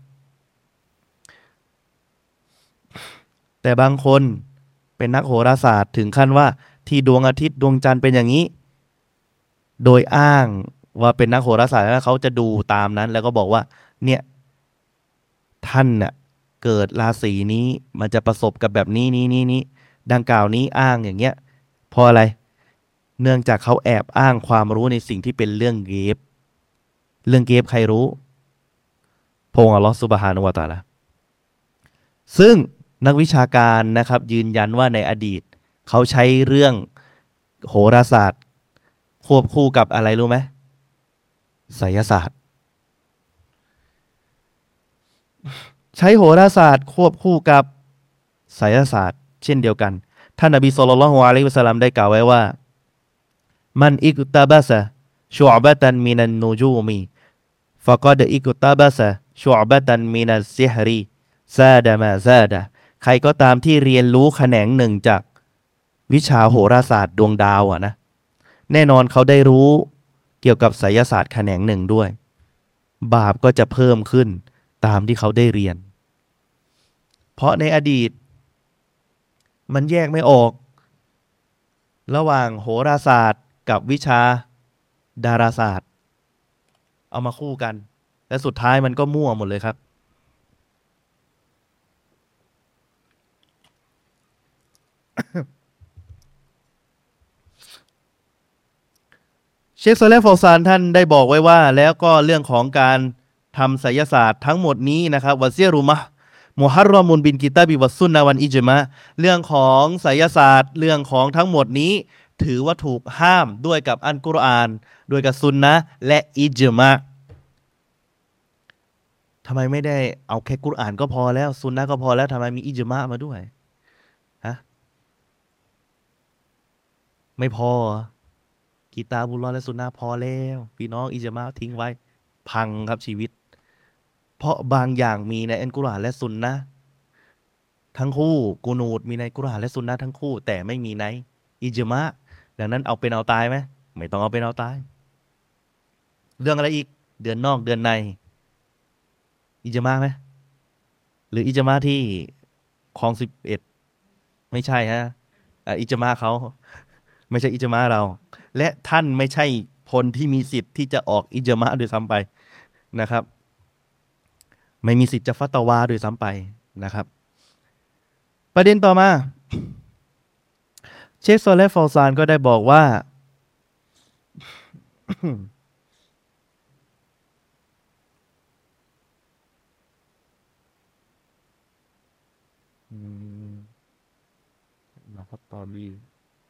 แต่บางคนเป็นนักโหราศาสตร์ถึงขั้นว่าที่ดวงอาทิตย์ดวงจันทร์เป็นอย่างนี้โดยอ้างว่าเป็นนักโหราศาสตร์แล้วเขาจะดูตามนั้นแล้วก็บอกว่าเนี่ยท่านเนี่ยเกิดราศีนี้มันจะประสบกับแบบนี้นี้ดังกล่าวนี้อ้างอย่างเงี้ยเพราะอะไรเนื่องจากเขาแอบอ้างความรู้ในสิ่งที่เป็นเรื่องเกฟใครรู้พระองค์อัลเลาะห์ซุบฮานะฮูวะตะอาลาซึ่งนักวิชาการนะครับยืนยันว่าในอดีตเขาใช้เรื่องโหราศาสตร์ควบคู่กับอะไรรู้ไหมไสยศาสตร์ใช้โหราศาสตร์ควบคู่กับไสยศาสตร์เช่นเดียวกันท่านนบีศ็อลลัลลอฮุอะลัยฮิวะซัลลัมได้กล่าวไว้ว่ามันอิกตะบะซะชุอบัตันมินันนูจูมีฟะกอดอิกุตาบะซะชุอบัตันมินัสซิฮรีซาดะมาซาดะใครก็ตามที่เรียนรู้แขนงหนึ่งจากวิชาโหราศาสตร์ดวงดาวอะนะแน่นอนเขาได้รู้เกี่ยวกับไสยศาสตร์แขนงหนึ่งด้วยบาปก็จะเพิ่มขึ้นตามที่เขาได้เรียนเพราะในอดีตมันแยกไม่ออกระหว่างโหราศาสตร์กับวิชาดาราศาสตร์เอามาคู่กันและสุดท้ายมันก็มั่วหมดเลยครับเชคซอเลห์ ฟาวซานท่านได้บอกไว้ว่าแล้วก็เรื่องของการทำไสยศาสตร์ทั้งหมดนี้นะครับวะซียรุมะมุฮัรรอมุนบินกิตาบิวัสซุนนะวันอิจมะเรื่องของไสยศาสตร์เรื่องของทั้งหมดนี้ถือว่าถูกห้ามด้วยกับอัลกุรอานด้วยกับซุนนะและอิจมะทำไมไม่ได้เอาแค่กุรอานก็พอแล้วซุนนะก็พอแล้วทำไมมีอิจมะมาด้วยฮะไม่พอกีตาบุลลอฮ์และซุนนะพอแล้วพี่น้องอิจมะทิ้งไว้พังครับชีวิตเพราะบางอย่างมีในอัลกุรอานและซุนนะทั้งคู่กูนูดมีในกุรอานและซุนนะทั้งคู่แต่ไม่มีในอิจมะดังนั้นเอาเป็นเอาตายไหมไม่ต้องเอาเป็นเอาตายเรื่องอะไรอีกเดือนนอกเดือนในอิจมะไหมหรืออิจมะที่คลอง11ไม่ใช่ฮะอิจมะเขาไม่ใช่อิจมะเราและท่านไม่ใช่คนที่มีสิทธิ์ที่จะออกอิจมะโดยซ้ำไปนะครับไม่มีสิทธิ์จะฟัตวาโดยซ้ำไปนะครับประเด็นต่อมาเชคซอเลห์ ฟาวซานก็ได้บอกว่า นะครับตอนนี้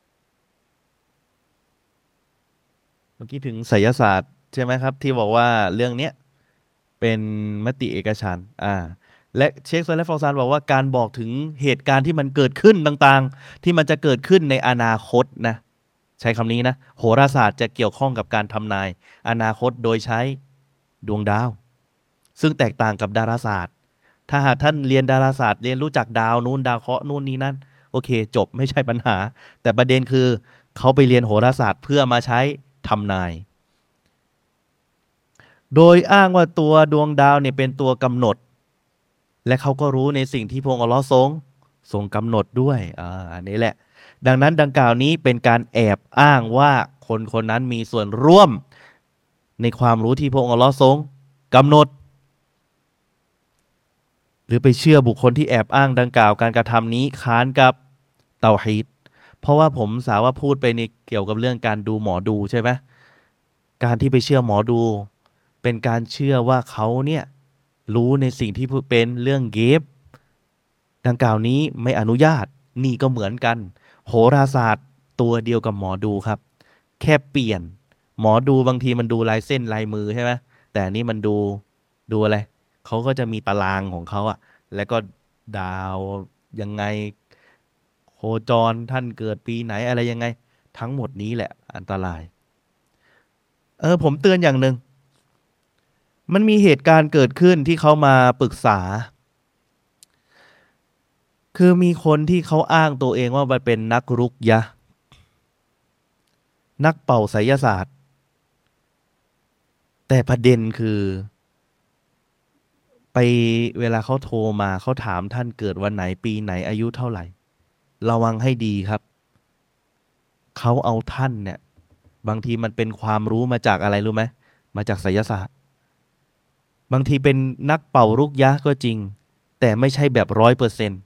เมื่อกี้ถึงไสยศาสตร์ใช่ไหมครับที่บอกว่าเรื่องเนี้ยเป็นมติเอกฉันท์และเชคซอเลห์ ฟาวซานบอกว่าการบอกถึงเหตุการณ์ที่มันเกิดขึ้นต่างๆที่มันจะเกิดขึ้นในอนาคตนะใช้คำนี้นะโหราศาสตร์จะเกี่ยวข้องกับการทำนายอนาคตโดยใช้ดวงดาวซึ่งแตกต่างกับดาราศาสตร์ถ้าหากท่านเรียนดาราศาสตร์เรียนรู้จักดาวนู้นดาวเคราะห์นู่นนี่นั่นโอเคจบไม่ใช่ปัญหาแต่ประเด็นคือเขาไปเรียนโหราศาสตร์เพื่อมาใช้ทำนายโดยอ้างว่าตัวดวงดาวเนี่ยเป็นตัวกำหนดและเขาก็รู้ในสิ่งที่พระองค์อัลเลาะห์ทรงกำหนดด้วยอันนี้แหละดังนั้นดังกล่าวนี้เป็นการแอบอ้างว่าคนคนนั้นมีส่วนร่วมในความรู้ที่พระองค์อัลเลาะห์ทรงกำหนดหรือไปเชื่อบุคคลที่แอบอ้างดังกล่าวการกระทำนี้ค้านกับเตาฮีดเพราะว่าผมสาวว่าพูดไปในเกี่ยวกับเรื่องการดูหมอดูใช่ไหมการที่ไปเชื่อหมอดูเป็นการเชื่อว่าเขาเนี่ยรู้ในสิ่งที่เป็นเรื่องเกฟดังกล่าวนี้ไม่อนุญาตนี่ก็เหมือนกันโหราศาสตร์ตัวเดียวกับหมอดูครับแค่เปลี่ยนหมอดูบางทีมันดูลายเส้นลายมือใช่ไหมแต่อันนี้มันดูอะไรเขาก็จะมีตารางของเขาอะแล้วก็ดาวยังไงโคจรท่านเกิดปีไหนอะไรยังไงทั้งหมดนี้แหละอันตรายผมเตือนอย่างหนึ่งมันมีเหตุการณ์เกิดขึ้นที่เขามาปรึกษาคือมีคนที่เขาอ้างตัวเองว่าไปเป็นนักรุกยะนักเป่าไสยศาสตร์แต่ประเด็นคือไปเวลาเขาโทรมาเขาถามท่านเกิดวันไหนปีไหนอายุเท่าไหร่ระวังให้ดีครับเขาเอาท่านเนี่ยบางทีมันเป็นความรู้มาจากอะไรรู้ไหมมาจากไสยศาสตร์บางทีเป็นนักเป่ารุกยะก็จริงแต่ไม่ใช่แบบ100%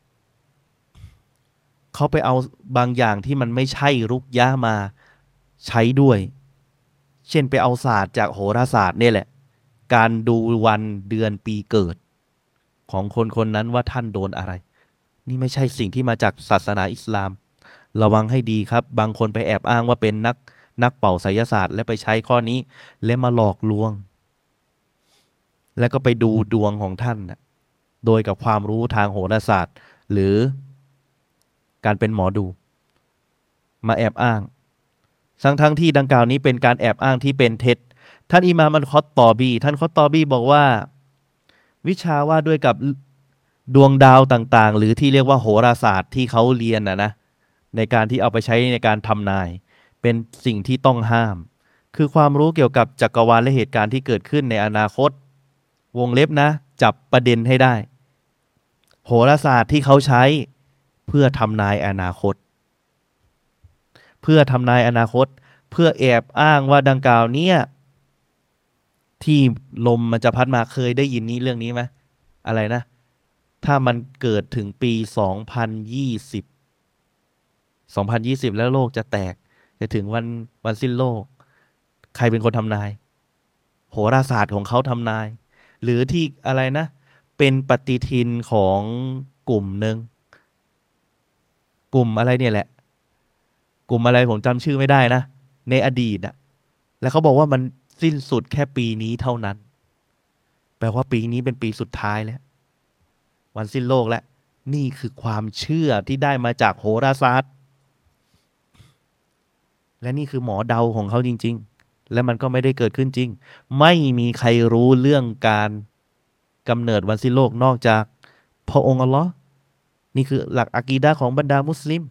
เขาไปเอาบางอย่างที่มันไม่ใช่รุกยะมาใช้ด้วยเช่นไปเอาศาสตร์จากโหราศาสตร์เนี่ยแหละการดูวันเดือนปีเกิดของคนคนนั้นว่าท่านโดนอะไรนี่ไม่ใช่สิ่งที่มาจากศาสนาอิสลามระวังให้ดีครับบางคนไปแอบอ้างว่าเป็นนักเป่าไสยศาสตร์และไปใช้ข้อนี้และมาหลอกลวงแล้วก็ไปดูดวงของท่านโดยกับความรู้ทางโหราศาสตร์หรือการเป็นหมอดูมาแอบอ้างทั้งที่ดังกล่าวนี้เป็นการแอบอ้างที่เป็นเท็จท่านอิมามอัลคอตตอบีท่านคอตตอบีบอกว่าวิชาว่าด้วยกับดวงดาวต่างๆหรือที่เรียกว่าโหราศาสตร์ที่เขาเรียนนะในการที่เอาไปใช้ในการทำนายเป็นสิ่งที่ต้องห้ามคือความรู้เกี่ยวกับจักรวาลและเหตุการณ์ที่เกิดขึ้นในอนาคตวงเล็บนะจับประเด็นให้ได้โหราศาสตร์ที่เขาใช้เพื่อทำนายอนาคตเพื่อทำนายอนาคตเพื่อแอบอ้างว่าดังกล่าวเนี่ยที่ลมมันจะพัดมาเคยได้ยินนี้เรื่องนี้ไหมอะไรนะถ้ามันเกิดถึงปี2020แล้วโลกจะแตกจะถึงวันสิ้นโลกใครเป็นคนทำนายโหราศาสตร์ของเขาทำนายหรือที่อะไรนะเป็นปฏิทินของกลุ่มหนึ่งกลุ่มอะไรเนี่ยแหละกลุ่มอะไรผมจำชื่อไม่ได้นะในอดีตอะแล้วเขาบอกว่ามันสิ้นสุดแค่ปีนี้เท่านั้นแปลว่าปีนี้เป็นปีสุดท้ายแล้ววันสิ้นโลกแล้วนี่คือความเชื่อที่ได้มาจากโหราศาสตร์และนี่คือหมอเดาของเขาจริงๆและมันก็ไม่ได้เกิดขึ้นจริงไม่มีใครรู้เรื่องการกำเนิดวันสิ้นโลกนอกจากพระองค์อัลลอฮ์นี่คือหลักอะกีดะห์ของบรรดามุสลิม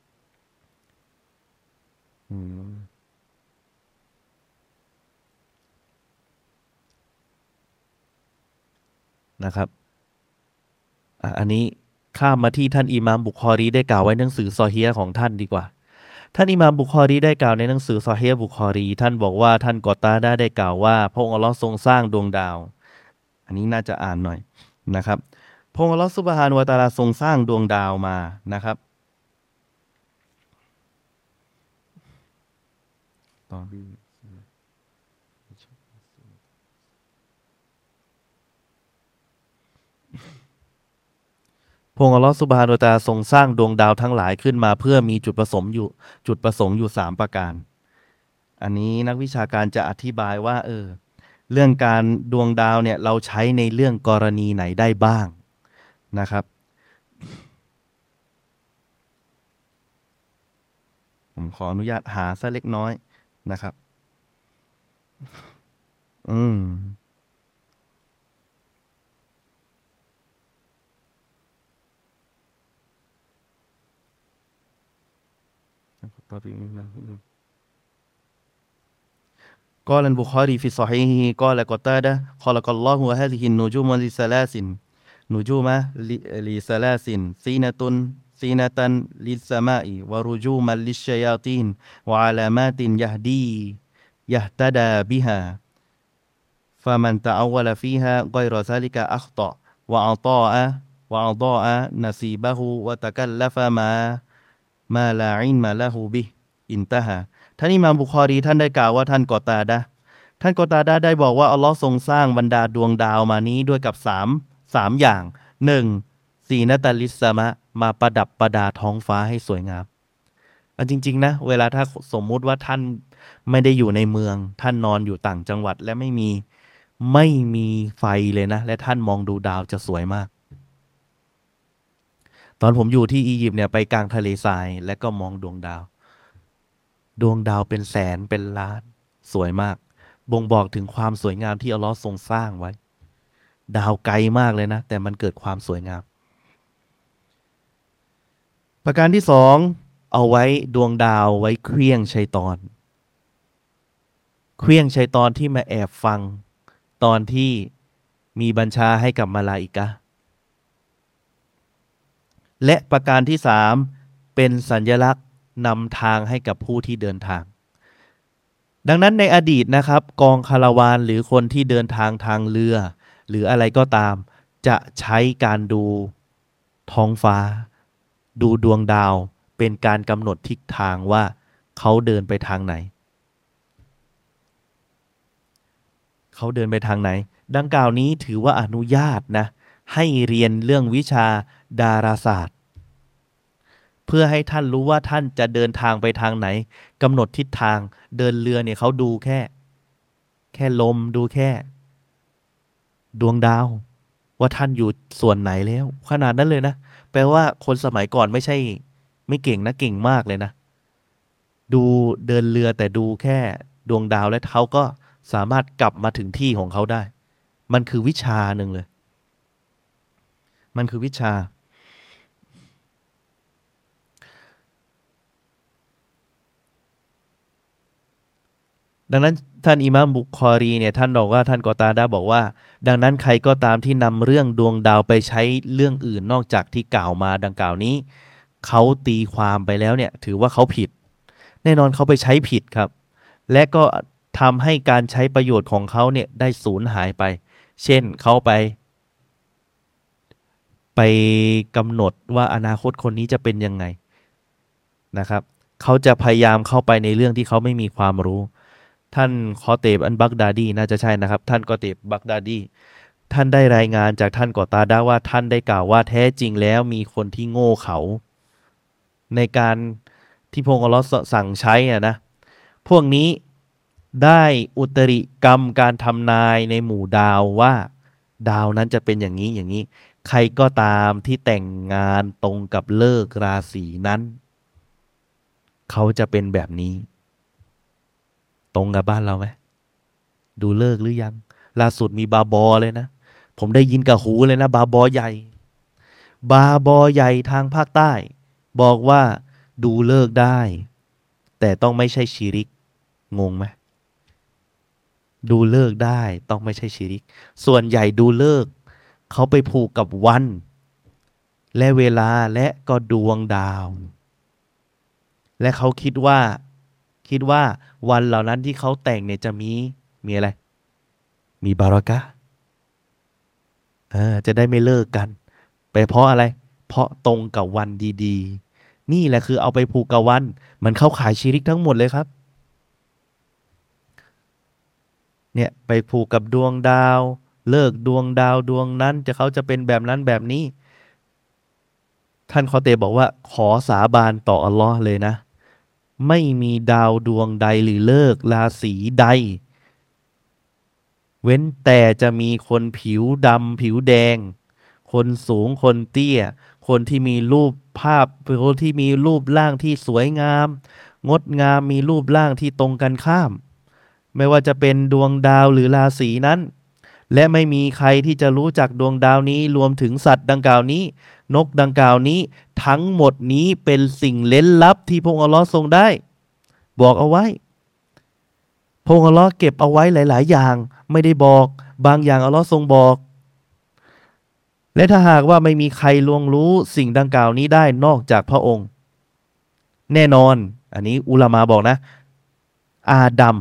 นะครับอันนี้ข้ามมาที่ท่านอิหม่ามบุคอรีได้กล่าวไว้ในหนังสือซอฮีฮ์ของท่านดีกว่าท่านอิหม่ามบุคอรีได้กล่าวในหนังสือซอฮีฮ์บุคอรีท่านบอกว่าท่านกอตาดะห์ได้กล่าวว่าพระองค์อัลเลาะห์ทรงสร้างดวงดาวอันนี้น่าจะอ่านหน่อยนะครับพระองค์อัลเลาะห์ซุบฮานะฮูวะตะอาลาทรงสร้างดวงดาวมานะครับตอนที่พระองค์อัลเลาะห์ซุบฮานะฮูวะตะอาลาทรงสร้างดวงดาวทั้งหลายขึ้นมาเพื่อมีจุดประสงค์อยู่3ประการอันนี้นักวิชาการจะอธิบายว่าเรื่องการดวงดาวเนี่ยเราใช้ในเรื่องกรณีไหนได้บ้างนะครับผมขออนุญาตหาสักเล็กน้อยนะครับอืมقال البخاري في صحيحه قال قتادة خلق الله هذه النجوم نجوم لثلاث زينة للسماء ورجوما للشياطين وعلامات يهتدى بها فمن تأول فيها غير ذلك أخطأ وأضاع نصيبه وتكلف ما لا علم له به انتهى ท่านอิหม่ามบุคอรีท่านได้กล่าวว่าท่านกอตาดะห์ได้บอกว่าอัลลอฮ์ทรงสร้างบรรดาดวงดาวมานี้ด้วยกับสามอย่าง1ซีนะตัลลิสซามะมาประดับประดาท้องฟ้าให้สวยงามจริงๆนะเวลาถ้าสมมุติว่าท่านไม่ได้อยู่ในเมืองท่านนอนอยู่ต่างจังหวัดและไม่มีไฟเลยนะและท่านมองดูดาวจะสวยมากตอนผมอยู่ที่อียิปต์เนี่ยไปกลางทะเลทรายและก็มองดวงดาวเป็นแสนเป็นล้านสวยมากบ่งบอกถึงความสวยงามที่อัลลอฮ์ทรงสร้างไว้ดาวไกลมากเลยนะแต่มันเกิดความสวยงามประการที่2เอาไว้ดวงดาวไว้เคลี้ยงชัยฏอนที่มาแอบฟังตอนที่มีบัญชาให้กับมลาอิกะฮ์และประการที่3เป็นสัญลักษณ์นำทางให้กับผู้ที่เดินทางดังนั้นในอดีตนะครับกองคาราวานหรือคนที่เดินทางทางเรือหรืออะไรก็ตามจะใช้การดูท้องฟ้าดูดวงดาวเป็นการกำหนดทิศทางว่าเขาเดินไปทางไหนดังกล่าวนี้ถือว่าอนุญาตนะให้เรียนเรื่องวิชาดาราศาสตร์เพื่อให้ท่านรู้ว่าท่านจะเดินทางไปทางไหนกำหนดทิศทางเดินเรือเนี่ยเขาดูแค่ลมดูแค่ดวงดาวว่าท่านอยู่ส่วนไหนแล้วขนาดนั้นเลยนะแปลว่าคนสมัยก่อนไม่ใช่ไม่เก่งนะเก่งมากเลยนะดูเดินเรือแต่ดูแค่ดวงดาวและเขาก็สามารถกลับมาถึงที่ของเขาได้ มันคือวิชาหนึ่งเลย มันคือวิชา ดังนั้นท่านอิหม่ามบุคอรีเนี่ยท่านบอกว่าท่านกอตาดาบอกว่า ดังนั้นใครก็ตามที่นำเรื่องดวงดาวไปใช้เรื่องอื่นนอกจากที่กล่าวมาดังกล่าวนี้เขาตีความไปแล้วเนี่ยถือว่าเขาผิด แน่นอนเขาไปใช้ผิดครับ และก็ทำให้การใช้ประโยชน์ของเขาเนี่ยได้สูญหายไป เช่นเขาไปกำหนดว่าอนาคตคนนี้จะเป็นยังไงนะครับเขาจะพยายามเข้าไปในเรื่องที่เขาไม่มีความรู้ ท่านคอเตบอันบักดาดีน่าจะใช่นะครับท่านกอเตบบักดาดีท่านได้รายงานจากท่านกอตาดาว่าท่านได้กล่าวว่าแท้จริงแล้วมีคนที่โง่เขาในการที่พระองค์อัลเลาะห์สั่งใช้นะพวกนี้ได้อุตริกรรมการทำนายในหมู่ดาวว่าดาวนั้นจะเป็นอย่างนี้อย่างนี้ใครก็ตามที่แต่งงานตรงกับฤกษ์ราศีนั้นเขาจะเป็นแบบนี้ตรงกับบ้านเราไหมดูฤกษ์หรือยังล่าสุดมีบาบอเลยนะผมได้ยินกับหูเลยนะบาบอใหญ่บาบอใหญ่ทางภาคใต้บอกว่าดูฤกษ์ได้แต่ต้องไม่ใช่ชิริกงงไหมดูฤกษ์ได้ต้องไม่ใช่ชิริกส่วนใหญ่ดูฤกษ์เขาไปผูกกับวันและเวลาและก็ดวงดาวและเขาคิดว่าวันเหล่านั้นที่เขาแต่งเนี่ยจะมีอะไรมีบารอกะห์จะได้ไม่เลิกกันไปเพราะอะไรเพราะตรงกับวันดีๆนี่แหละคือเอาไปผูกกับวันมันเข้าขายชิริกทั้งหมดเลยครับเนี่ยไปผูกกับดวงดาวเลิกดวงดาวดวงนั้นเขาจะเป็นแบบนั้นแบบนี้ท่านคอเตบอกว่าขอสาบานต่ออัลลอฮ์เลยนะไม่มีดาวดวงใดหรือเลิกราศีใดเว้นแต่จะมีคนผิวดำผิวแดงคนสูงคนเตี้ยคนที่มีรูปภาพคนที่มีรูปร่างที่สวยงามงดงามมีรูปร่างที่ตรงกันข้ามไม่ว่าจะเป็นดวงดาวหรือราศีนั้นและไม่มีใครที่จะรู้จักดวงดาวนี้รวมถึงสัตว์ดังกล่าวนี้นกดังกล่าวนี้ทั้งหมดนี้เป็นสิ่งเร้นลับที่พระองค์อัลลอฮ์ทรงได้บอกเอาไว้พระองค์อัลลอฮ์เก็บเอาไว้หลายๆอย่างไม่ได้บอกบางอย่างอัลลอฮ์ทรงบอกและถ้าหากว่าไม่มีใครล่วงรู้สิ่งดังกล่าวนี้ได้นอกจากพระองค์แน่นอนอันนี้อุลามาบอกนะอาดัม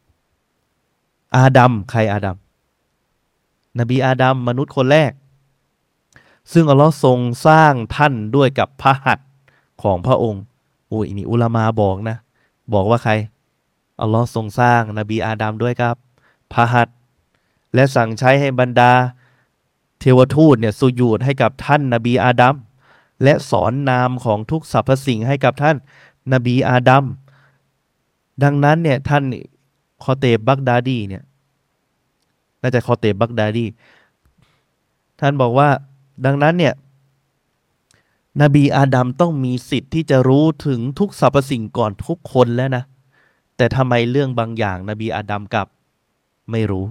ใครอาดัมนบีอาดัมมนุษย์คนแรกซึ่งอัลลอฮ์ทรงสร้างท่านด้วยกับพระหัตถ์ของพระองค์โอ้ยนี่อุลามาบอกนะบอกว่าใครอัลลอฮ์ทรงสร้างนบีอาดัมด้วยครับพระหัตถ์และสั่งใช้ให้บรรดาเทวทูตเนี่ยสุญูดให้กับท่านนบีอาดัมและสอนนามของทุกสรรพสิ่งให้กับท่านนบีอาดัมดังนั้นเนี่ยท่านคอเตบบักดาดีเนี่ยน่าจะคอเตบบักดาดีท่านบอกว่าดังนั้นเนี่ยนบีอาดัมต้องมีสิทธิ์ที่จะรู้ถึงทุกสรรพสิ่งก่อนทุกคนแล้วนะแต่ทำไมเรื่องบางอย่างนบีอาดัมกลับไม่รู้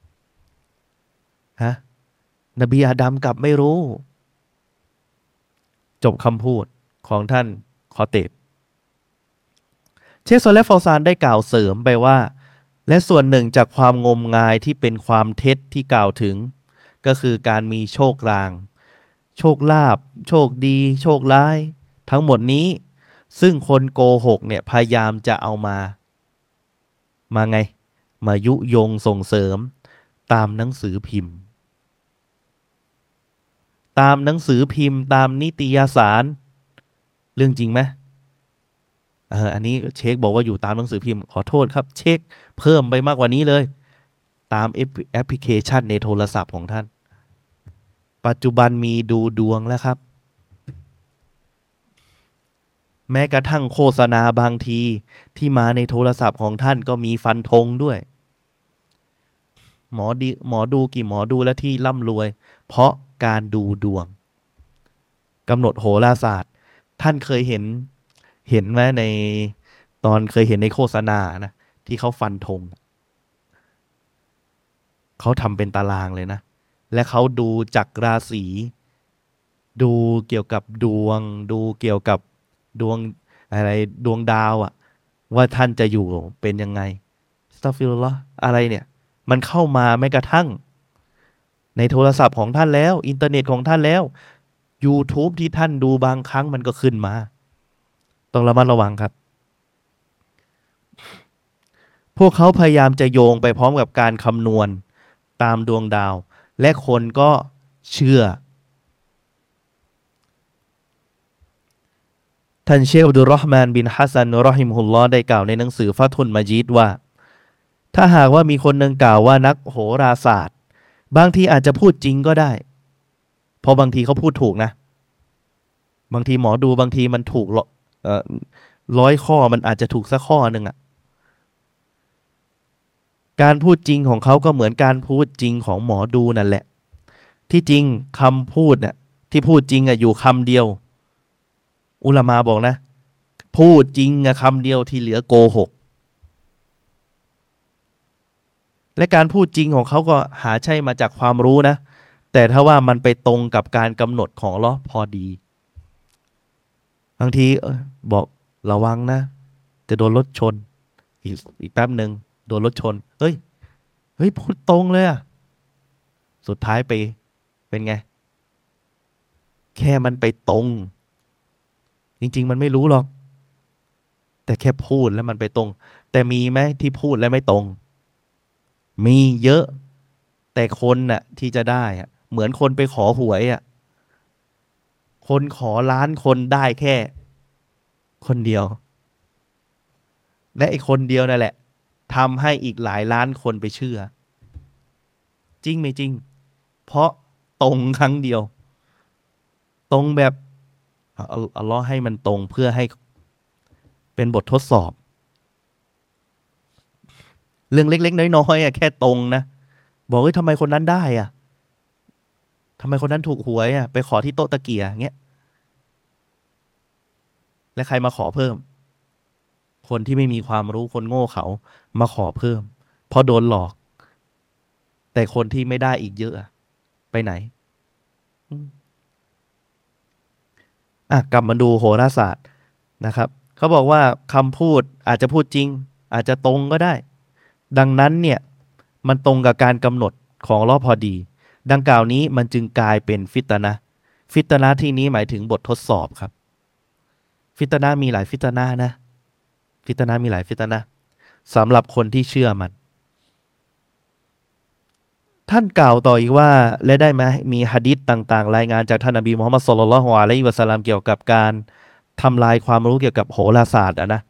ฮะนบีอาดัมกลับไม่รู้จบคำพูดของท่านคอเตบเชคโซเลฟฟอซานได้กล่าวเสริมไปว่าและส่วนหนึ่งจากความงมงายที่เป็นความเท็จที่กล่าวถึงก็คือการมีโชคลางโชคลาภโชคดีโชคร้ายทั้งหมดนี้ซึ่งคนโกหกเนี่ยพยายามจะเอามาไงมายุยงส่งเสริมตามหนังสือพิมพ์ตามหนังสือพิมพ์ตามนิตยสารเรื่องจริงไหมอันนี้เช็คบอกว่าอยู่ตามหนังสือพิมพ์ขอโทษครับเช็คเพิ่มไปมากกว่านี้เลยตามแอปพลิเคชันในโทรศัพท์ของท่านปัจจุบันมีดูดวงแล้วครับแม้กระทั่งโฆษณาบางทีที่มาในโทรศัพท์ของท่านก็มีฟันธงด้วยหมอดูกี่หมอดูและที่ร่ำรวยเพราะการดูดวงกำหนดโหราศาสตร์ท่านเคยเห็นไหมในตอนเคยเห็นในโฆษณานะที่เขาฟันธงเขาทำเป็นตารางเลยนะและเขาดูจากราศีดูเกี่ยวกับดวงดูเกี่ยวกับดวงอะไรดวงดาวอะว่าท่านจะอยู่เป็นยังไงอัสตัฆฟิรุลลอฮ์อะไรเนี่ยมันเข้ามาแม้กระทั่งในโทรศัพท์ของท่านแล้วอินเทอร์เน็ตของท่านแล้ว YouTube ที่ท่านดูบางครั้งมันก็ขึ้นมาต้องระมัดระวังครับ พวกเขาพยายามจะโยงไปพร้อมกับการคำนวณตามดวงดาว และคนก็เชื่อ ท่านเชคอับดุลเราะห์มานบินฮัสซันรอฮิมฮุลลอฮ์ได้กล่าวในหนังสือฟะทุนมาจีดว่า ถ้าหากว่ามีคนหนึ่งกล่าวว่านักโหราศาสตร์บางทีอาจจะพูดจริงก็ได้เพราะบางทีเขาพูดถูกนะบางทีหมอดูบางทีมันถูก100 ข้อมันอาจจะถูกสักข้อหนึ่งอะการพูดจริงของเขาก็เหมือนการพูดจริงของหมอดูนั่นแหละที่จริงคำพูดเนี่ยที่พูดจริงอะอยู่คำเดียวอุลามาบอกนะพูดจริงอะคำเดียวที่เหลือโกหกและการพูดจริงของเขาก็หาใช่มาจากความรู้นะแต่ถ้าว่ามันไปตรงกับการกำหนดของอัลเลาะห์พอดีบางทีบอกระวังนะจะโดนรถชนอีกแป๊บหนึ่งโดนรถชนเฮ้ยพูดตรงเลยอะสุดท้ายไปเป็นไงแค่มันไปตรงจริงๆมันไม่รู้หรอกแต่แค่พูดแล้วมันไปตรงแต่มีไหมที่พูดแล้วไม่ตรงมีเยอะแต่คนน่ะที่จะได้อะเหมือนคนไปขอหวยอะคนขอล้านคนได้แค่คนเดียวและไอ้คนเดียวนั่นแหละทำให้อีกหลายล้านคนไปเชื่อจริงไม่จริงเพราะตรงครั้งเดียวตรงแบบอัลเลาะห์ให้มันตรงเพื่อให้เป็นบททดสอบเรื่องเล็กๆน้อยๆอะแค่ตรงนะบอกทำไมคนนั้นได้อะทำไมคนนั้นถูกหวยอะไปขอที่โต๊ะตะเกียเงี้ยและใครมาขอเพิ่มคนที่ไม่มีความรู้คนโง่เขามาขอเพิ่มเพราะโดนหลอกแต่คนที่ไม่ได้อีกเยอะไปไหนกลับมาดูโหราศาสตร์นะครับเขาบอกว่าคำพูดอาจจะพูดจริงอาจจะตรงก็ได้ดังนั้นเนี่ยมันตรงกับการกำหนดของอัลเลาะห์พอดีดังกล่าวนี้มันจึงกลายเป็นฟิตนะห์ฟิตนะห์ที่นี้หมายถึงบททดสอบครับฟิตนะห์มีหลายฟิตนะห์นะฟิตนะห์มีหลายฟิตนะห์สำหรับคนที่เชื่อมันท่านกล่าวต่ออีกว่าและได้มามีหะดีษต่างๆรายงานจากท่านนบีมุฮัมมัดศ็อลลัลลอฮุอะลัยฮิวะซัลลัมเกี่ยวกับการทำลายความรู้เกี่ยวกับโหราศาสตร์นะ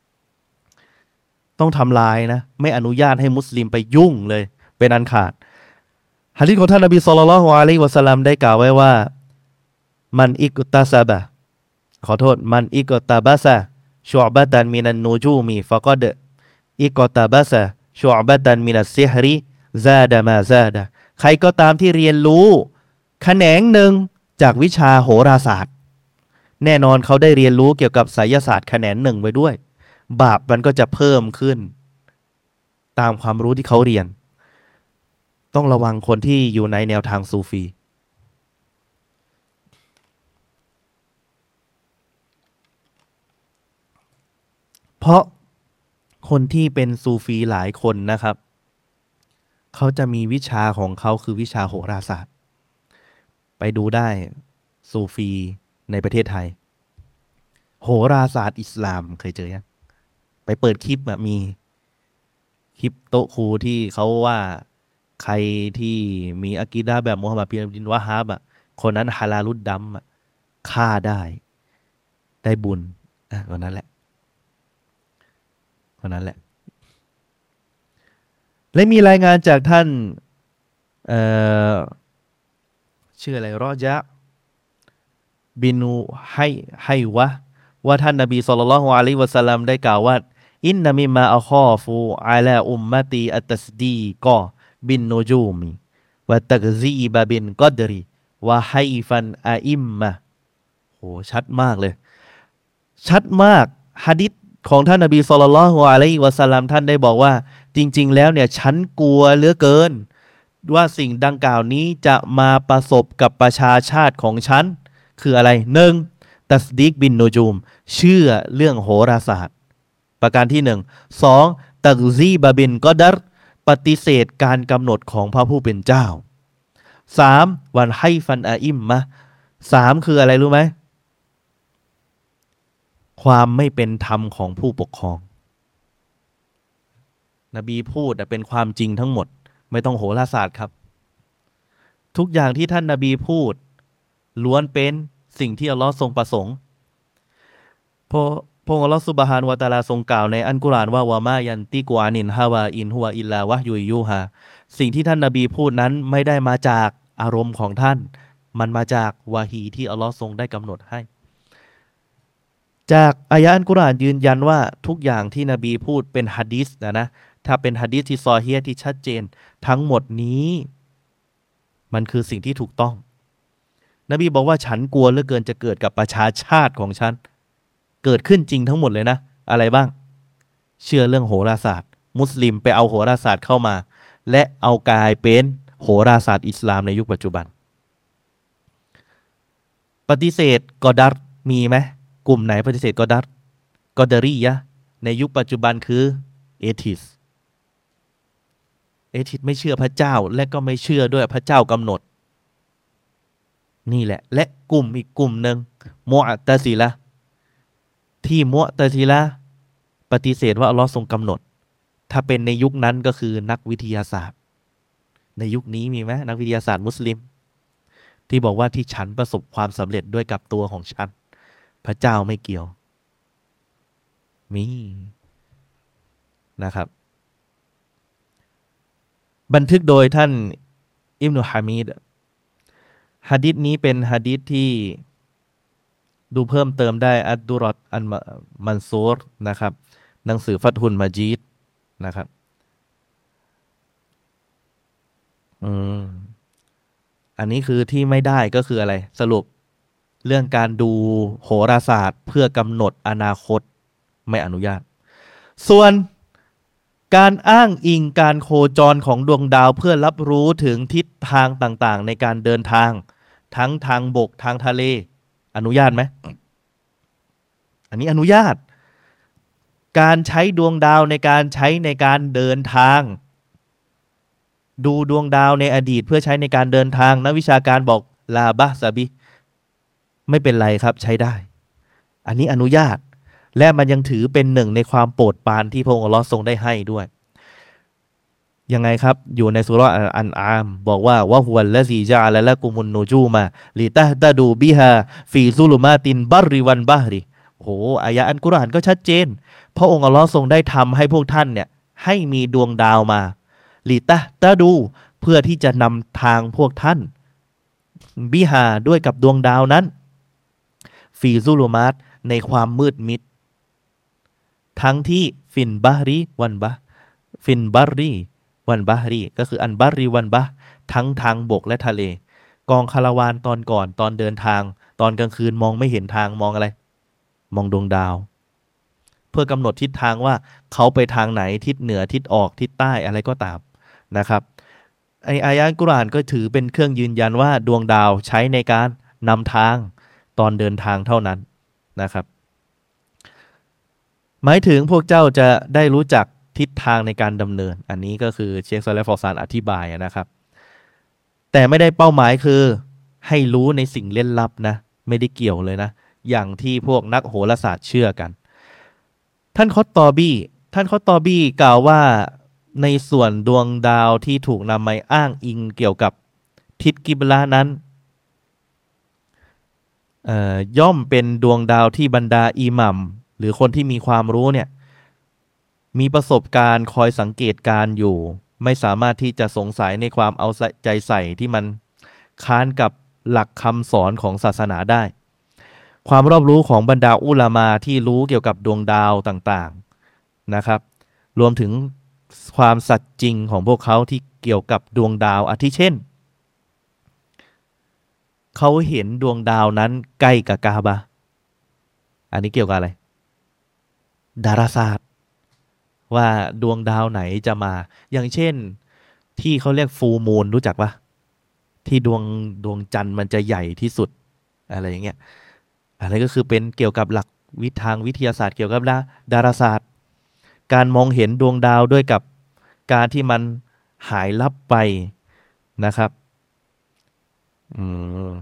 ต้องทำลายนะไม่อนุญาตให้มุสลิมไปยุ่งเลยเป็นอันขาดหะดีษของท่านนบีศ็อลลัลลอฮุอะลัยฮิวะซัลลัมได้กล่าวไว้ว่ามันอิกตัซะบะขอโทษมันอิกตะบะซะชุอ์บะตันมินันนูจูมีฟะกอดอิกตะบะซะชุอ์บะตันมินัสซิฮริซาดะมาซาดะใครก็ตามที่เรียนรู้แขนงหนึ่งจากวิชาโหราศาสตร์แน่นอนเขาได้เรียนรู้เกี่ยวกับไสยศาสตร์แขนงหนึ่งไว้ด้วยบาปมันก็จะเพิ่มขึ้นตามความรู้ที่เขาเรียนต้องระวังคนที่อยู่ในแนวทางซูฟีเพราะคนที่เป็นซูฟีหลายคนนะครับเขาจะมีวิชาของเขาคือวิชาโหราศาสตร์ไปดูได้ซูฟีในประเทศไทยโหราศาสตร์อิสลามเคยเจอยังไปเปิดคลิปมีคลิปโต๊ะครูที่เขาว่าใครที่มีอะกีดะห์แบบมุฮัมมัดบินอับดุลวะฮาบคนนั้นฮาลาลุดดัมฆ่าได้บุญคนนั้นแหละและมีรายงานจากท่านชื่ออะไรรอญะบินูให้ว่าท่านนบีศ็อลลัลลอฮุอะลัยฮิวะซัลลัมได้กล่าวว่าอินนะมิมาอะคอฟูอะลาอุมมะตีอัตตัสดีกอบินนูจูมิวะตักซีบะบินกอดรีวะไฮฟันอะอิมมะโหชัดมากเลยชัดมากหะดีษของท่านนบีศ็อลลัลลอฮุอะลัยฮิวะซัลลัมท่านได้บอกว่าจริงๆแล้วเนี่ยฉันกลัวเหลือเกินว่าสิ่งดังกล่าวนี้จะมาประสบกับประชาชาติของฉันคืออะไรหนึ่งตัสดีกบินนูจูมเชื่อเรื่องโหราศาสตร์ประการที่หนึ่งสองตักซีบะบินกอดัรปฏิเสธการกำหนดของพระผู้เป็นเจ้าสามวันให้ฟันอาอิมมะสามคืออะไรรู้ไหมความไม่เป็นธรรมของผู้ปกครองนบีพูดเป็นความจริงทั้งหมดไม่ต้องโหราศาสตร์ครับทุกอย่างที่ท่านนบีพูดล้วนเป็นสิ่งที่อัลลอฮ์ทรงประสงค์พระองค์อัลลอฮ์ซุบฮานะฮูวะตะอาลาทรงกล่าวในอัลกุรอานว่าวะมายันติกวานินฮาวาอินฮุวะอิลลาวะฮยุยยูฮาสิ่งที่ท่านนบีพูดนั้นไม่ได้มาจากอารมณ์ของท่านมันมาจากวะฮีที่อัลลอฮ์ทรงได้กำหนดให้จากอายะอัลกุรอานยืนยันว่าทุกอย่างที่นบีพูดเป็นหะดีษนะถ้าเป็นหะดีษที่ซอฮีฮ์ที่ชัดเจนทั้งหมดนี้มันคือสิ่งที่ถูกต้องนบีบอกว่าฉันกลัวเหลือเกินจะเกิดกับประชาชาติของฉันเกิดขึ้นจริงทั้งหมดเลยนะอะไรบ้างเชื่อเรื่องโหราศาสตร์มุสลิมไปเอาโหราศาสตร์เข้ามาและเอากลายเป็นโหราศาสตร์อิสลามในยุคปัจจุบันปฏิเสธกอดัรมีไหมกลุ่มไหนปฏิเสธกอดัรกอดารียะในยุคปัจจุบันคือเอทิสไม่เชื่อพระเจ้าและก็ไม่เชื่อด้วยพระเจ้ากำหนดนี่แหละและกลุ่มอีกกลุ่มหนึ่งมุอ์ตะซิละห์ที่มุอ์ตะซิละห์ปฏิเสธว่าอัลลอฮ์ทรงกำหนดถ้าเป็นในยุคนั้นก็คือนักวิทยาศาสตร์ในยุคนี้มีไหมนักวิทยาศาสตร์มุสลิมที่บอกว่าที่ฉันประสบความสำเร็จด้วยกับตัวของฉันพระเจ้าไม่เกี่ยวมีนะครับบันทึกโดยท่านอิบนุฮามิดหะดีษนี้เป็นหะดีษที่ดูเพิ่มเติมได้อัดดุรอตอันมันซูรนะครับหนังสือฟัตฮุลมาจีดนะครับอันนี้คือที่ไม่ได้ก็คืออะไรสรุปเรื่องการดูโหราศาสตร์เพื่อกำหนดอนาคตไม่อนุญาตส่วนการอ้างอิงการโคจรของดวงดาวเพื่อรับรู้ถึงทิศทางต่างๆในการเดินทางทั้งทางบกทางทะเลอนุญาตไหมอันนี้อนุญาตการใช้ดวงดาวในการเดินทางดูดวงดาวในอดีตเพื่อใช้ในการเดินทางนักวิชาการบอกลาบะซาบิไม่เป็นไรครับใช้ได้อันนี้อนุญาตและมันยังถือเป็นหนึ่งในความโปรดปรานที่พระองค์อัลเลาะห์ทรงได้ให้ด้วยยังไงครับอยู่ในซูเราะห์อันอามบอกว่าวะฮุวัลลซีญะอะละละกุมุนนูจูมาลิตะฮ์ตะดูบิฮาฟีซุลุมาตินบัรริวันบะฮริโหอายะอัลกุรอานก็ชัดเจนพระองค์อัลเลาะห์ทรงได้ทำให้พวกท่านเนี่ยให้มีดวงดาวมาลิตะฮ์ตะดูเพื่อที่จะนำทางพวกท่านบิฮาด้วยกับดวงดาวนั้นฟีซุลุมาตในความมืดมิดทั้งที่ฟินบะฮรีวันบะฟินบัรรีวันบะฮรีก็คืออันบัรรีวันบะทั้งทางบกและทะเลกองคาราวานตอนก่อนตอนเดินทางตอนกลางคืนมองไม่เห็นทางมองอะไรมองดวงดาวเพื่อกำหนดทิศทางว่าเขาไปทางไหนทิศเหนือทิศออกทิศใต้อะไรก็ตามนะครับไออายะห์กุรอานก็ถือเป็นเครื่องยืนยันว่าดวงดาวใช้ในการนำทางตอนเดินทางเท่านั้นนะครับหมายถึงพวกเจ้าจะได้รู้จักทิศทางในการดำเนินอันนี้ก็คือเชคซอเลห์ ฟอซานอธิบายนะครับแต่ไม่ได้เป้าหมายคือให้รู้ในสิ่งเล่นลับนะไม่ได้เกี่ยวเลยนะอย่างที่พวกนักโหราศาสตร์เชื่อกันท่านคอตตอบี้กล่าวว่าในส่วนดวงดาวที่ถูกนำมาอ้างอิงเกี่ยวกับทิศกิบลานั้นย่อมเป็นดวงดาวที่บรรดาอิหมัมหรือคนที่มีความรู้เนี่ยมีประสบการณ์คอยสังเกตการอยู่ไม่สามารถที่จะสงสัยในความเอาใจใส่ที่มันค้านกับหลักคำสอนของศาสนาได้ความรอบรู้ของบรรดาอุลามาที่รู้เกี่ยวกับดวงดาวต่างๆนะครับรวมถึงความสัจจริงของพวกเขาที่เกี่ยวกับดวงดาวอาทิเช่นเขาเห็นดวงดาวนั้นใกล้กับกาบะอันนี้เกี่ยวกับอะไรดาราศาสตร์ว่าดวงดาวไหนจะมา อย่างเช่นที่เขาเรียกฟูลมูนรู้จักปะที่ดวงจันทร์มันจะใหญ่ที่สุดอะไรอย่างเงี้ยอะไรก็คือเป็นเกี่ยวกับหลักทางวิทยาศาสตร์เกี่ยวกับดาราศาสตร์การมองเห็นดวงดาวด้วยกับการที่มันหายลับไปนะครับอืม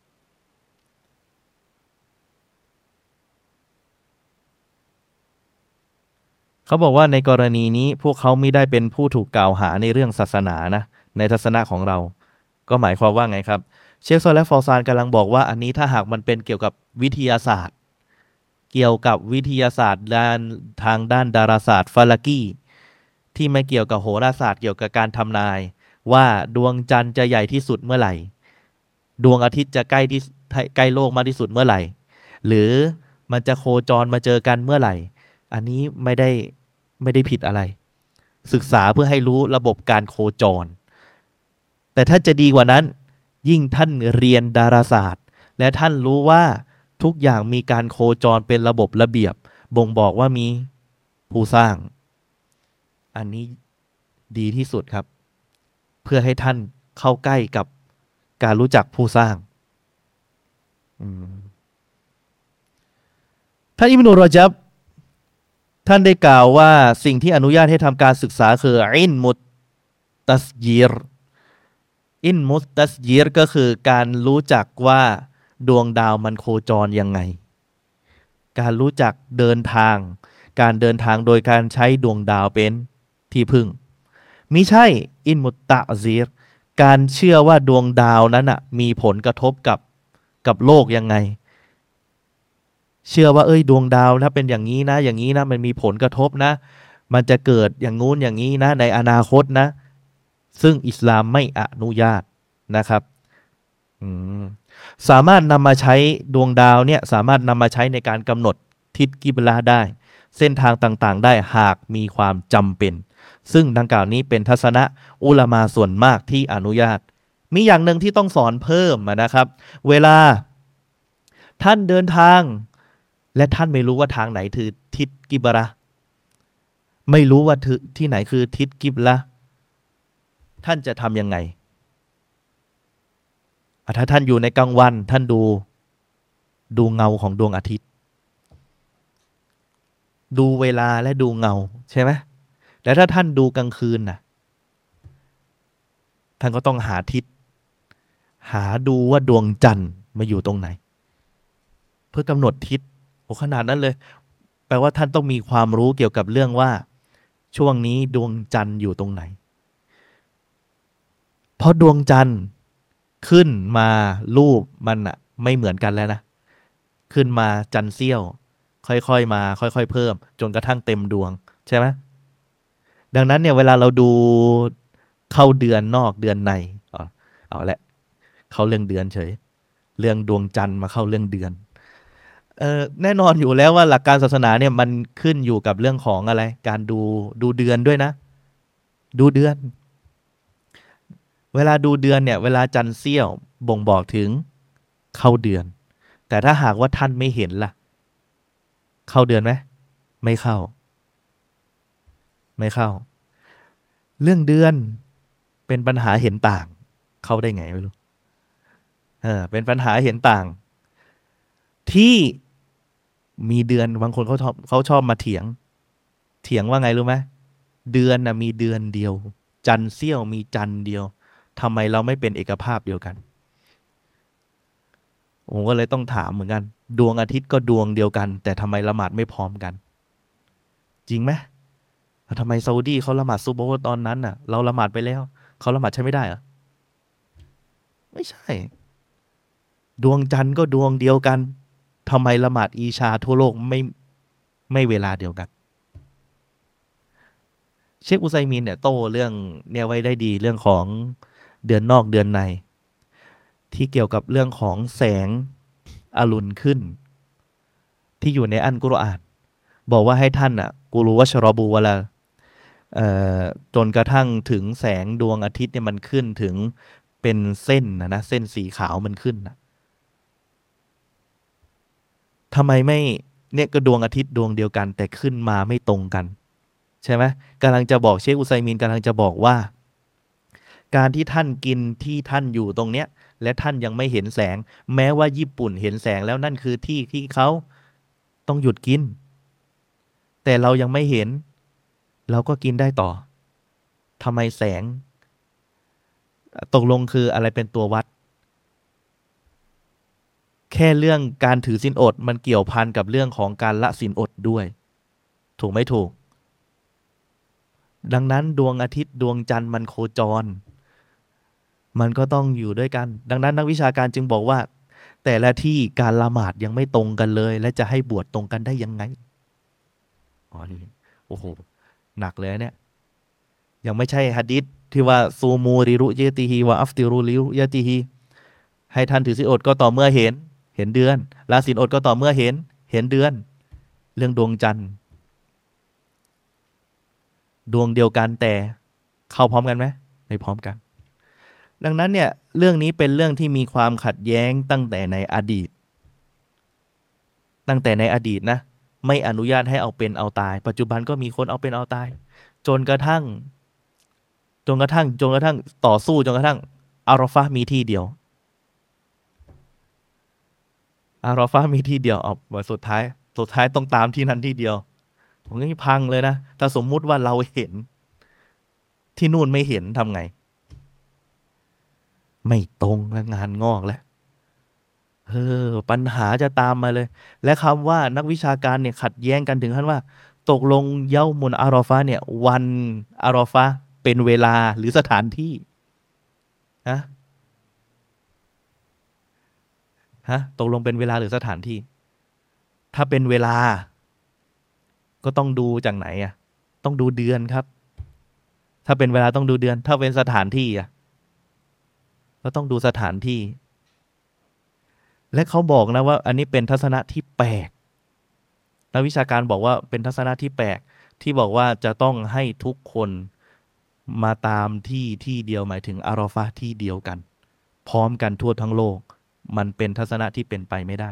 เขาบอกว่าในกรณีนี้พวกเขาไม่ได้เป็นผู้ถูกกล่าวหาในเรื่องศาสนานะในทัศนะของเราก็หมายความว่าไงครับเชคซอลและฟอซานกำลังบอกว่าอันนี้ถ้าหากมันเป็นเกี่ยวกับวิทยาศาสตร์เกี่ยวกับวิทยาศาสตร์ทางด้านดาราศาสตร์ฟาลากีที่ไม่เกี่ยวกับโหราศาสตร์เกี่ยวกับการทำนายว่าดวงจันทร์จะใหญ่ที่สุดเมื่อไหร่ดวงอาทิตย์จะใกล้โลกมากที่สุดเมื่อไหร่หรือมันจะโคจรมาเจอกันเมื่อไหร่อันนี้ไม่ได้ผิดอะไรศึกษาเพื่อให้รู้ระบบการโคจรแต่ถ้าจะดีกว่านั้นยิ่งท่านเรียนดาราศาสตร์และท่านรู้ว่าทุกอย่างมีการโคจรเป็นระบบระเบียบบ่งบอกว่ามีผู้สร้างอันนี้ดีที่สุดครับเพื่อให้ท่านเข้าใกล้กับการรู้จักผู้สร้างท่านอิบนุรอญับท่านได้กล่าวว่าสิ่งที่อนุญาตให้ทำการศึกษาคืออินมุตตัสยีรก็คือการรู้จักว่าดวงดาวมันโคจรยังไงการรู้จักการเดินทางโดยการใช้ดวงดาวเป็นที่พึ่งมิใช่อินมุตตะซีรการเชื่อว่าดวงดาวนั้นมีผลกระทบกับโลกยังไงเชื่อว่าดวงดาวถ้าเป็นอย่างนี้นะอย่างนี้นะมันมีผลกระทบนะมันจะเกิดอย่างงู้นอย่างนี้นะในอนาคตนะซึ่งอิสลามไม่อนุญาตนะครับสามารถนำมาใช้ดวงดาวเนี่ยสามารถนำมาใช้ในการกำหนดทิศกิบลาได้เส้นทางต่างๆได้หากมีความจำเป็นซึ่งดังกล่าวนี้เป็นทัศนะอุลามาส่วนมากที่อนุญาตมีอย่างหนึ่งที่ต้องสอนเพิ่มนะครับเวลาท่านเดินทางและท่านไม่รู้ว่าทางไหนคือทิศกิบลาไม่รู้ว่าที่ไหนคือทิศกิบลาท่านจะทำยังไงถ้าท่านอยู่ในกลางวันท่านดูเงาของดวงอาทิตย์ดูเวลาและดูเงาใช่ไหมแต่ถ้าท่านดูกลางคืนท่านก็ต้องหาทิศหาดูว่าดวงจันทร์มาอยู่ตรงไหนเพื่อกำหนดทิศขนาดนั้นเลยแปลว่าท่านต้องมีความรู้เกี่ยวกับเรื่องว่าช่วงนี้ดวงจันทร์อยู่ตรงไหนเพราะดวงจันทร์ขึ้นมารูปมันไม่เหมือนกันแล้วนะขึ้นมาจันทร์เสี้ยวค่อยๆมาค่อยๆเพิ่มจนกระทั่งเต็มดวงใช่ไหมดังนั้นเนี่ยเวลาเราดูเข้าเดือนนอกเดือนในเอาละเข้าเรื่องเดือนเฉยเรื่องดวงจันทร์มาเข้าเรื่องเดือนแน่นอนอยู่แล้วว่าหลักการศาสนาเนี่ยมันขึ้นอยู่กับเรื่องของอะไรการดูเดือนด้วยนะดูเดือนเวลาดูเดือนเนี่ยเวลาจันทร์เสี้ยวบ่งบอกถึงเข้าเดือนแต่ถ้าหากว่าท่านไม่เห็นล่ะเข้าเดือนไหมไม่เข้าเรื่องเดือนเป็นปัญหาเห็นต่างเข้าได้ไงไม่รู้เป็นปัญหาเห็นต่างที่มีเดือนบางคนเขาชอบมาเถียงว่าไงรู้ไหมเดือนมีเดือนเดียวจันทร์เสี้ยวมีจันทร์เดียวทำไมเราไม่เป็นเอกภาพเดียวกันผมก็เลยต้องถามเหมือนกันดวงอาทิตย์ก็ดวงเดียวกันแต่ทำไมละหมาดไม่พร้อมกันจริงไหมทำไมซาอุดีเขาละหมาดซุบฮ์ตอนนั้นเราละหมาดไปแล้วเขาละหมาดใช่ไม่ได้เหรอไม่ใช่ดวงจันทร์ก็ดวงเดียวกันทำไมละหมาดอีชาทั่วโลกไม่เวลาเดียวกันเชคอุไซมีนเนี่ยโต้เรื่องเนี่ยไว้ได้ดีเรื่องของเดือนนอกเดือนในที่เกี่ยวกับเรื่องของแสงอรุณขึ้นที่อยู่ในอัลกุรอานบอกว่าให้ท่านกูรูวัชรอบูวะลาจนกระทั่งถึงแสงดวงอาทิตย์เนี่ยมันขึ้นถึงเป็นเส้นนะเส้นสีขาวมันขึ้นทำไมเนี่ยก็ดวงอาทิตย์ดวงเดียวกันแต่ขึ้นมาไม่ตรงกันใช่ไหมกำลังจะบอกเชคอุไซมีนกำลังจะบอกว่าการที่ท่านกินที่ท่านอยู่ตรงเนี้ยและท่านยังไม่เห็นแสงแม้ว่าญี่ปุ่นเห็นแสงแล้วนั่นคือที่ที่เขาต้องหยุดกินแต่เรายังไม่เห็นเราก็กินได้ต่อทำไมแสงตกลงคืออะไรเป็นตัววัดแค่เรื่องการถือศีลอดมันเกี่ยวพันกับเรื่องของการละศีลอดด้วยถูกไม่ถูกดังนั้นดวงอาทิตย์ดวงจันทร์มันโคจรมันก็ต้องอยู่ด้วยกันดังนั้นนักวิชาการจึงบอกว่าแต่ละที่การละหมาดยังไม่ตรงกันเลยและจะให้บวชตรงกันได้ยังไงอ๋อนี่โอ้โหหนักเลยเนี่ยยังไม่ใช่หะดีษที่ว่าซูมูริรุเยติฮีวะอัฟติรุลิรุเยติฮีให้ท่านถือศีลอดก็ต่อเมื่อเห็นเดือนละศีลอดก็ต่อเมื่อเห็นเดือนเรื่องดวงจันทร์ดวงเดียวกันแต่เข้าพร้อมกันไหมไม่พร้อมกันดังนั้นเนี่ยเรื่องนี้เป็นเรื่องที่มีความขัดแย้งตั้งแต่ในอดีตนะไม่อนุญาตให้เอาเป็นเอาตายปัจจุบันก็มีคนเอาเป็นเอาตายจนกระทั่งต่อสู้จนกระทั่งอาราฟะห์มีที่เดียวอาราฟะห์มีที่เดียววันสุดท้ายต้องตามที่นั้นที่เดียวผมนี่พังเลยนะถ้าสมมุติว่าเราเห็นที่นู่นไม่เห็นทำไงไม่ตรงแล้วงานงอกแล้วปัญหาจะตามมาเลย และคำว่านักวิชาการเนี่ยขัดแย้งกันถึงขั้นว่าตกลงเยามุนอารอฟะเนี่ยวันอารอฟะเป็นเวลาหรือสถานที่ฮะตกลงเป็นเวลาหรือสถานที่ถ้าเป็นเวลาก็ต้องดูจากไหนอ่ะต้องดูเดือนครับถ้าเป็นเวลาต้องดูเดือนถ้าเป็นสถานที่อ่ะก็ต้องดูสถานที่และเขาบอกนะว่าอันนี้เป็นทัศนะที่แปลกนักวิชาการบอกว่าเป็นทัศนะที่แปลกที่บอกว่าจะต้องให้ทุกคนมาตามที่เดียวหมายถึงอาราฟะห์ที่เดียวกันพร้อมกันทั่วทั้งโลกมันเป็นทัศนะที่เป็นไปไม่ได้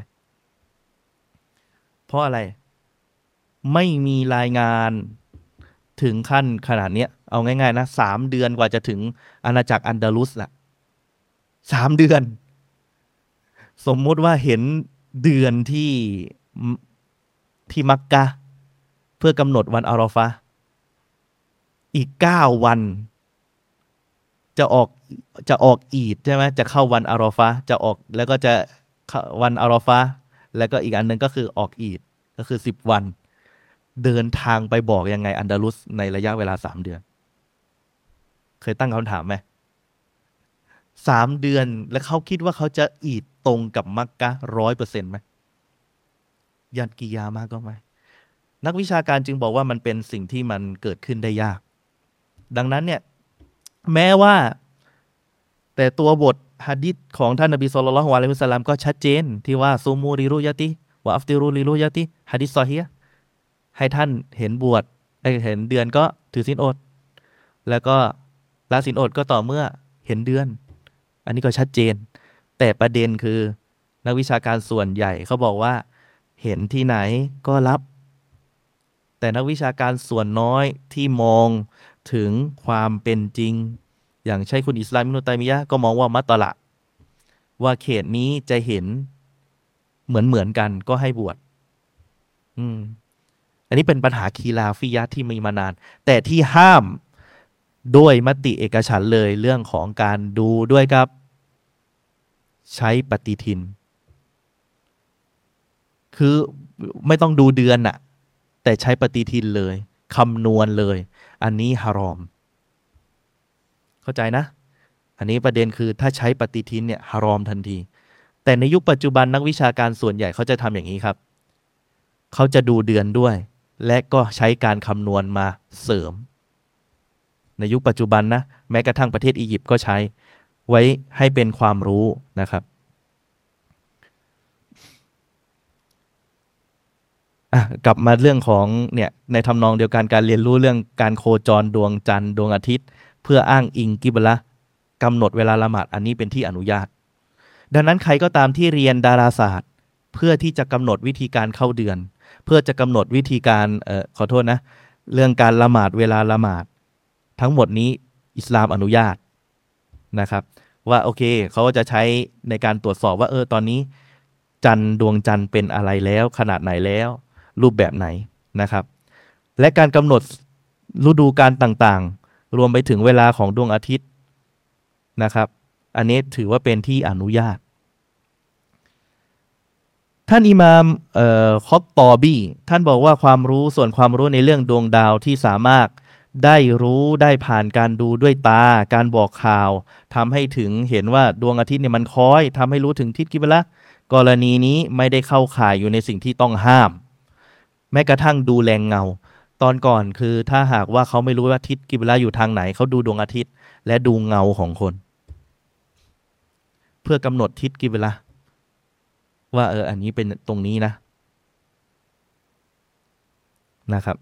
เพราะอะไรไม่มีรายงานถึงขั้นขนาดเนี้ยเอาง่ายๆนะ3 เดือนกว่าจะถึงอาณาจักรอันดาลุสละ3 เดือนสมมุติว่าเห็นเดือนที่มักกะห์เพื่อกำหนดวันอาราฟะห์อีก9 วันจะออกอีดใช่ไหมจะเข้าวันอาราฟะห์จะออกแล้วก็จะวันอาราฟะห์แล้วก็อีกอันหนึงก็คือออกอีดก็คือ10 วันเดินทางไปบอกยังไงอันดาลุสในระยะเวลา3 เดือนเคยตั้งคำถามไหม3 เดือนแล้วเขาคิดว่าเขาจะอีดตรงกับมักกะห์100%ไหมยันกิยามะก็ไม่นักวิชาการจึงบอกว่ามันเป็นสิ่งที่มันเกิดขึ้นได้ยากดังนั้นเนี่ยแม้ว่าแต่ตัวบทหะดีษของท่านนบีศ็อลลัลลอฮุอะลัยฮิวะซัลลัมก็ชัดเจนที่ว่าซูมูริรุยะติวะอัฟติรุลิรุยะติหะดีษซอฮีฮ์ให้ท่านเห็นบวชเห็นเดือนก็ถือศีลอดแล้วก็ละศีลอดก็ต่อเมื่อเห็นเดือนอันนี้ก็ชัดเจนแต่ประเด็นคือนักวิชาการส่วนใหญ่เขาบอกว่าเห็นที่ไหนก็รับแต่นักวิชาการส่วนน้อยที่มองถึงความเป็นจริงอย่างใช่คุณอิสลามอิบนุตัยมียะห์ก็มองว่ามัตตละว่าเขตนี้จะเห็นเหมือนกันก็ให้บวชอันนี้เป็นปัญหาคีลาฟิยะห์ที่มีมานานแต่ที่ห้ามด้วยมติเอกฉันท์เลยเรื่องของการดูด้วยครับใช้ปฏิทินคือไม่ต้องดูเดือนน่ะแต่ใช้ปฏิทินเลยคำนวณเลยอันนี้ฮารอมเข้าใจนะอันนี้ประเด็นคือถ้าใช้ปฏิทินเนี่ยฮารอมทันทีแต่ในยุคปัจจุบันนักวิชาการส่วนใหญ่เขาจะทำอย่างนี้ครับเขาจะดูเดือนด้วยและก็ใช้การคำนวณมาเสริมในยุคปัจจุบันนะแม้กระทั่งประเทศอียิปต์ก็ใช้ไว้ให้เป็นความรู้นะครับกลับมาเรื่องของเนี่ยในทำนองเดียวกันการเรียนรู้เรื่องการโคจรดวงจันทร์ดวงอาทิตย์เพื่ออ้างอิงกิบละห์กำหนดเวลาละหมาดอันนี้เป็นที่อนุญาตดังนั้นใครก็ตามที่เรียนดาราศาสตร์เพื่อที่จะกำหนดวิธีการเข้าเดือนเพื่อจะกำหนดวิธีการขอโทษนะเรื่องการละหมาดเวลาละหมาดทั้งหมดนี้อิสลามอนุญาตนะครับว่าโอเคเขาก็จะใช้ในการตรวจสอบว่าตอนนี้จันทร์ดวงจันทร์เป็นอะไรแล้วขนาดไหนแล้วรูปแบบไหนนะครับและการกำหนดฤดูกาลต่างๆรวมไปถึงเวลาของดวงอาทิตย์นะครับอันนี้ถือว่าเป็นที่อนุญาตท่านอิหม่ามคอตตอบีท่านบอกว่าความรู้ส่วนความรู้ในเรื่องดวงดาวที่สามารถได้รู้ได้ผ่านการดูด้วยตาการบอกข่าวทำให้ถึงเห็นว่าดวงอาทิตย์เนี่ยมันค้อยทำให้รู้ถึงทิศกิบละกรณีนี้ไม่ได้เข้าข่ายอยู่ในสิ่งที่ต้องห้ามแม้กระทั่งดูแรงเงาตอนก่อนคือถ้าหากว่าเขาไม่รู้ว่าทิศกิบละอยู่ทางไหนเขาดูดวงอาทิตย์และดูเงาของคนเพื่อกำหนดทิศกิบละว่าอันนี้เป็นตรงนี้นะครับ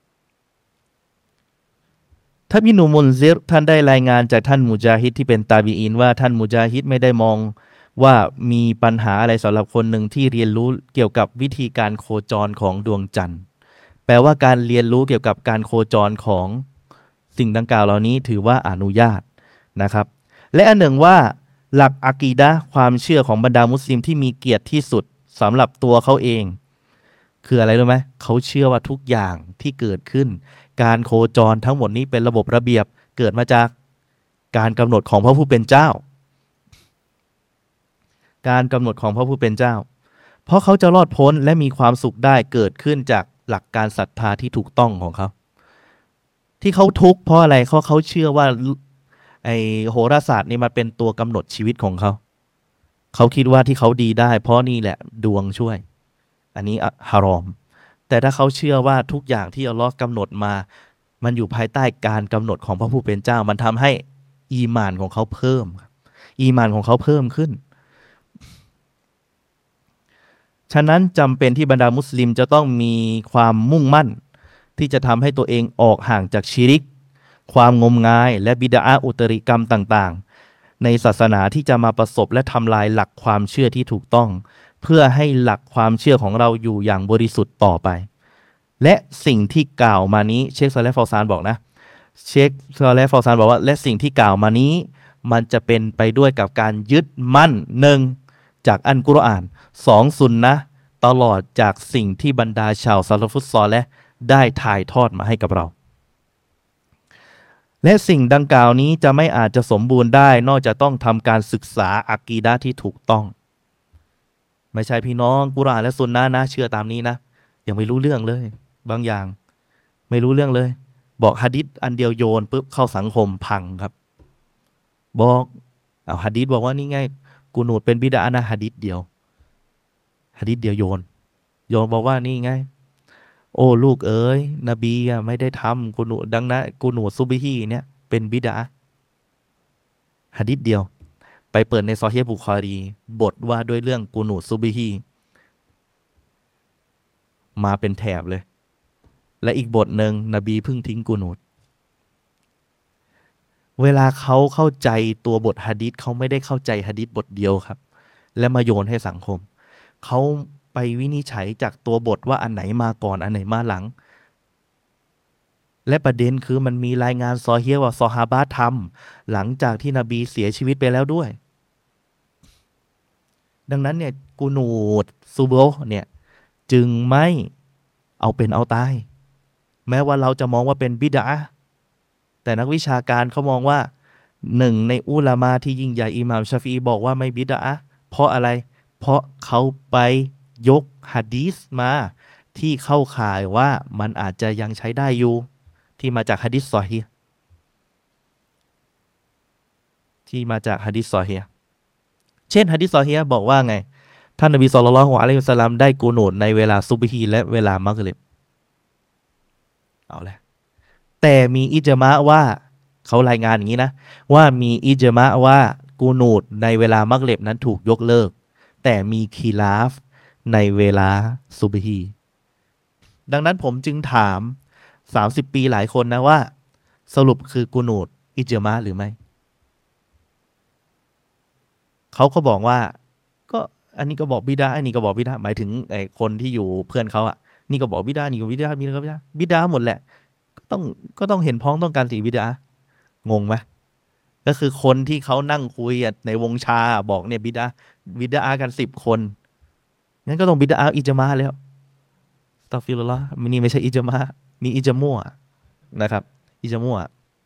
ท่านอิบนุมุนซิรท่านได้รายงานจากท่านมุจาฮิดที่เป็นตาบีอีนว่าท่านมุจาฮิดไม่ได้มองว่ามีปัญหาอะไรสำหรับคนหนึ่งที่เรียนรู้เกี่ยวกับวิธีการโคจรของดวงจันทร์แปลว่าการเรียนรู้เกี่ยวกับการโคจรของสิ่งดังกล่าวเหล่านี้ถือว่าอนุญาตนะครับและอันหนึ่งว่าหลักอะกีดะห์ความเชื่อของบรรดามุสลิมที่มีเกียรติที่สุดสำหรับตัวเขาเองคืออะไรรู้ไหมเขาเชื่อว่าทุกอย่างที่เกิดขึ้นการโคจรทั้งหมดนี้เป็นระบบระเบียบเกิดมาจากการกำหนดของพระผู้เป็นเจ้าการกำหนดของพระผู้เป็นเจ้าเพราะเขาจะรอดพ้นและมีความสุขได้เกิดขึ้นจากหลักการศรัทธาที่ถูกต้องของเขาที่เขาทุกข์เพราะอะไรเขาเชื่อว่าไอ้โหราศาสตร์นี่มันเป็นตัวกำหนดชีวิตของเขาเขาคิดว่าที่เขาดีได้เพราะนี่แหละดวงช่วยอันนี้ฮารอมแต่ถ้าเขาเชื่อว่าทุกอย่างที่อัลเลาะห์กำหนดมามันอยู่ภายใต้การกำหนดของพระผู้เป็นเจ้ามันทำให้อีหม่านของเขาเพิ่มอีหม่านของเขาเพิ่มขึ้นฉะนั้นจำเป็นที่บรรดามุสลิมจะต้องมีความมุ่งมั่นที่จะทำให้ตัวเองออกห่างจากชิริกความงมงายและบิดาอุตริกรรมต่างๆในศาสนาที่จะมาประสบและทำลายหลักความเชื่อที่ถูกต้องเพื่อให้หลักความเชื่อของเราอยู่อย่างบริสุทธิ์ต่อไปและสิ่งที่กล่าวมานี้เชคซอเลห์ ฟาวซานบอกนะเชคซอเลห์ ฟาวซานบอกว่าและสิ่งที่กล่าวมานี้มันจะเป็นไปด้วยกับการยึดมั่นหนึ่งจากอัลกุรอานสองซุนนะห์ตลอดจากสิ่งที่บรรดาชาวซาลฟุตซอและได้ถ่ายทอดมาให้กับเราและสิ่งดังกล่าวนี้จะไม่อาจจะสมบูรณ์ได้นอกจากต้องทำการศึกษาอะกีดะห์ที่ถูกต้องไม่ใช่พี่น้องกุรอานและซุนนะห์นะเชื่อตามนี้นะยังไม่รู้เรื่องเลยบางอย่างไม่รู้เรื่องเลยบอกหะดีษอันเดียวโยนปุ๊บเข้าสังคมพังครับบอกเอาหะดีษบอกว่านี่ไงกูนูดเป็นบิดานะหะดีษเดียวหะดีษเดียวโยนบอกว่านี่ไงโอ้ลูกเอ๋ยนบีไม่ได้ทำกูนูดังนั้นกูนูซุบฮีเนี่ยเป็นบิดาหะดีษเดียวไปเปิดในซอฮีฮ์บุคอรีบทว่าด้วยเรื่องกูนูซุบฮีมาเป็นแถบเลยและอีกบทหนึ่งนบีเพิ่งทิ้งกูนูดเวลาเขาเข้าใจตัวบทหะดีษเขาไม่ได้เข้าใจหะดีษบทเดียวครับและมาโยนให้สังคมเขาไปวินิจฉัยจากตัวบทว่าอันไหนมาก่อนอันไหนมาหลังและประเด็นคือมันมีรายงานซอฮีฮ์ว่าซอฮาบะห์ทำหลังจากที่นบีเสียชีวิตไปแล้วด้วยดังนั้นเนี่ยกูนูดซูโบเนี่ยจึงไม่เอาเป็นเอาตายแม้ว่าเราจะมองว่าเป็นบิดาแต่นักวิชาการเขามองว่าหนึ่งในอุลามาที่ยิ่งใหญ่อิหม่ามชาฟีอีบอกว่าไม่บิดาเพราะอะไรเพราะเขาไปยกหะดีษมาที่เข้าข่ายว่ามันอาจจะยังใช้ได้อยู่ที่มาจากหะดีษซอฮีฮ์เช่นหะดีษซอฮีฮ์บอกว่าไงท่านนบีศ็อลลัลลอฮุอะลัยฮิวะซัลลัมได้กูนูดในเวลาซุบฮีและเวลามักริบเอาละแต่มีอิจมะว่าเขารายงานอย่างนี้นะว่ามีอิจมะว่ากูนูดในเวลามักริบนั้นถูกยกเลิกแต่มีคีลาฟในเวลาซุบฮีดังนั้นผมจึงถาม30 ปีหลายคนนะว่าสรุปคือกูนูดอิจมะหรือไม่เขาก็บอกว่าก็อันนี้ก็บอกบิดาอันนี้ก็บอกบิดาหมายถึงไอ้คนที่อยู่เพื่อนเขาอะนี่ก็บอกบิดานี่ก็บิดานี่ก็บิดาบิดาหมดแหละก็ต้องเห็นพ้องต้องการสิ่งบิดางงไหมก็คือคนที่เขานั่งคุยในวงชาบอกเนี่ยบิดากัน10 คนงั้นก็ต้องบิดาอิจมาแล้วอัสตัฆฟิรุลลอฮ์นี่ไม่ใช่อิจมามีอิจมั่วนะครับอิจมั่ว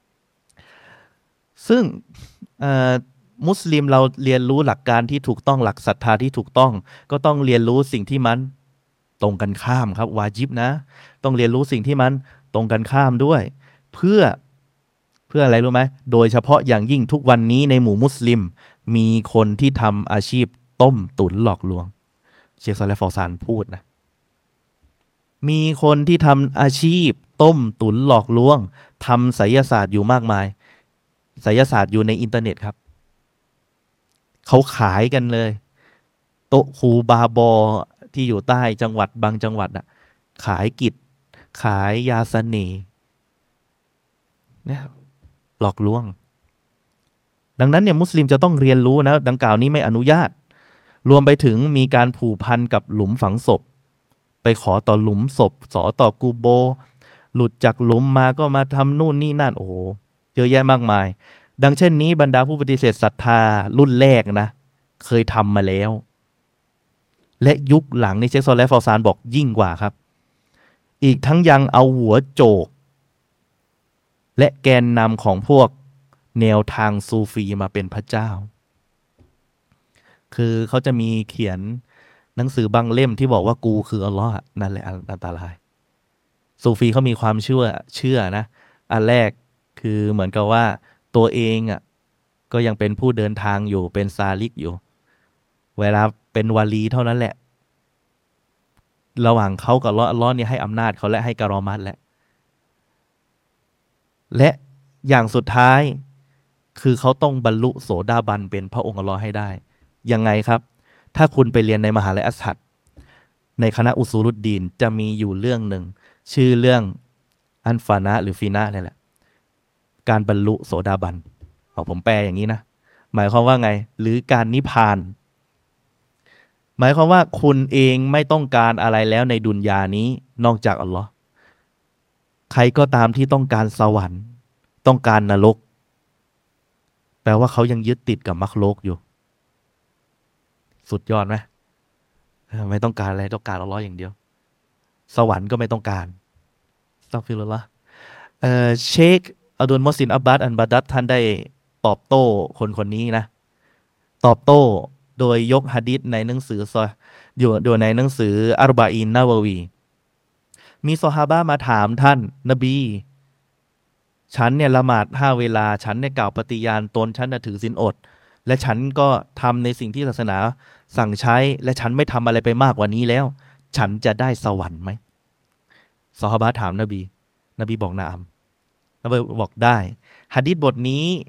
ซึ่งมุสลิมเราเรียนรู้หลักการที่ถูกต้องหลักศรัทธาที่ถูกต้องก็ต้องเรียนรู้สิ่งที่มันตรงกันข้ามครับวาญิบนะต้องเรียนรู้สิ่งที่มันตรงกันข้ามด้วยเพื่ออะไรรู้ไหมโดยเฉพาะอย่างยิ่งทุกวันนี้ในหมู่มุสลิมมีคนที่ทำอาชีพต้มตุ๋นหลอกลวงเชคซอเลห์ ฟอซานพูดนะมีคนที่ทำอาชีพต้มตุ๋นหลอกลวงทำไสยศาสตร์อยู่มากมายไสยศาสตร์อยู่ในอินเทอร์เน็ตครับเขาขายกันเลยโต๊ะครูบาบอที่อยู่ใต้จังหวัดบางจังหวัดน่ะขายกิจขายยาเสน่ห์เนี่ยหลอกลวงดังนั้นเนี่ยมุสลิมจะต้องเรียนรู้นะดังกล่าวนี้ไม่อนุญาตรวมไปถึงมีการผูกพันกับหลุมฝังศพไปขอต่อหลุมศพสอต่อกูโบหลุดจากหลุมมาก็มาทำนู่นนี่นั่นโอ้โหเยอะแยะมากมายดังเช่นนี้บรรดาผู้ปฏิเสธศรัทธารุ่นแรกนะเคยทำมาแล้วและยุคหลังในเชคซอเลห์ ฟอซานบอกยิ่งกว่าครับอีกทั้งยังเอาหัวโจกและแกนนำของพวกแนวทางซูฟีมาเป็นพระเจ้าคือเขาจะมีเขียนหนังสือบางเล่มที่บอกว่ากูคืออัลลอฮ์นั่นแหละอันตรายซูฟีเขามีความเชื่อนะอันแรกคือเหมือนกับว่าตัวเองก็ยังเป็นผู้เดินทางอยู่เป็นซาลิกอยู่เวลาเป็นวาลีเท่านั้นแหละระหว่างเขากับอัลลอฮ์เนี่ยให้อำนาจเขาและให้การอมัตและอย่างสุดท้ายคือเขาต้องบรรลุโสดาบันเป็นพระองค์อัลลอฮ์ให้ได้ยังไงครับถ้าคุณไปเรียนในมหาลัยอัสฮัดในคณะอุซูลุดดีนจะมีอยู่เรื่องหนึ่งชื่อเรื่องอันฟานะหรือฟีนะนี่แหละการบรรลุโสดาบันผมแปลอย่างนี้นะหมายความว่าไงหรือการนิพพานหมายความว่าคุณเองไม่ต้องการอะไรแล้วในดุนยานี้นอกจากอัลลอฮ์ใครก็ตามที่ต้องการสวรรค์ต้องการนรกแปลว่าเขายังยึดติดกับมักโลกอยู่สุดยอดไหมไม่ต้องการอะไรต้องการอัลลอฮ์อย่างเดียวสวรรค์ก็ไม่ต้องการอัสตัฆฟิรุลลอฮ์เชคอับดุลมอฮซินอับบาสอันบาดัดท่านได้ตอบโต้คนนี้นะตอบโต้โดยยกหะดีษในหนังสืออยู่ในหนังสืออัรบะอีนนะวะวีมีซอฮาบะห์มาถามท่านนบีฉันเนี่ยละหมาด5 เวลาฉันเนี่ยกล่าวปฏิญาณตนฉันถือศีลอดและฉันก็ทำในสิ่งที่ศาสนาสั่งใช้และฉันไม่ทำอะไรไปมากกว่านี้แล้วฉันจะได้สวรรค์ไหมซอฮาบะห์ถามนบีบอกนะอัมนบีบอกได้หะดีษบท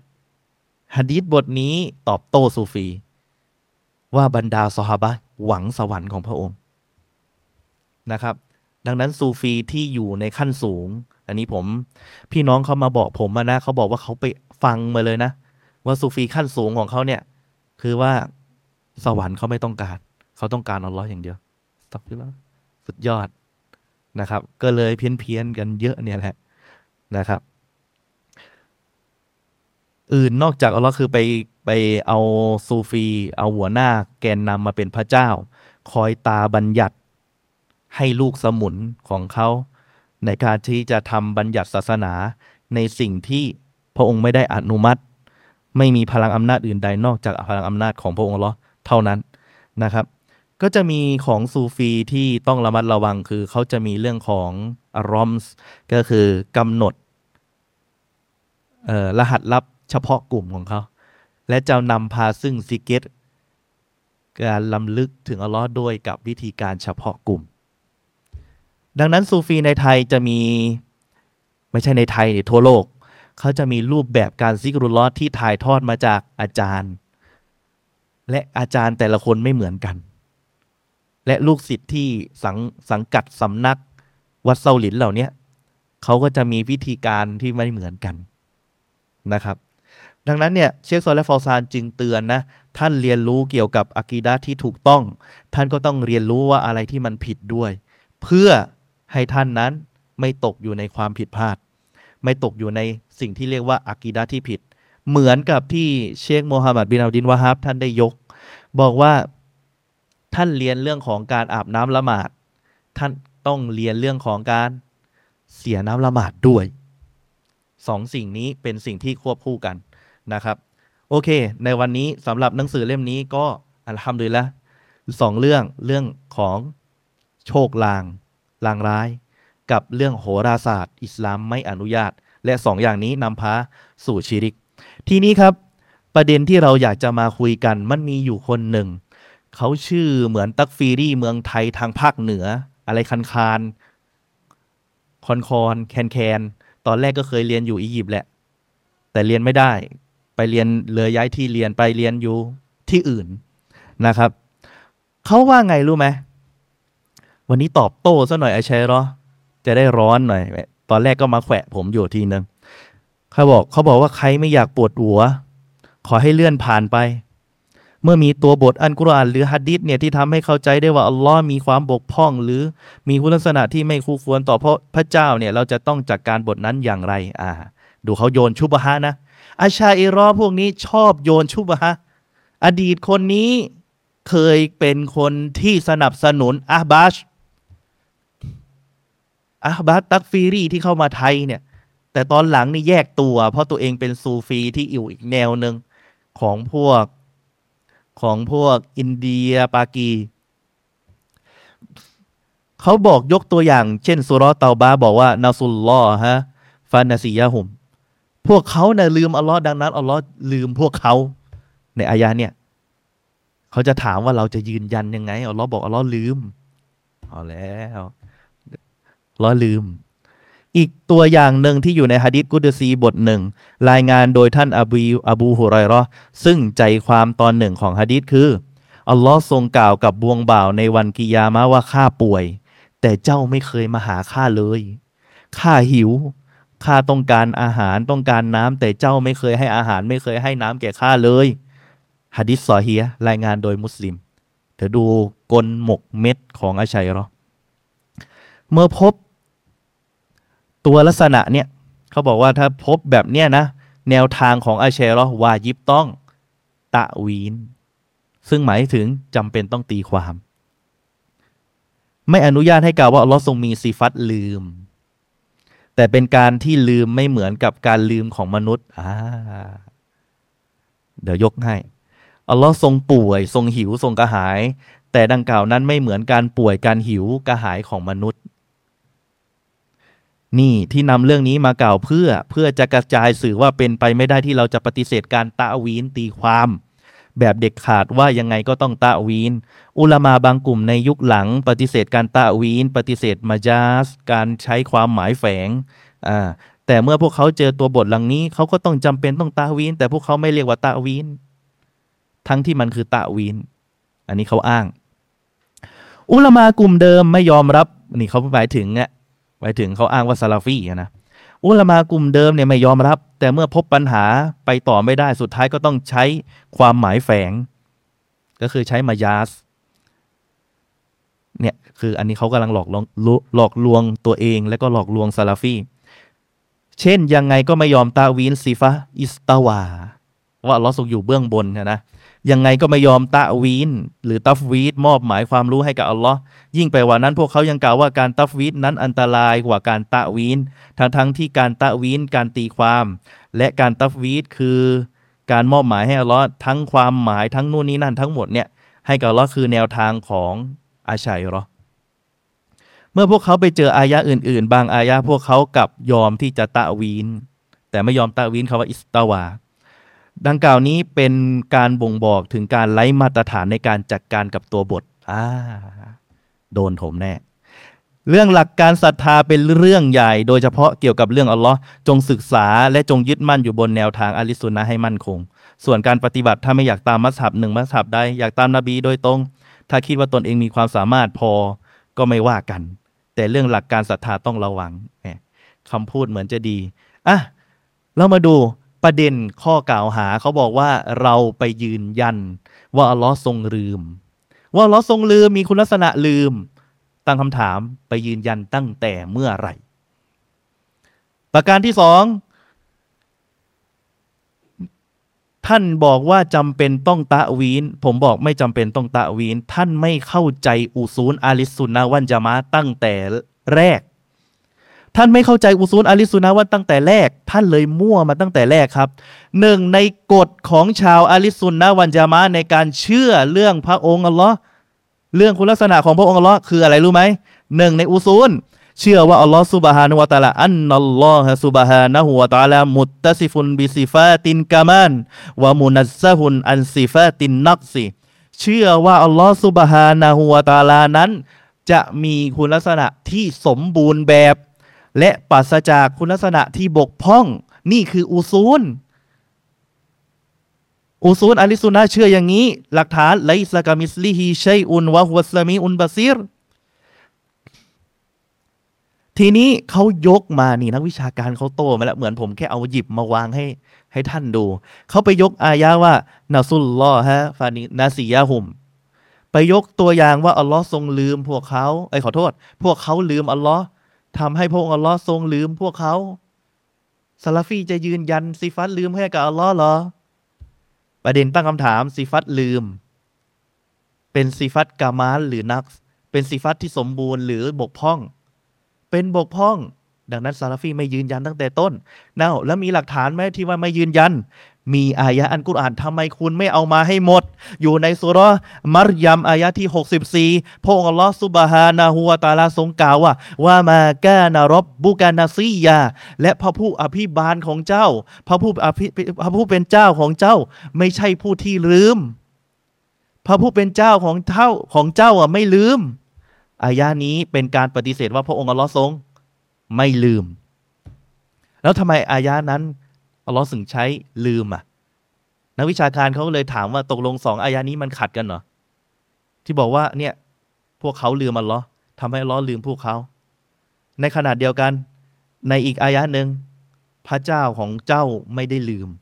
นี้ตอบโต้ซูฟีว่าบรรดาซอฮาบะห์หวังสวรรค์ของพระองค์นะครับดังนั้นซูฟีที่อยู่ในขั้นสูงอันนี้พี่น้องเขามาบอกผมนะเขาบอกว่าเขาไปฟังมาเลยนะว่าซูฟีขั้นสูงของเขาเนี่ยคือว่าสวรรค์เขาไม่ต้องการเขาต้องการอัลลอฮ์อย่างเดียวสุดยอดนะครับก็เลยเพี้ยนกันเยอะเนี่ยแหละนะครับอื่นนอกจากอัลลอฮ์คือไปเอาซูฟีเอาหัวหน้าแกนนำมาเป็นพระเจ้าคอยตาบัญญัติให้ลูกสมุนของเขาในการที่จะทำบัญญัติศาสนาในสิ่งที่พระองค์ไม่ได้อนุมัติไม่มีพลังอำนาจอื่นใดนอกจากพลังอำนาจของพระองค์อัลเลาะห์เท่านั้นนะครับก็จะมีของซูฟีที่ต้องระมัดระวังคือเขาจะมีเรื่องของอารอมส์ก็คือกำหนดรหัสลับเฉพาะกลุ่มของเขาและจะนำพาซึ่งซิกเก็ตการลำลึกถึงอัลเลาะห์ด้วยกับวิธีการเฉพาะกลุ่มดังนั้นซูฟีในไทยจะมีไม่ใช่ในไทยทั่วโลกเขาจะมีรูปแบบการซิกรุลลอฮ์ที่ถ่ายทอดมาจากอาจารย์และอาจารย์แต่ละคนไม่เหมือนกันและลูกศิษย์ที่สังกัดสำนักวัดเซาหลินเหล่านี้เขาก็จะมีวิธีการที่ไม่เหมือนกันนะครับดังนั้นเนี่ยเชคซอเลห์ ฟอซานจึงเตือนนะท่านเรียนรู้เกี่ยวกับอะกีดะห์ที่ถูกต้องท่านก็ต้องเรียนรู้ว่าอะไรที่มันผิดด้วยเพื่อให้ท่านนั้นไม่ตกอยู่ในความผิดพลาดไม่ตกอยู่ในสิ่งที่เรียกว่าอะกีดะห์ที่ผิดเหมือนกับที่เชคโมฮัมหมัดบินอับดินวะฮับท่านได้ยกบอกว่าท่านเรียนเรื่องของการอาบน้ำละหมาดท่านต้องเรียนเรื่องของการเสียน้ำละหมาดด้วยสองสิ่งนี้เป็นสิ่งที่ควบคู่กันนะครับโอเคในวันนี้สำหรับหนังสือเล่มนี้ก็อัลฮัมดุลิลละห์สองเรื่องของโชคลางร้ายกับเรื่องโหราศาสตร์อิสลามไม่อนุญาตและสองอย่างนี้นำพาสู่ชิริกทีนี้ครับประเด็นที่เราอยากจะมาคุยกันมันมีอยู่คนหนึ่งเขาชื่อเหมือนตักฟีรี่เมืองไทยทางภาคเหนืออะไรคานแคนตอนแรกก็เคยเรียนอยู่อียิปต์แหละแต่เรียนไม่ได้ไปเรียนเลยย้ายที่เรียนไปเรียนอยู่ที่อื่นนะครับเขาว่าไงรู้ไหมวันนี้ตอบโต้ซะหน่อยไอชัยรอจะได้ร้อนหน่อยตอนแรกก็มาแขวะผมอยู่ทีนึงเขาบอกว่าใครไม่อยากปวดหัวขอให้เลื่อนผ่านไปเมื่อมีตัวบทอัลกุรอานหรือหะดีษเนี่ยที่ทำให้เข้าใจได้ว่าอัลลอฮ์มีความบกพร่องหรือมีคุณลักษณะที่ไม่คู่ควรต่อพระเจ้าเนี่ยเราจะต้องจัดการบทนั้นอย่างไรดูเขาโยนชุบฮะนะอัชชาอิรอพวกนี้ชอบโยนชุบฮะอดีตคนนี้เคยเป็นคนที่สนับสนุนอะห์บาชตักฟีรีที่เข้ามาไทยเนี่ยแต่ตอนหลังนี่แยกตัวเพราะตัวเองเป็นซูฟีที่อยู่อีกแนวหนึ่งของพวกอินเดียปากีเขาบอกยกตัวอย่างเช่นซูเราะห์เตาบะห์บอกว่านาซุลลอฮะฟานาซียะฮุมพวกเขาเนี่ยลืมอัลลอฮ์ดังนั้นอัลลอฮ์ลืมพวกเขาในอายะเนี่ยเขาจะถามว่าเราจะยืนยันยังไงอัลลอฮ์บอกอัลลอฮ์ลืมเอาแล้วอัลลอฮ์ลืมอีกตัวอย่างหนึ่งที่อยู่ในหะดีษกุดซีบทหนึ่งรายงานโดยท่านอบูฮุรอยเราะห์ซึ่งใจความตอนหนึ่งของหะดีษคืออัลลอฮ์ทรงกล่าวกับบวงบ่าวในวันกิยามะห์ว่าข้าป่วยแต่เจ้าไม่เคยมาหาข้าเลยข้าหิวข้าต้องการอาหารต้องการน้ำแต่เจ้าไม่เคยให้อาหารไม่เคยให้น้ำแก่ข้าเลยหะดีษซอฮีฮ์รายงานโดยมุสลิมเดี๋ยวดูกลหมกเม็ดของอัชชัยเราะห์เมื่อพบตัวลักษณะเนี่ยเขาบอกว่าถ้าพบแบบเนี้ยนะแนวทางของอัชชัยเราะห์วาญิบต้องตะวีนซึ่งหมายถึงจำเป็นต้องตีความไม่อนุญาตให้กล่าวว่าอัลลอฮ์ทรงมีซิฟัตลืมแต่เป็นการที่ลืมไม่เหมือนกับการลืมของมนุษย์เดี๋ยวยกให้อัลลอฮ์ทรงป่วยทรงหิวทรงกระหายแต่ดังกล่าวนั้นไม่เหมือนการป่วยการหิวกระหายของมนุษย์นี่ที่นำเรื่องนี้มากล่าวเพื่อจะกระจายสื่อว่าเป็นไปไม่ได้ที่เราจะปฏิเสธการตะวีนตีความแบบเด็กขาดว่ายังไงก็ต้องตะวีนอุลามาบางกลุ่มในยุคหลังปฏิเสธการตะวีนปฏิเสธมาจาสการใช้ความหมายแฝงแต่เมื่อพวกเขาเจอตัวบทหลังนี้เขาก็ต้องจำเป็นต้องตะวีนแต่พวกเขาไม่เรียกว่าตะวีนทั้งที่มันคือตะวีนอันนี้เขาอ้างอุลามากลุ่มเดิมไม่ยอมรับนี่เขาหมายถึงเขาอ้างว่าซาลาฟีนะอุลามากลุ่มเดิมเนี่ยไม่ยอมรับแต่เมื่อพบปัญหาไปต่อไม่ได้สุดท้ายก็ต้องใช้ความหมายแฝงก็คือใช้มายาสเนี่ยคืออันนี้เขากำลังหลอกลวงตัวเองและก็หลอกลวงซาลาฟีเช่นยังไงก็ไม่ยอมตาวีนซีฟะอิสตาวาว่าอัลเลาะห์ทรงอยู่เบื้องบนนะยังไงก็ไม่ยอมตะวีนหรือตัฟวีดมอบหมายความรู้ให้กับอัลลอฮ์ยิ่งไปกว่านั้นพวกเขายังกล่าวว่าการตัฟวีดนั้นอันตรายกว่าการตะวีนทั้งที่การตะวีนการตีความและการตัฟวีดคือการมอบหมายให้อัลลอฮ์ทั้งความหมายทั้งนู่นนี่นั่นทั้งหมดเนี่ยให้กับอัลลอฮ์คือแนวทางของอาชัยเราะห์เมื่อพวกเขาไปเจออายะอื่นๆบางอายะพวกเขากลับยอมที่จะตะวีนแต่ไม่ยอมตะวีนคำว่าอิสตาวาดังกล่าวนี้เป็นการบ่งบอกถึงการไร้มาตรฐานในการจัดการกับตัวบทโดนผมแน่เรื่องหลักการศรัทธาเป็นเรื่องใหญ่โดยเฉพาะเกี่ยวกับเรื่องอัลลอฮ์จงศึกษาและจงยึดมั่นอยู่บนแนวทางอะลิสุนนะห์ให้มั่นคงส่วนการปฏิบัติถ้าไม่อยากตามมัซฮับหนึ่งมัซฮับใดอยากตามนบีโดยตรงถ้าคิดว่าตนเองมีความสามารถพอก็ไม่ว่ากันแต่เรื่องหลักการศรัทธาต้องระวังคำพูดเหมือนจะดีเรามาดูประเด็นข้อกล่าวหาเขาบอกว่าเราไปยืนยันว่าอัลลอฮ์ทรงลืมว่าอัลลอฮ์ทรงลืมมีคุณลักษณะลืมตั้งคำถามไปยืนยันตั้งแต่เมื่อไหร่ประการที่สองท่านบอกว่าจำเป็นต้องตะวีนผมบอกไม่จำเป็นต้องตะวีนท่านไม่เข้าใจอุซูลอาลิสซุนนะฮ์วัลญะมาอะห์ตั้งแต่แรกท่านไม่เข้าใจอุซูลอาลิสซุนนะฮ์วัลตั้งแต่แรกท่านเลยมั่วมาตั้งแต่แรกครับหนึ่งในกฎของชาวอาลิสซุนนะฮ์วัลญะมาอะห์ในการเชื่อเรื่องพระองค์อัลลอฮ์เรื่องคุณลักษณะของพระองค์อัลลอฮ์คืออะไรรู้ไหมหนึ่งในอุซูลเชื่อว่าอัลลอฮ์ซุบฮานะฮูวะตะอาลาอันนัลลอฮะซุบฮานะฮูวะตะอาลามุตตะซิฟุนบิซิฟาตินกะมานวะมุนัซซะฮุนอันซิฟาตินนักซิเชื่อว่าอัลลอฮ์ซุบฮานะฮูวะตะอาลานั้นจะมีคุณลักษณะที่สมบูรณ์แบบและปราศจากคุณลักษณะที่บกพร่องนี่คืออุซูลอะลิซุนนะห์เชื่ออย่างนี้หลักฐานไลซะกะมิสลิฮิชัยอุนวะฮุวัสซะมีอุนบะซีรทีนี้เขายกมานี่นักวิชาการเขาโต้มาแล้วเหมือนผมแค่เอาหยิบมาวางให้ท่านดูเขาไปยกอายะว่านะซุลลอฮะฟานินาซียะฮุมไปยกตัวอย่างว่าอัลลอฮ์ทรงลืมพวกเขาขอโทษพวกเขาลืมอัลลอฮ์ทำให้พระองค์อัลลอฮ์ทรงลืมพวกเขาซะลาฟีจะยืนยันซิฟัตลืมให้กับอัลลอฮ์เหรอประเด็นตั้งคำถามซิฟัตลืมเป็นซิฟัตกามานหรือนักเป็นซิฟัตที่สมบูรณ์หรือบกพร่องเป็นบกพร่องดังนั้นซาลาฟีไม่ยืนยันตั้งแต่ต้นแล้วมีหลักฐานไหมที่ว่าไม่ยืนยันมีอายะอันกุรอานทำไมคุณไม่เอามาให้หมดอยู่ในซูเราะห์มัรยัมอายะที่64พระองค์อัลลอฮฺซุบฮานะฮูวะตะอาลาทรงกล่าวว่ามากานะร็อบบุกะนาซียาและพระผู้อภิบาลของเจ้าพระผู้เป็นเจ้าของเจ้าไม่ใช่ผู้ที่ลืมพระผู้เป็นเจ้าของเจ้าไม่ลืมอายะนี้เป็นการปฏิเสธว่าพระองค์อัลลอฮ์ทรงไม่ลืมแล้วทำไมอายะนั้นอัลลอฮ์ถึงใช้ลืมนักวิชาการเขาเลยถามว่าตกลง2อายะนี้มันขัดกันเหรอที่บอกว่าเนี่ยพวกเขาลืมอัลลอฮ์ทำให้อัลลอฮ์ลืมพวกเขาในขณะเดียวกันในอีกอายะหนึ่งพระเจ้าของเจ้าไม่ได้ลืม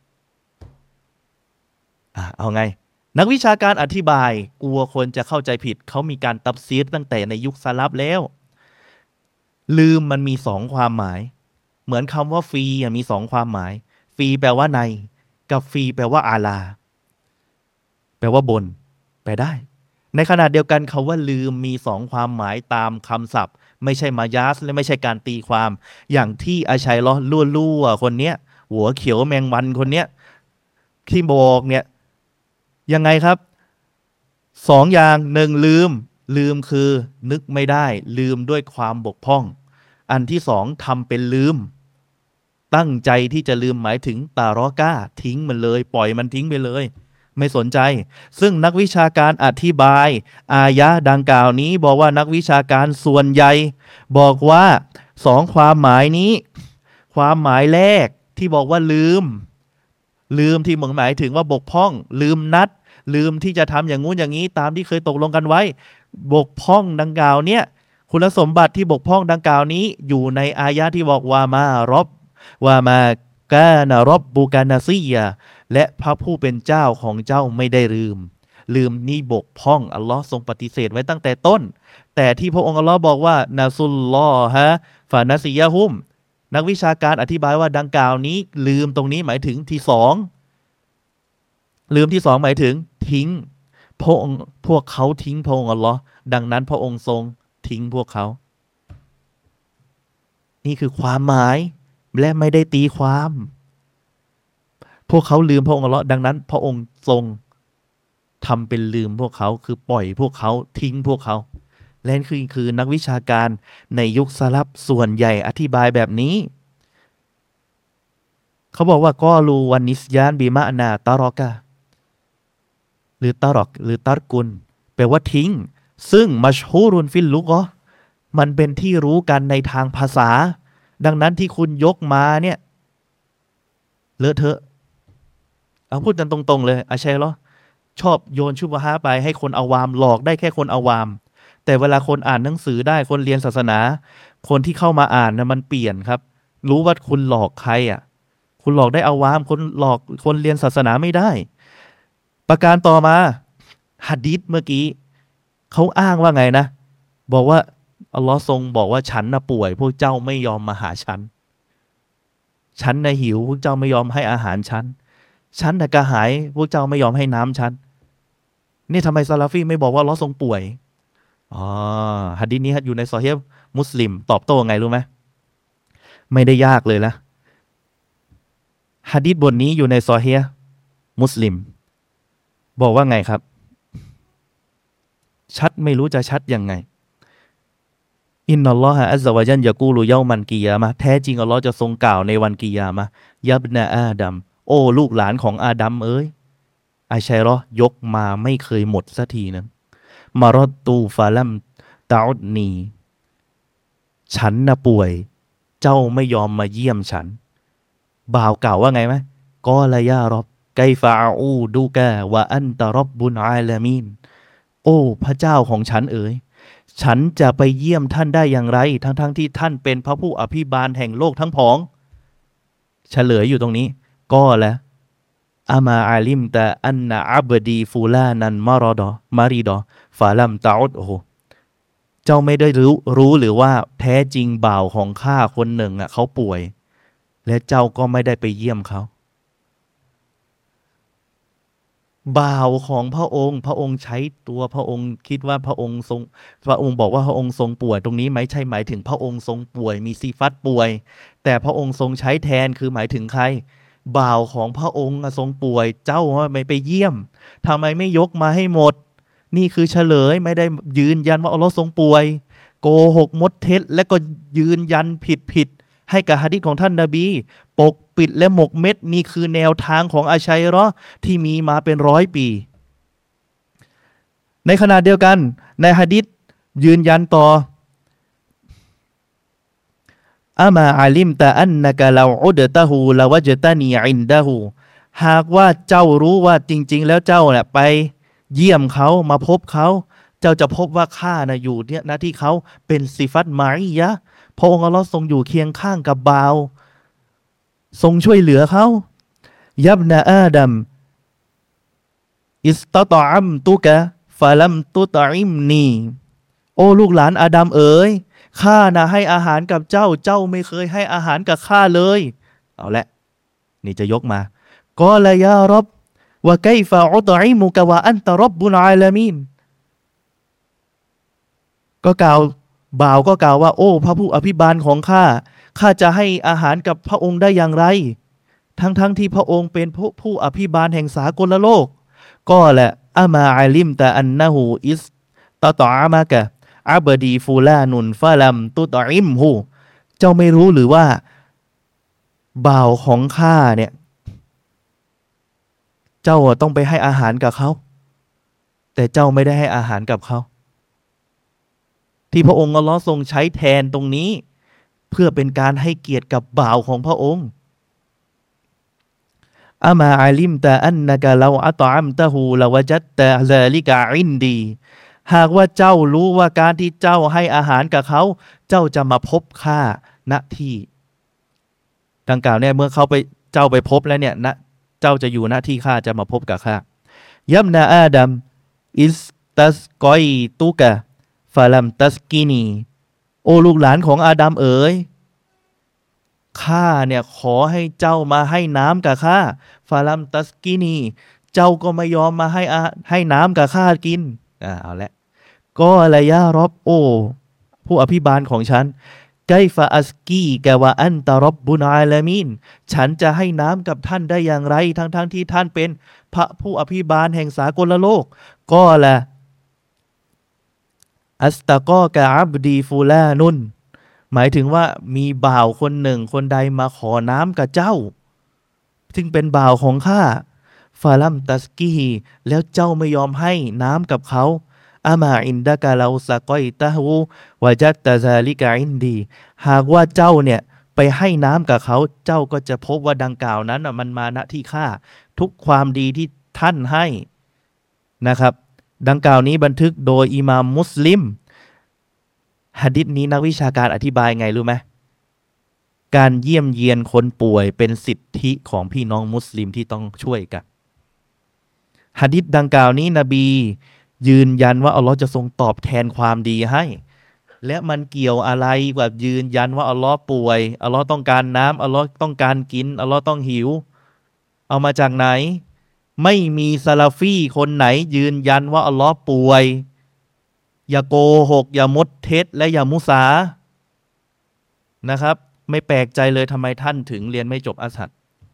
เอาไงนักวิชาการอธิบายกลัวคนจะเข้าใจผิดเขามีการตัฟซีรตั้งแต่ในยุคสลับแล้วลืมมันมี2ความหมายเหมือนคำว่าฟีมี2ความหมายฟีแปลว่าในกับฟีแปลว่าอาลาแปลว่าบนแปลได้ในขณะเดียวกันคำว่าลืมมี2ความหมายตามคำศัพท์ไม่ใช่มายาสและไม่ใช่การตีความอย่างที่อาชัยเราะห์ลั่วคนเนี้ยหัวเขียวแมงวันคนเนี้ยที่บอกเนี่ยยังไงครับ2อย่าง1ลืมคือนึกไม่ได้ลืมด้วยความบกพร่องอันที่2ทำเป็นลืมตั้งใจที่จะลืมหมายถึงตารอก้าทิ้งมันเลยปล่อยมันทิ้งไปเลยไม่สนใจซึ่งนักวิชาการอธิบายอายะดังกล่าวนี้บอกว่านักวิชาการส่วนใหญ่บอกว่า2ความหมายนี้ความหมายแรกที่บอกว่าลืมที่หมายถึงว่าบกพร่องลืมนัดลืมที่จะทำอย่างงู้นอย่างนี้ตามที่เคยตกลงกันไว้บกพร่องดังกล่าวเนี่ยคุณสมบัติที่บกพร่องดังกล่าวนี้อยู่ในอายะที่บอกว่ามากานะร็อบบุกานาซียาและพระผู้เป็นเจ้าของเจ้าไม่ได้ลืมนี่บกพร่องอัลลอฮ์ทรงปฏิเสธไว้ตั้งแต่ต้นแต่ที่พระองค์อัลลอฮ์บอกว่านะซุลลอฮะฟานาซียะฮุมนักวิชาการอธิบายว่าดังกล่าวนี้ลืมตรงนี้หมายถึงที่2ลืมที่2หมายถึงทิ้งพวกเขาทิ้งพระองค์อัลลอฮ์ดังนั้นพระองค์ทรงทิ้งพวกเขานี่คือความหมายและไม่ได้ตีความพวกเขาลืมพระองค์อัลเลาะห์ดังนั้นพระองค์ทรงทำเป็นลืมพวกเขาคือปล่อยพวกเขาทิ้งพวกเขาและนั่นคือนักวิชาการในยุคสลับส่วนใหญ่อธิบายแบบนี้เขาบอกว่าก็รูวันนิสยานบีมะนาตารอกะหรือตารอกหรือตารกุลแปลว่าทิ้งซึ่งมัชฮูรุนฟิลลุกะมันเป็นที่รู้กันในทางภาษาดังนั้นที่คุณยกมาเนี่ยเลอะเทอะเอาพูดกันตรงๆเลยอาชัยเหรอชอบโยนชุบฮะไปให้คนอาวามหลอกได้แค่คนอาวามแต่เวลาคนอ่านหนังสือได้คนเรียนศาสนาคนที่เข้ามาอ่านนะมันเปลี่ยนครับรู้ว่าคุณหลอกใครคุณหลอกได้อาวามคนหลอกคนเรียนศาสนาไม่ได้ประการต่อมาหะดีษเมื่อกี้เขาอ้างว่าไงนะบอกว่าอัลลอฮ์ทรงบอกว่าฉันน่ะป่วยพวกเจ้าไม่ยอมมาหาฉันฉันน่ะหิวพวกเจ้าไม่ยอมให้อาหารฉันน่ะกระหายพวกเจ้าไม่ยอมให้น้ำฉันนี่ทำไมซาลาฟีไม่บอกว่าอัลลอฮ์ทรงป่วยอ๋อหะดีษนี้อยู่ในซอฮีฮ์มุสลิมตอบโต้ไงรู้ไหมไม่ได้ยากเลยละหะดีษบทนี้อยู่ในซอฮีฮ์มุสลิมบอกว่าไงครับชัดไม่รู้จะชัดยังไงอินนัลลอฮะอัซซะวะญัลยะกูลุเยามันกิยามะห์แท้จริงอัลลอฮ์จะทรงกล่าวในวันกิยามะห์ยับนะอาดัมโอ้ลูกหลานของอาดัมเอ้ยอาชัยรอยกมาไม่เคยหมดสักทีนึงมารอดตูฟาลัมตาอุดนีฉันน่ะป่วยเจ้าไม่ยอมมาเยี่ยมฉันบ่าวกล่าวว่าไงไหมกอละยารอบไกฟาอูดูกะวะอันตะรอบบุนอาลามีนโอ้พระเจ้าของฉันเอ๋ยฉันจะไปเยี่ยมท่านได้อย่างไรทั้งที่ท่านเป็นพระผู้อภิบาลแห่งโลกทั้งผองเฉลยอยู่ตรงนี้ก็แล้วอามาอาลิมตะอันนะอับดีฟูลานันมารีดอฟาลัมตาอุดโอเจ้าไม่ได้รู้หรือว่าแท้จริงบ่าวของข้าคนหนึ่งเขาป่วยและเจ้าก็ไม่ได้ไปเยี่ยมเขาบ่าวของพระองค์ใช้ตัวพระองค์คิดว่าพระองค์บอกว่าพระองค์ทรงป่วยตรงนี้ไม่ใช่หมายถึงพระองค์ทรงป่วยมีซีฟัตป่วยแต่พระองค์ทรงใช้แทนคือหมายถึงใครบ่าวของพระองค์ทรงป่วยเจ้าไม่ไปเยี่ยมทำไมไม่ยกมาให้หมดนี่คือเฉลยไม่ได้ยืนยันว่าอัลลอฮ์ทรงป่วยโกหกมดเท็จและก็ยืนยันผิดให้กับหะดีษของท่านนบีปกปิดและหมกเม็ดนี่คือแนวทางของอาชัยรอที่มีมาเป็น100 ปีในขณะเดียวกันในหะดีษยืนยันต่ออามาอาลิมตะอันนะกะลาอุดตะฮูลาวะจตะนีอินดะฮูหากว่าเจ้ารู้ว่าจริงๆแล้วเจ้าเนี่ยไปเยี่ยมเขามาพบเขาเจ้าจะพบว่าข้านะอยู่เนี่ยนะที่เขาเป็นซิฟัตมาอียะพระองค์อัลลอฮ์ทรงอยู่เคียงข้างกับบ่าวทรงช่วยเหลือเขายับนะอาดัมอิสตะตออัมตุกะฟะลัมตุตออิมนีโอ้ลูกหลานอาดัมเอ๋ยข้านะให้อาหารกับเจ้าไม่เคยให้อาหารกับข้าเลยเอาละนี่จะยกมากอละยารบวะไกฟะอุตอิมุกะวะอันตะร็อบบุลอาลามีนก็กล่าวบ่าวก็กล่าวว่าโอ้พระผู้อภิบาลของข้าจะให้อาหารกับพระองค์ได้อย่างไรทั้งที่พระองค์เป็นผู้อภิบาลแห่งสากลโลกก็แหละอามาอาลิมตะอันนะฮูอิสตะตออามะกะอับดีฟูลานุนฟะลัมตุตออิมฮูเจ้าไม่รู้หรือว่าบ่าวของข้าเนี่ยเจ้าต้องไปให้อาหารกับเขาแต่เจ้าไม่ได้ให้อาหารกับเขาที่พระองค์อัลลอฮ์ทรงใช้แทนตรงนี้เพื่อเป็นการให้เกียรติกับบ่าวของพระองค์อามาอาลิมตะอันนะกะลาอัตอัมตะฮูลาวะจัตตะซาลิกะอินดีหากว่าเจ้ารู้ว่าการที่เจ้าให้อาหารกับเขาเจ้าจะมาพบข้าณที่ดังกล่าวเนี่ยเมื่อเจ้าไปพบแล้วเนี่ยนะเจ้าจะอยู่ณที่ข้าจะมาพบกับข้ายับนาอาดัมอิสตัสกอยตุกะฟาลัมตัสกินีโอลูกหลานของอาดัมเอ๋ยข้าเนี่ยขอให้เจ้ามาให้น้ำกับข้าฟาลัมตัสกินีเจ้าก็ไม่ยอมมาให้น้ำกับข้ากินเอาละก็อะไรยารอบโอผู้อภิบาลของฉันไกฟาอัสกีแกว่าอันตารบบุนอาลามีนฉันจะให้น้ำกับท่านได้อย่างไรทั้งที่ท่านเป็นพระผู้อภิบาลแห่งสากลโลกก็ละอัสตะกอกะอับดีฟูลานุนหมายถึงว่ามีบ่าวคนหนึ่งคนใดมาขอน้ำกับเจ้าซึ่งเป็นบ่าวของข้าฟาลัมตัสกีแล้วเจ้าไม่ยอมให้น้ำกับเขาอามาอินดะกะลาสะกอยตะฮูวะจัตตะซาลิกะอินดีหากว่าเจ้าเนี่ยไปให้น้ำกับเขาเจ้าก็จะพบว่าดังกล่าวนั้นมันมาณที่ข้าทุกความดีที่ท่านให้นะครับดังกล่าวนี้บันทึกโดยอิหม่ามมุสลิมหะดีษนี้นักวิชาการอธิบายไงรู้ไหมการเยี่ยมเยียนคนป่วยเป็นสิทธิของพี่น้องมุสลิมที่ต้องช่วยกันหะดีษดังกล่าวนี้นบียืนยันว่าอัลลอฮ์จะทรงตอบแทนความดีให้และมันเกี่ยวอะไรกับยืนยันว่าอัลลอฮ์ป่วยอัลลอฮ์ต้องการน้ำอัลลอฮ์ต้องการกินอัลลอฮ์ต้องหิวเอามาจากไหนไม่มีซาลาฟีคนไหนยืนยันว่าอัลลอฮ์ป่วยอย่าโกหกอย่ามดเท็จและอย่ามุสานะครับไม่แปลกใจเลยทำไมท่านถึงเรียนไม่จบอัสฮัด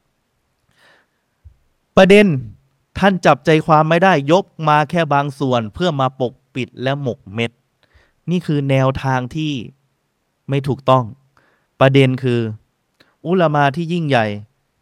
ประเด็นท่านจับใจความไม่ได้ยกมาแค่บางส่วนเพื่อมาปกปิดและหมกเม็ดนี่คือแนวทางที่ไม่ถูกต้องประเด็นคืออุลามาที่ยิ่งใหญ่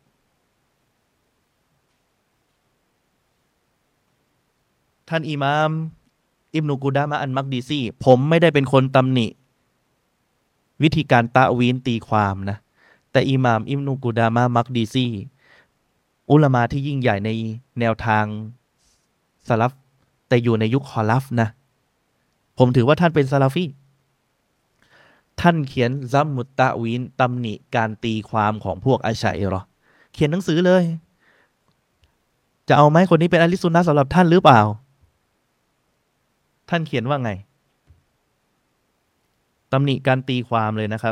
ท่านอิหม่ามอิบนุกูดามะอันมักดีซีผมไม่ได้เป็นคนตำหนิวิธีการตะวีนตีความนะแต่อิหม่ามอิบนุกูดามะมักดีซีอุลามาที่ยิ่งใหญ่ในแนวทางซะลัฟแต่อยู่ในยุคคอลัฟนะผมถือว่าท่านเป็นซะลาฟีท่านเขียนซัมมุตตะวีนตำหนิการตีความของพวกอัชชะอิรอเขียนหนังสือเลยจะเอาไหมคนนี้เป็นอะลิซุนนะห์สำหรับท่านหรือเปล่าท่านเขียนว่าไงตำหนิการตีความเลยนะครับ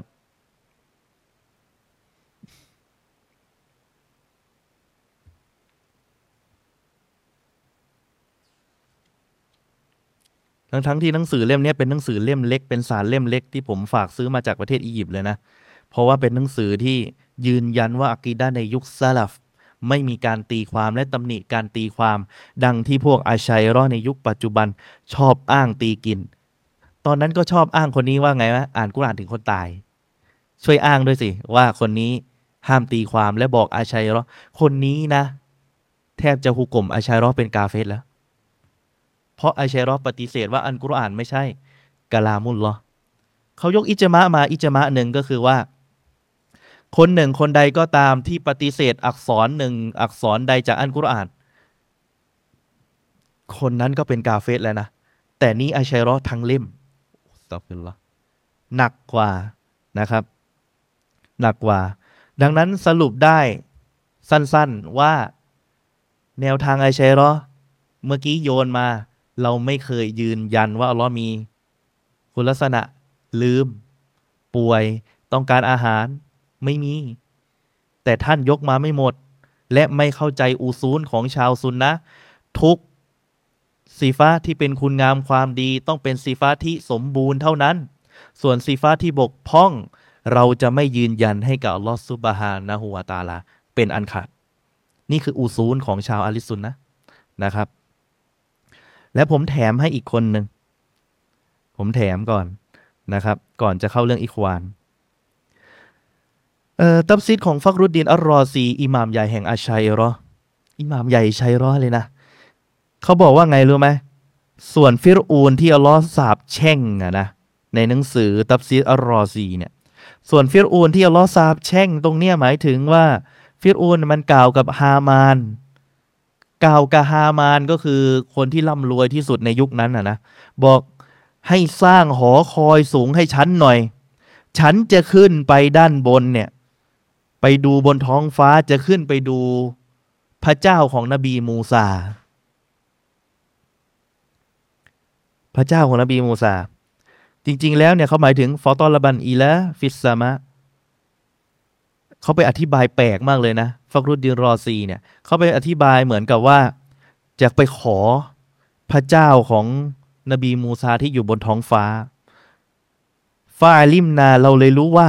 ทั้งที่หนังสือเล่มนี้เป็นหนังสือเล่มเล็กเป็นสารเล่มเล็กที่ผมฝากซื้อมาจากประเทศอียิปต์เลยนะเพราะว่าเป็นหนังสือที่ยืนยันว่าอะกีดะห์ในยุคซะลัฟไม่มีการตีความและตำหนิการตีความดังที่พวกอัชชัยรอในยุคปัจจุบันชอบอ้างตีกินตอนนั้นก็ชอบอ้างคนนี้ว่าไงวะอ่านกุรอานถึงคนตายช่วยอ้างด้วยสิว่าคนนี้ห้ามตีความและบอกอัชชัยรอคนนี้นะแทบจะฮุกมอัชชัยรอเป็นกาเฟรแล้วเพราะอัชชัยรอปฏิเสธว่าอัลกุรอานไม่ใช่กะลามุลลอฮ์เขายกอิจมะมาอิจมะหนึ่งก็คือว่าคนหนึ่งคนใดก็ตามที่ปฏิเสธอักษรหนึ่งอักษรใดจากอัลกุรอานคนนั้นก็เป็นกาเฟรแล้วนะแต่นี้อัชชัยรอทั้งเล่มอัสตัฆฟิรุลลอฮ์หนักกว่านะครับหนักกว่าดังนั้นสรุปได้สั้นๆว่าแนวทางอัชชัยรอเมื่อกี้โยนมาเราไม่เคยยืนยันว่าอัลเลาะห์มีคุณลักษณะลืมป่วยต้องการอาหารไม่มีแต่ท่านยกมาไม่หมดและไม่เข้าใจอุซูลของชาวซุนนะห์ทุกซีฟะห์ที่เป็นคุณงามความดีต้องเป็นซีฟะห์ที่สมบูรณ์เท่านั้นส่วนซีฟะห์ที่บกพร่องเราจะไม่ยืนยันให้กับอัลเลาะห์ซุบฮานะฮูวะตะอาลาเป็นอันขาดนี่คืออุซูลของชาวอะลิซุนนะห์นะครับและผมแถมให้อีกคนหนึ่งผมแถมก่อนนะครับก่อนจะเข้าเรื่องอิควานตัฟซีรของฟักรุดดีนอัลรอซีอิหม่ามใหญ่แห่งอัชชัยรออิหม่ามใหญ่ชัยรอเลยนะเขาบอกว่าไงรู้ไหมส่วนฟิรอูนที่อัลลอฮ์สาปแช่งนะในหนังสือตัฟซีรอัลรอซีเนี่ยส่วนฟิรอูนที่อัลลอฮ์สาปแช่งตรงเนี้ยหมายถึงว่าฟิรอูนมันกล่าวกับฮามานกล่าวกับฮามานก็คือคนที่ร่ำรวยที่สุดในยุคนั้นนะบอกให้สร้างหอคอยสูงให้ฉันหน่อยฉันจะขึ้นไปด้านบนเนี่ยไปดูบนท้องฟ้าจะขึ้นไปดูพระเจ้าของนบีมูซาพระเจ้าของนบีมูซาจริงๆแล้วเนี่ยเขาหมายถึงฟอตอลบันอีละฟิสซามะเขาไปอธิบายแปลกมากเลยนะฟักรุดดีนรอซีเนี่ยเขาไปอธิบายเหมือนกับว่าจะไปขอพระเจ้าของนบีมูซาที่อยู่บนท้องฟ้าฟาลิมนาเราเลยรู้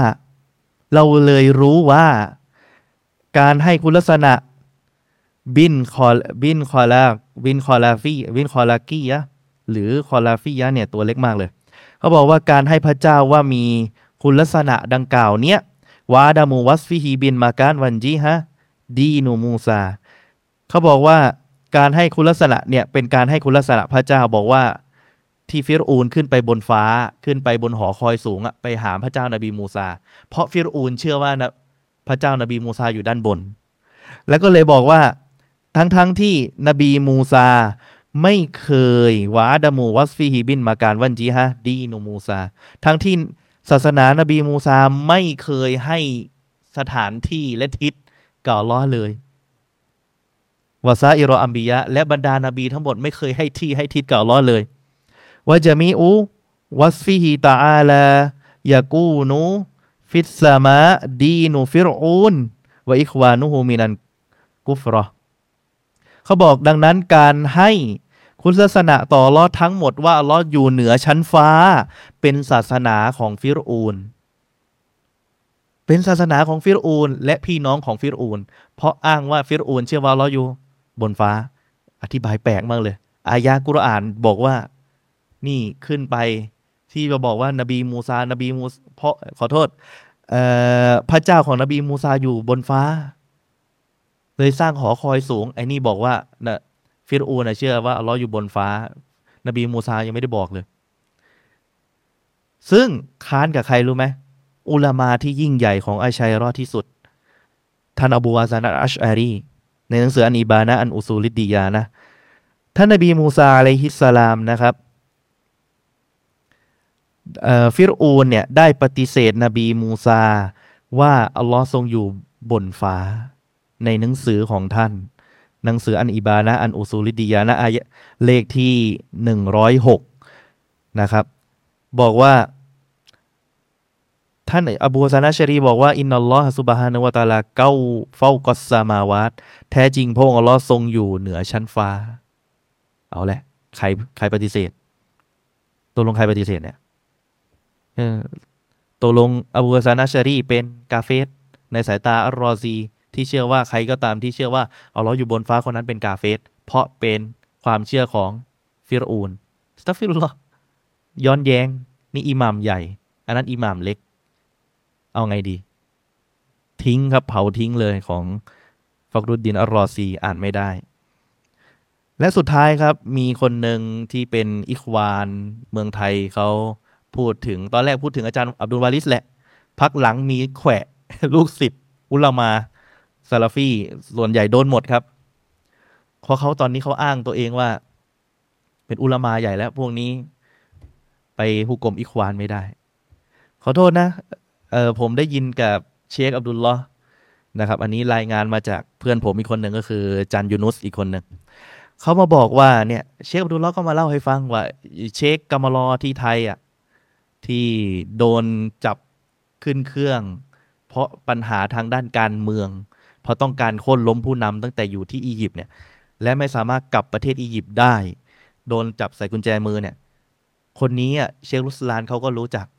ว่าการให้คุณลักษณะบินคอลากียะหรือคอลาฟียะเนี่ยตัวเล็กมากเลยเขาบอกว่าการให้พระเจ้าว่ามีคุณลักษณะดังกล่าวเนี้ยวาดามูวัสฟิฮีบินมาการวันจีฮะดีนูมูซาเขาบอกว่าการให้คุณลักษณะเนี่ยเป็นการให้คุณลักษณะพระเจ้าบอกว่าที่ฟิรอูนขึ้นไปบนฟ้าขึ้นไปบนหอคอยสูงไปหาพระเจ้านบีมูซาเพราะฟิรอูนเชื่อว่านะพระเจ้านบีมูซาอยู่ด้านบนแล้วก็เลยบอกว่าทั้งที่นบีมูซาไม่เคยวาดามูวัสฟีฮิบินมาการวันจีฮะดีนูมูซาทั้งที่ศาสนานบีมูซาไม่เคยให้สถานที่และทิศกับอัลเลาะห์เลยวะซาอิรออัมบิยะและบรรดานบีทั้งหมดไม่เคยให้ที่ให้ทิศกับอัลเลาะห์เลยวะจะมีวัสฟิฮิตะอาลายะกูนุฟิสสมาดีนุฟิรอูนวะอิควานุฮูมินันกุฟรอเขาบอกดังนั้นการให้คุณลักษณะต่ออัลเลอฮ์ทั้งหมดว่าอัลเลอฮ์อยู่เหนือชั้นฟ้าเป็นศาสนาของฟิรอูนเป็นศาสนาของฟิรอูนและพี่น้องของฟิรอูนเพราะอ้างว่าฟิรอูนเชื่อว่าอัลเลอฮ์อยู่บนฟ้าอธิบายแปลกมากเลยอายะกุรอานบอกว่านี่ขึ้นไปที่จะบอกว่านบีมูซเพราะขอโทษพระเจ้าของนบีมูซาอยู่บนฟ้าเลยสร้างหอคอยสูงไอ้นี่บอกว่านะฟิรอูนเชื่อว่าอัลเลอฮ์อยู่บนฟ้านบีมูซายังไม่ได้บอกเลยซึ่งค้านกับใครรู้ไหมอุลามาที่ยิ่งใหญ่ของอัชชัยรอที่สุดท่านอบูวาซานอัชอารีในหนังสืออันอิบานะอันอุซูลิดดียานะท่านนบีมูซาอะลัยฮิสสลามนะครับฟิรอูนเนี่ยได้ปฏิเสธนบีมูซาว่าอัลลอฮ์ทรงอยู่บนฟ้าในหนังสือของท่านหนังสืออันอิบานะอันอุซูลิดียานะอายะเลขที่106นะครับบอกว่าท่านอบูฮะซานอัชชะรีบอกว่าอินนัลลอฮะซุบฮานะฮูวะตะอาลาเกาเฝ้ากัสซามาวาตแท้จริงพระองค์อัลลอฮ์ทรงอยู่เหนือชั้นฟ้าเอาแหละใครปฏิเสธตกลงใครปฏิเสธเนี่ยตกลงอบูฮะซานอัชชะรีเป็นกาเฟรในสายตาอัลรอซีที่เชื่อว่าใครก็ตามที่เชื่อว่าอัลลอฮ์อยู่บนฟ้าคนนั้นเป็นกาเฟรเพราะเป็นความเชื่อของฟิรอูนสตัฟฟิรุลลอฮ์ย้อนแย้งนี่อิหม่ามใหญ่อันนั้นอิหม่ามเล็กเอาไงดีทิ้งครับเผาทิ้งเลยของฟักรุดดินอัลรอซีอ่านไม่ได้และสุดท้ายครับมีคนหนึ่งที่เป็นอิควานเมืองไทยเขาพูดถึงตอนแรกพูดถึงอาจารย์อับดุลวาลิสแหละพักหลังมีแขวะ ลูกศิษย์อุลามาซาลาฟีส่วนใหญ่โดนหมดครับเพราะเขาตอนนี้เขาอ้างตัวเองว่าเป็นอุลามาใหญ่แล้วพวกนี้ไปฮุกกลมอิควานไม่ได้ขอโทษนะผมได้ยินกับเชคอับดุลลอฮ์นะครับอันนี้รายงานมาจากเพื่อนผมอีกคนหนึ่งก็คือจันยูนุสอีกคนหนึ่งเขามาบอกว่าเนี่ยเชคอับดุลลอฮ์ก็มาเล่าให้ฟังว่าเชคกามารอที่ไทยที่โดนจับขึ้นเครื่องเพราะปัญหาทางด้านการเมืองเพราะต้องการโค่นล้มผู้นำตั้งแต่อยู่ที่อียิปต์เนี่ยและไม่สามารถกลับประเทศอียิปต์ได้โดนจับใส่กุญแจมือเนี่ยคนนี้เชครุสลานเขาก็รู้จัก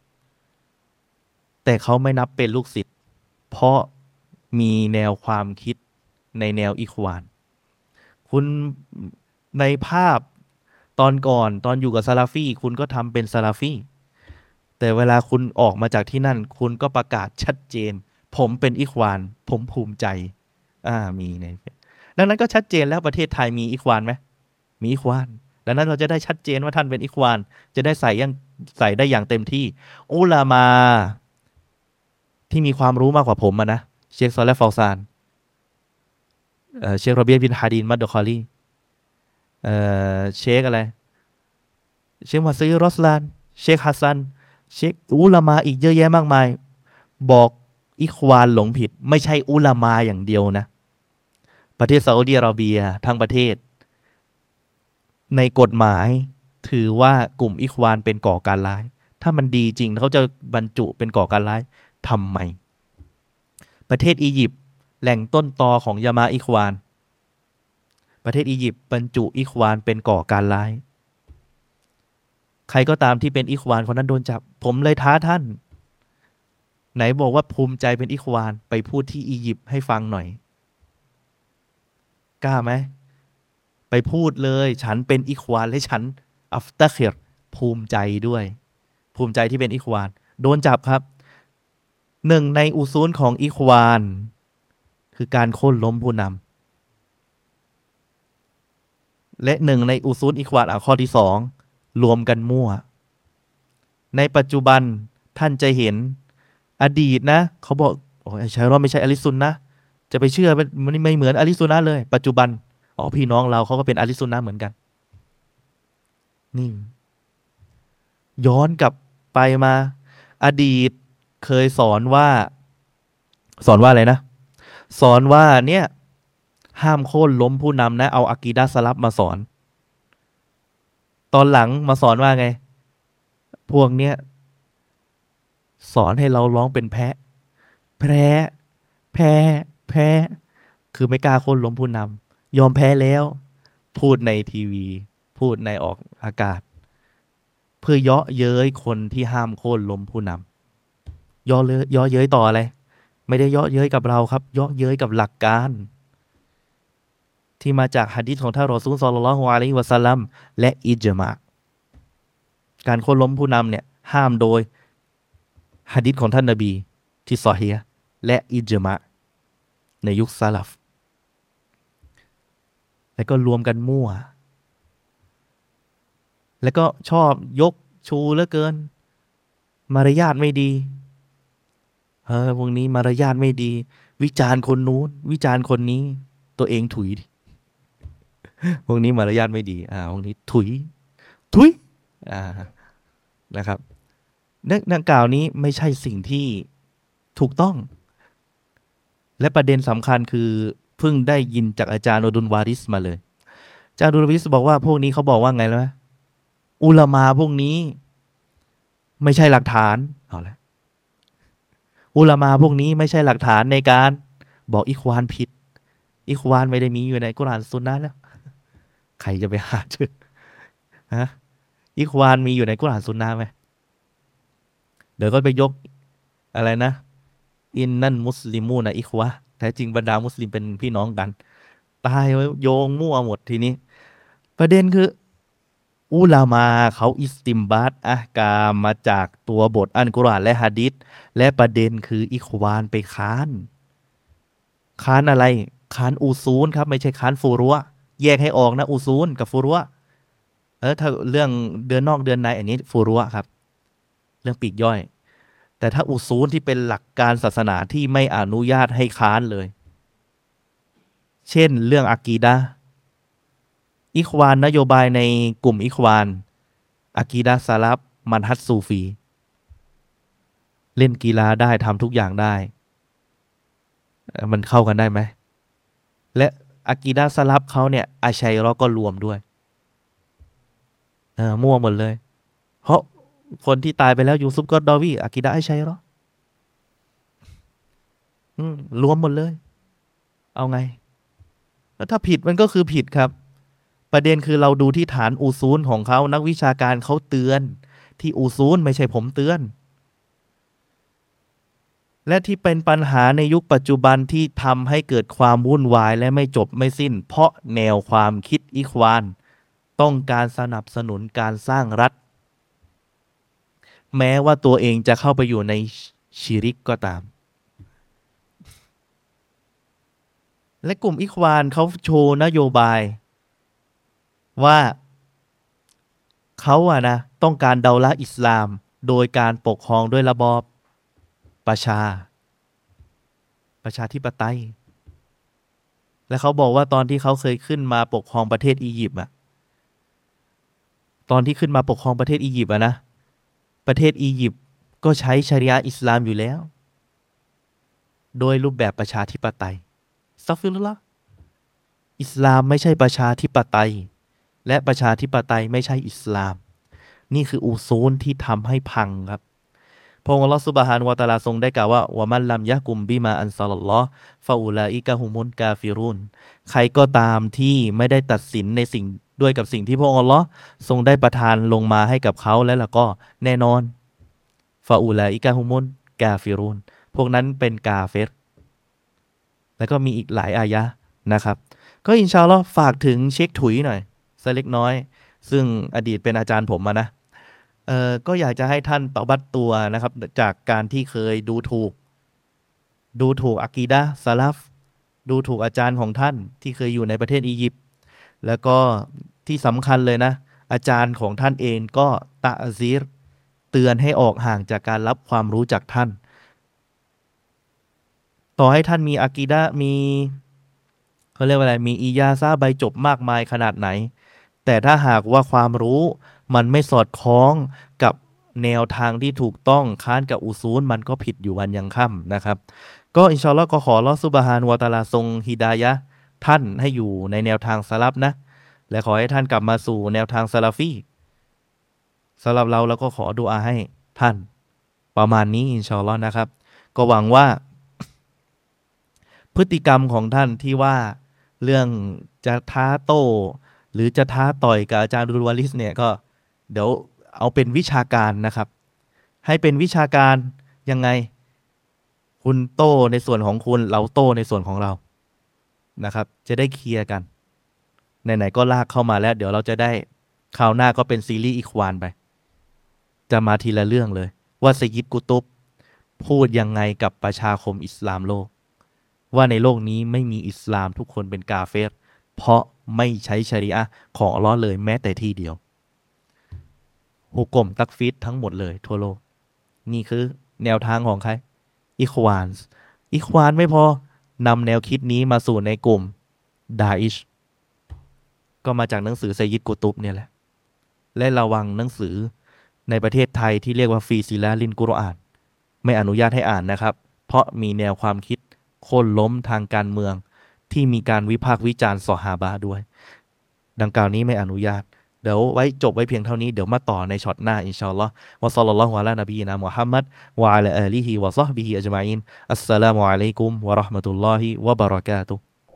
แต่เขาไม่นับเป็นลูกศิษย์เพราะมีแนวความคิดในแนวอิควานคุณในภาพตอนก่อนตอนอยู่กับซาลาฟีคุณก็ทำเป็นซาลาฟีแต่เวลาคุณออกมาจากที่นั่นคุณก็ประกาศชัดเจนผมเป็นอิควานผมภูมิใจมีในดังนั้นก็ชัดเจนแล้วประเทศไทยมีอิควานไหมมีอิควานดังนั้นเราจะได้ชัดเจนว่าท่านเป็นอิควานจะได้ใส่ได้อย่างเต็มที่อุลามาที่มีความรู้มากกว่าผมนะเชคซอลและฟอลซานเชคโรเบียบินฮาดินมัดดอคอลีเชคอะไรเชคมาซีรอสลานเชคฮัสซันเชคอุลามาอีกเยอะแยะมากมายบอกอิควานหลงผิดไม่ใช่อุลามาอย่างเดียวนะประเทศซาอุดิอาระเบียทั้งประเทศในกฎหมายถือว่ากลุ่มอิควานเป็นก่อการร้ายถ้ามันดีจริงเขาจะบรรจุเป็นก่อการร้ายทำไมประเทศอียิปต์แหล่งต้นตอของยามาอิควานประเทศอียิปต์บรรจุอิควานเป็นก่อการร้ายใครก็ตามที่เป็นอิควานคนนั้นโดนจับผมเลยท้าท่านไหนบอกว่าภูมิใจเป็นอิควานไปพูดที่อียิปต์ให้ฟังหน่อยกล้าไหมไปพูดเลยฉันเป็นอิควานและฉันอัฟตะคิรภูมิใจด้วยภูมิใจที่เป็นอิควานโดนจับครับหนึ่งในอุซูลของอิควานคือการโค่นล้มผู้นำและหนึ่งในอุซูลอิควานข้อที่สองรวมกันมั่วในปัจจุบันท่านจะเห็นอดีตนะเขาบอกโอ้ยใช่ว่าไม่ใช่อะลิซุนนะจะไปเชื่อมันไม่เหมือนอะลิซุนนะเลยปัจจุบันพี่น้องเราเขาก็เป็นอะลิซุนนะเหมือนกันนี่ย้อนกลับไปมาอดีตเคยสอนว่าอะไรนะสอนว่าเนี่ยห้ามโค่นล้มผู้นำนะเอาอากีดะห์สลับมาสอนตอนหลังมาสอนว่าไงพวกเนี้ยสอนให้เราร้องเป็นแพะแพ้แพ้แพ้คือไม่กล้าโค่นล้มผู้นำยอมแพ้แล้วพูดในทีวีพูดในออกอากาศเพื่อเยาะเย้ยคนที่ห้ามโค่นล้มผู้นำเยาะเย้ยต่ออะไรไม่ได้เยาะเย้ยกับเราครับเยาะเย้ยกับหลักการที่มาจากหะดีษของท่านรอซูลศ็อลลัลลอฮุอะลัยฮิวะซัลลัมและอิจมาการโค่นล้มผู้นำเนี่ยห้ามโดยหะดีษของท่านนบีที่ซอฮีฮ์และอิจมาในยุคซะลัฟแล้วก็รวมกันมั่วแล้วก็ชอบยกชูเหลือเกินมารยาทไม่ดีพวกนี้มารยาทไม่ดีวิจารณ์คนนู้นวิจารณ์คนนี้ตัวเองถุยพวกนี้มารยาทไม่ดีพวกนี้ถุยนะครับนักกล่าวนี้ไม่ใช่สิ่งที่ถูกต้องและประเด็นสำคัญคือเพิ่งได้ยินจากอาจารย์อดุลวาริสมาเลยอาจารย์อดุลวาริสบอกว่าพวกนี้เขาบอกว่าไงแล้วนะอุลามาพวกนี้ไม่ใช่หลักฐานเอาละอุลามาพวกนี้ไม่ใช่หลักฐานในการบอกอิควานผิดอิควานไม่ได้มีอยู่ในกุรอานซุนนะห์แล้วใครจะไปหาเจอฮะอิควานมีอยู่ในกุรอานซุนนะห์ไหมเดี๋ยวก็ไปยกอะไรนะอินนั่นมุสลิมูนะอิควะแท้จริงบรรดามุสลิมเป็นพี่น้องกันตายโยงมั่วหมดทีนี้ประเด็นคืออุลามาเขาอิสติมบัตอะห์กามมาจากตัวบทอัลกุรอานและหะดีษและประเด็นคืออิควานไปค้านอะไรค้านอูซูลครับไม่ใช่ค้านฟูรัวแยกให้ออกนะอูซูลกับฟูรัวถ้าเรื่องเดือนนอกเดือนในอันนี้ฟูรัวครับเรื่องปีกย่อยแต่ถ้าอุซูลที่เป็นหลักการศาสนาที่ไม่อนุญาตให้ค้านเลยเช่นเรื่องอะกีดะห์อิควานนโยบายในกลุ่มอิควานอะกีดะห์ซะลัฟมันฮัจซูฟีเล่นกีฬาได้ทำทุกอย่างได้มันเข้ากันได้ไหมและอะกีดะห์ซะลัฟเขาเนี่ยอาชัยเราะห์ก็รวมด้วยมั่วหมดเลยเพราะคนที่ตายไปแล้วยูซุฟก็ดอวีอะกีดะห์อาชัยเราะห์รวมหมดเลยเอาไงแล้วถ้าผิดมันก็คือผิดครับประเด็นคือเราดูที่ฐานอูซูลของเขานักวิชาการเขาเตือนที่อูซูลไม่ใช่ผมเตือนและที่เป็นปัญหาในยุคปัจจุบันที่ทำให้เกิดความวุ่นวายและไม่จบไม่สิ้นเพราะแนวความคิดอิควานต้องการสนับสนุนการสร้างรัฐแม้ว่าตัวเองจะเข้าไปอยู่ในชิริกก็ตามและกลุ่มอิควานเขาโชว์นโยบายว่าเขาต้องการเดาละห์อิสลามโดยการปกครองด้วยระบอบประชาธิปไตยและเขาบอกว่าตอนที่เขาเคยขึ้นมาปกครองประเทศอียิปต์ตอนที่ขึ้นมาปกครองประเทศอียิปต์ประเทศอียิปต์ก็ใช้ชะรีอะห์อิสลามอยู่แล้วโดยรูปแบบประชาธิปไตยอัสตัฆฟิรุลลอฮ์อิสลามไม่ใช่ประชาธิปไตยและประชาธิปไตยไม่ใช่อิสลามนี่คืออูซูลที่ทำให้พังครับพระองค์อัลเลาะห์ซุบฮานะฮูวะตะอาลาทรงได้กล่าวว่าวะมันลัมยะกุมบิมาอันซะลัลลอฮ์ฟะอูลาอิกะฮุมุลกาฟิรุนใครก็ตามที่ไม่ได้ตัดสินในสิ่งด้วยกับสิ่งที่พระองค์อัลเลาะห์ทรงได้ประทานลงมาให้กับเขาแล้วก็แน่นอนฟะอูลาอิกะฮุมุลกาฟิรุนพวกนั้นเป็นกาเฟรแล้วก็มีอีกหลายอายะนะครับก็อินชาอัลเลาะห์ฝากถึงเชคถุยหน่อยสักเล็กน้อยซึ่งอดีตเป็นอาจารย์ผมนะก็อยากจะให้ท่านตอบัตตัวนะครับจากการที่เคยดูถูกอะกีดะห์ซะลัฟดูถูกอาจารย์ของท่านที่เคยอยู่ในประเทศอียิปต์แล้วก็ที่สำคัญเลยนะอาจารย์ของท่านเองก็ตะซีรเตือนให้ออกห่างจากการรับความรู้จากท่านต่อให้ท่านมีอะกีดะห์มีเขาเรียกว่าอะไรมีอีญาซะห์ใบจบมากมายขนาดไหนแต่ถ้าหากว่าความรู้มันไม่สอดคล้องกับแนวทางที่ถูกต้องค้านกับอุซูลมันก็ผิดอยู่วันยังค่ำนะครับก็อินชาอัลเลาะห์ก็ขออัลเลาะห์ซุบฮานะฮูวะตะอาลาทรงฮิดายะห์ท่านให้อยู่ในแนวทางสลัฟนะและขอให้ท่านกลับมาสู่แนวทางซะลาฟีสำหรับเราก็ขอดุอาให้ท่านประมาณนี้อินชาอัลลอฮ์นะครับก็หวังว่าพฤติกรรมของท่านที่ว่าเรื่องจะท้าโต้หรือจะท้าต่อยกับอาจารย์ดุลวาลิสเนี่ยก็เดี๋ยวเอาเป็นวิชาการนะครับให้เป็นวิชาการยังไงคุณโต้ในส่วนของคุณเราโต้ในส่วนของเรานะครับจะได้เคลียร์กันไหนๆก็ลากเข้ามาแล้วเดี๋ยวเราจะได้คราวหน้าก็เป็นซีรีส์อีควานไปจะมาทีละเรื่องเลยว่าไซยิดกุตุบพูดยังไงกับประชาคมอิสลามโลกว่าในโลกนี้ไม่มีอิสลามทุกคนเป็นกาเฟรเพราะไม่ใช้ชะรีอะห์ของอัลเลาะห์เลยแม้แต่ที่เดียวฮุกมตักฟีดทั้งหมดเลยทั่วโลกนี่คือแนวทางของใครอิควานไม่พอนำแนวคิดนี้มาสู่ในกลุ่มดาอิชก็มาจากหนังสือไซยิดกุตุบเนี่ยแหละและระวังหนังสือในประเทศไทยที่เรียกว่าฟีซิลาลินกุรอานไม่อนุญาตให้อ่านนะครับเพราะมีแนวความคิดโค่นล้มทางการเมืองที่มีการวิพากษ์วิจารณ์ซอฮาบะห์ด้วยดังกล่าวนี้ไม่อนุญาตเดี๋ยวไว้จบไว้เพียงเท่านี้เดี๋ยวมาต่อในช็อตหน้าอินชาอัลลอฮ์วะศ็อลลัลลอฮุอะลานบีนะมุฮัมมัดวะอะลาอาลีฮิวะศอฮบิฮิอัจมาอีนอัสสลามุอะลัยกุมวะเราะห์มะตุลลอฮิวะบะเราะกาตุฮ์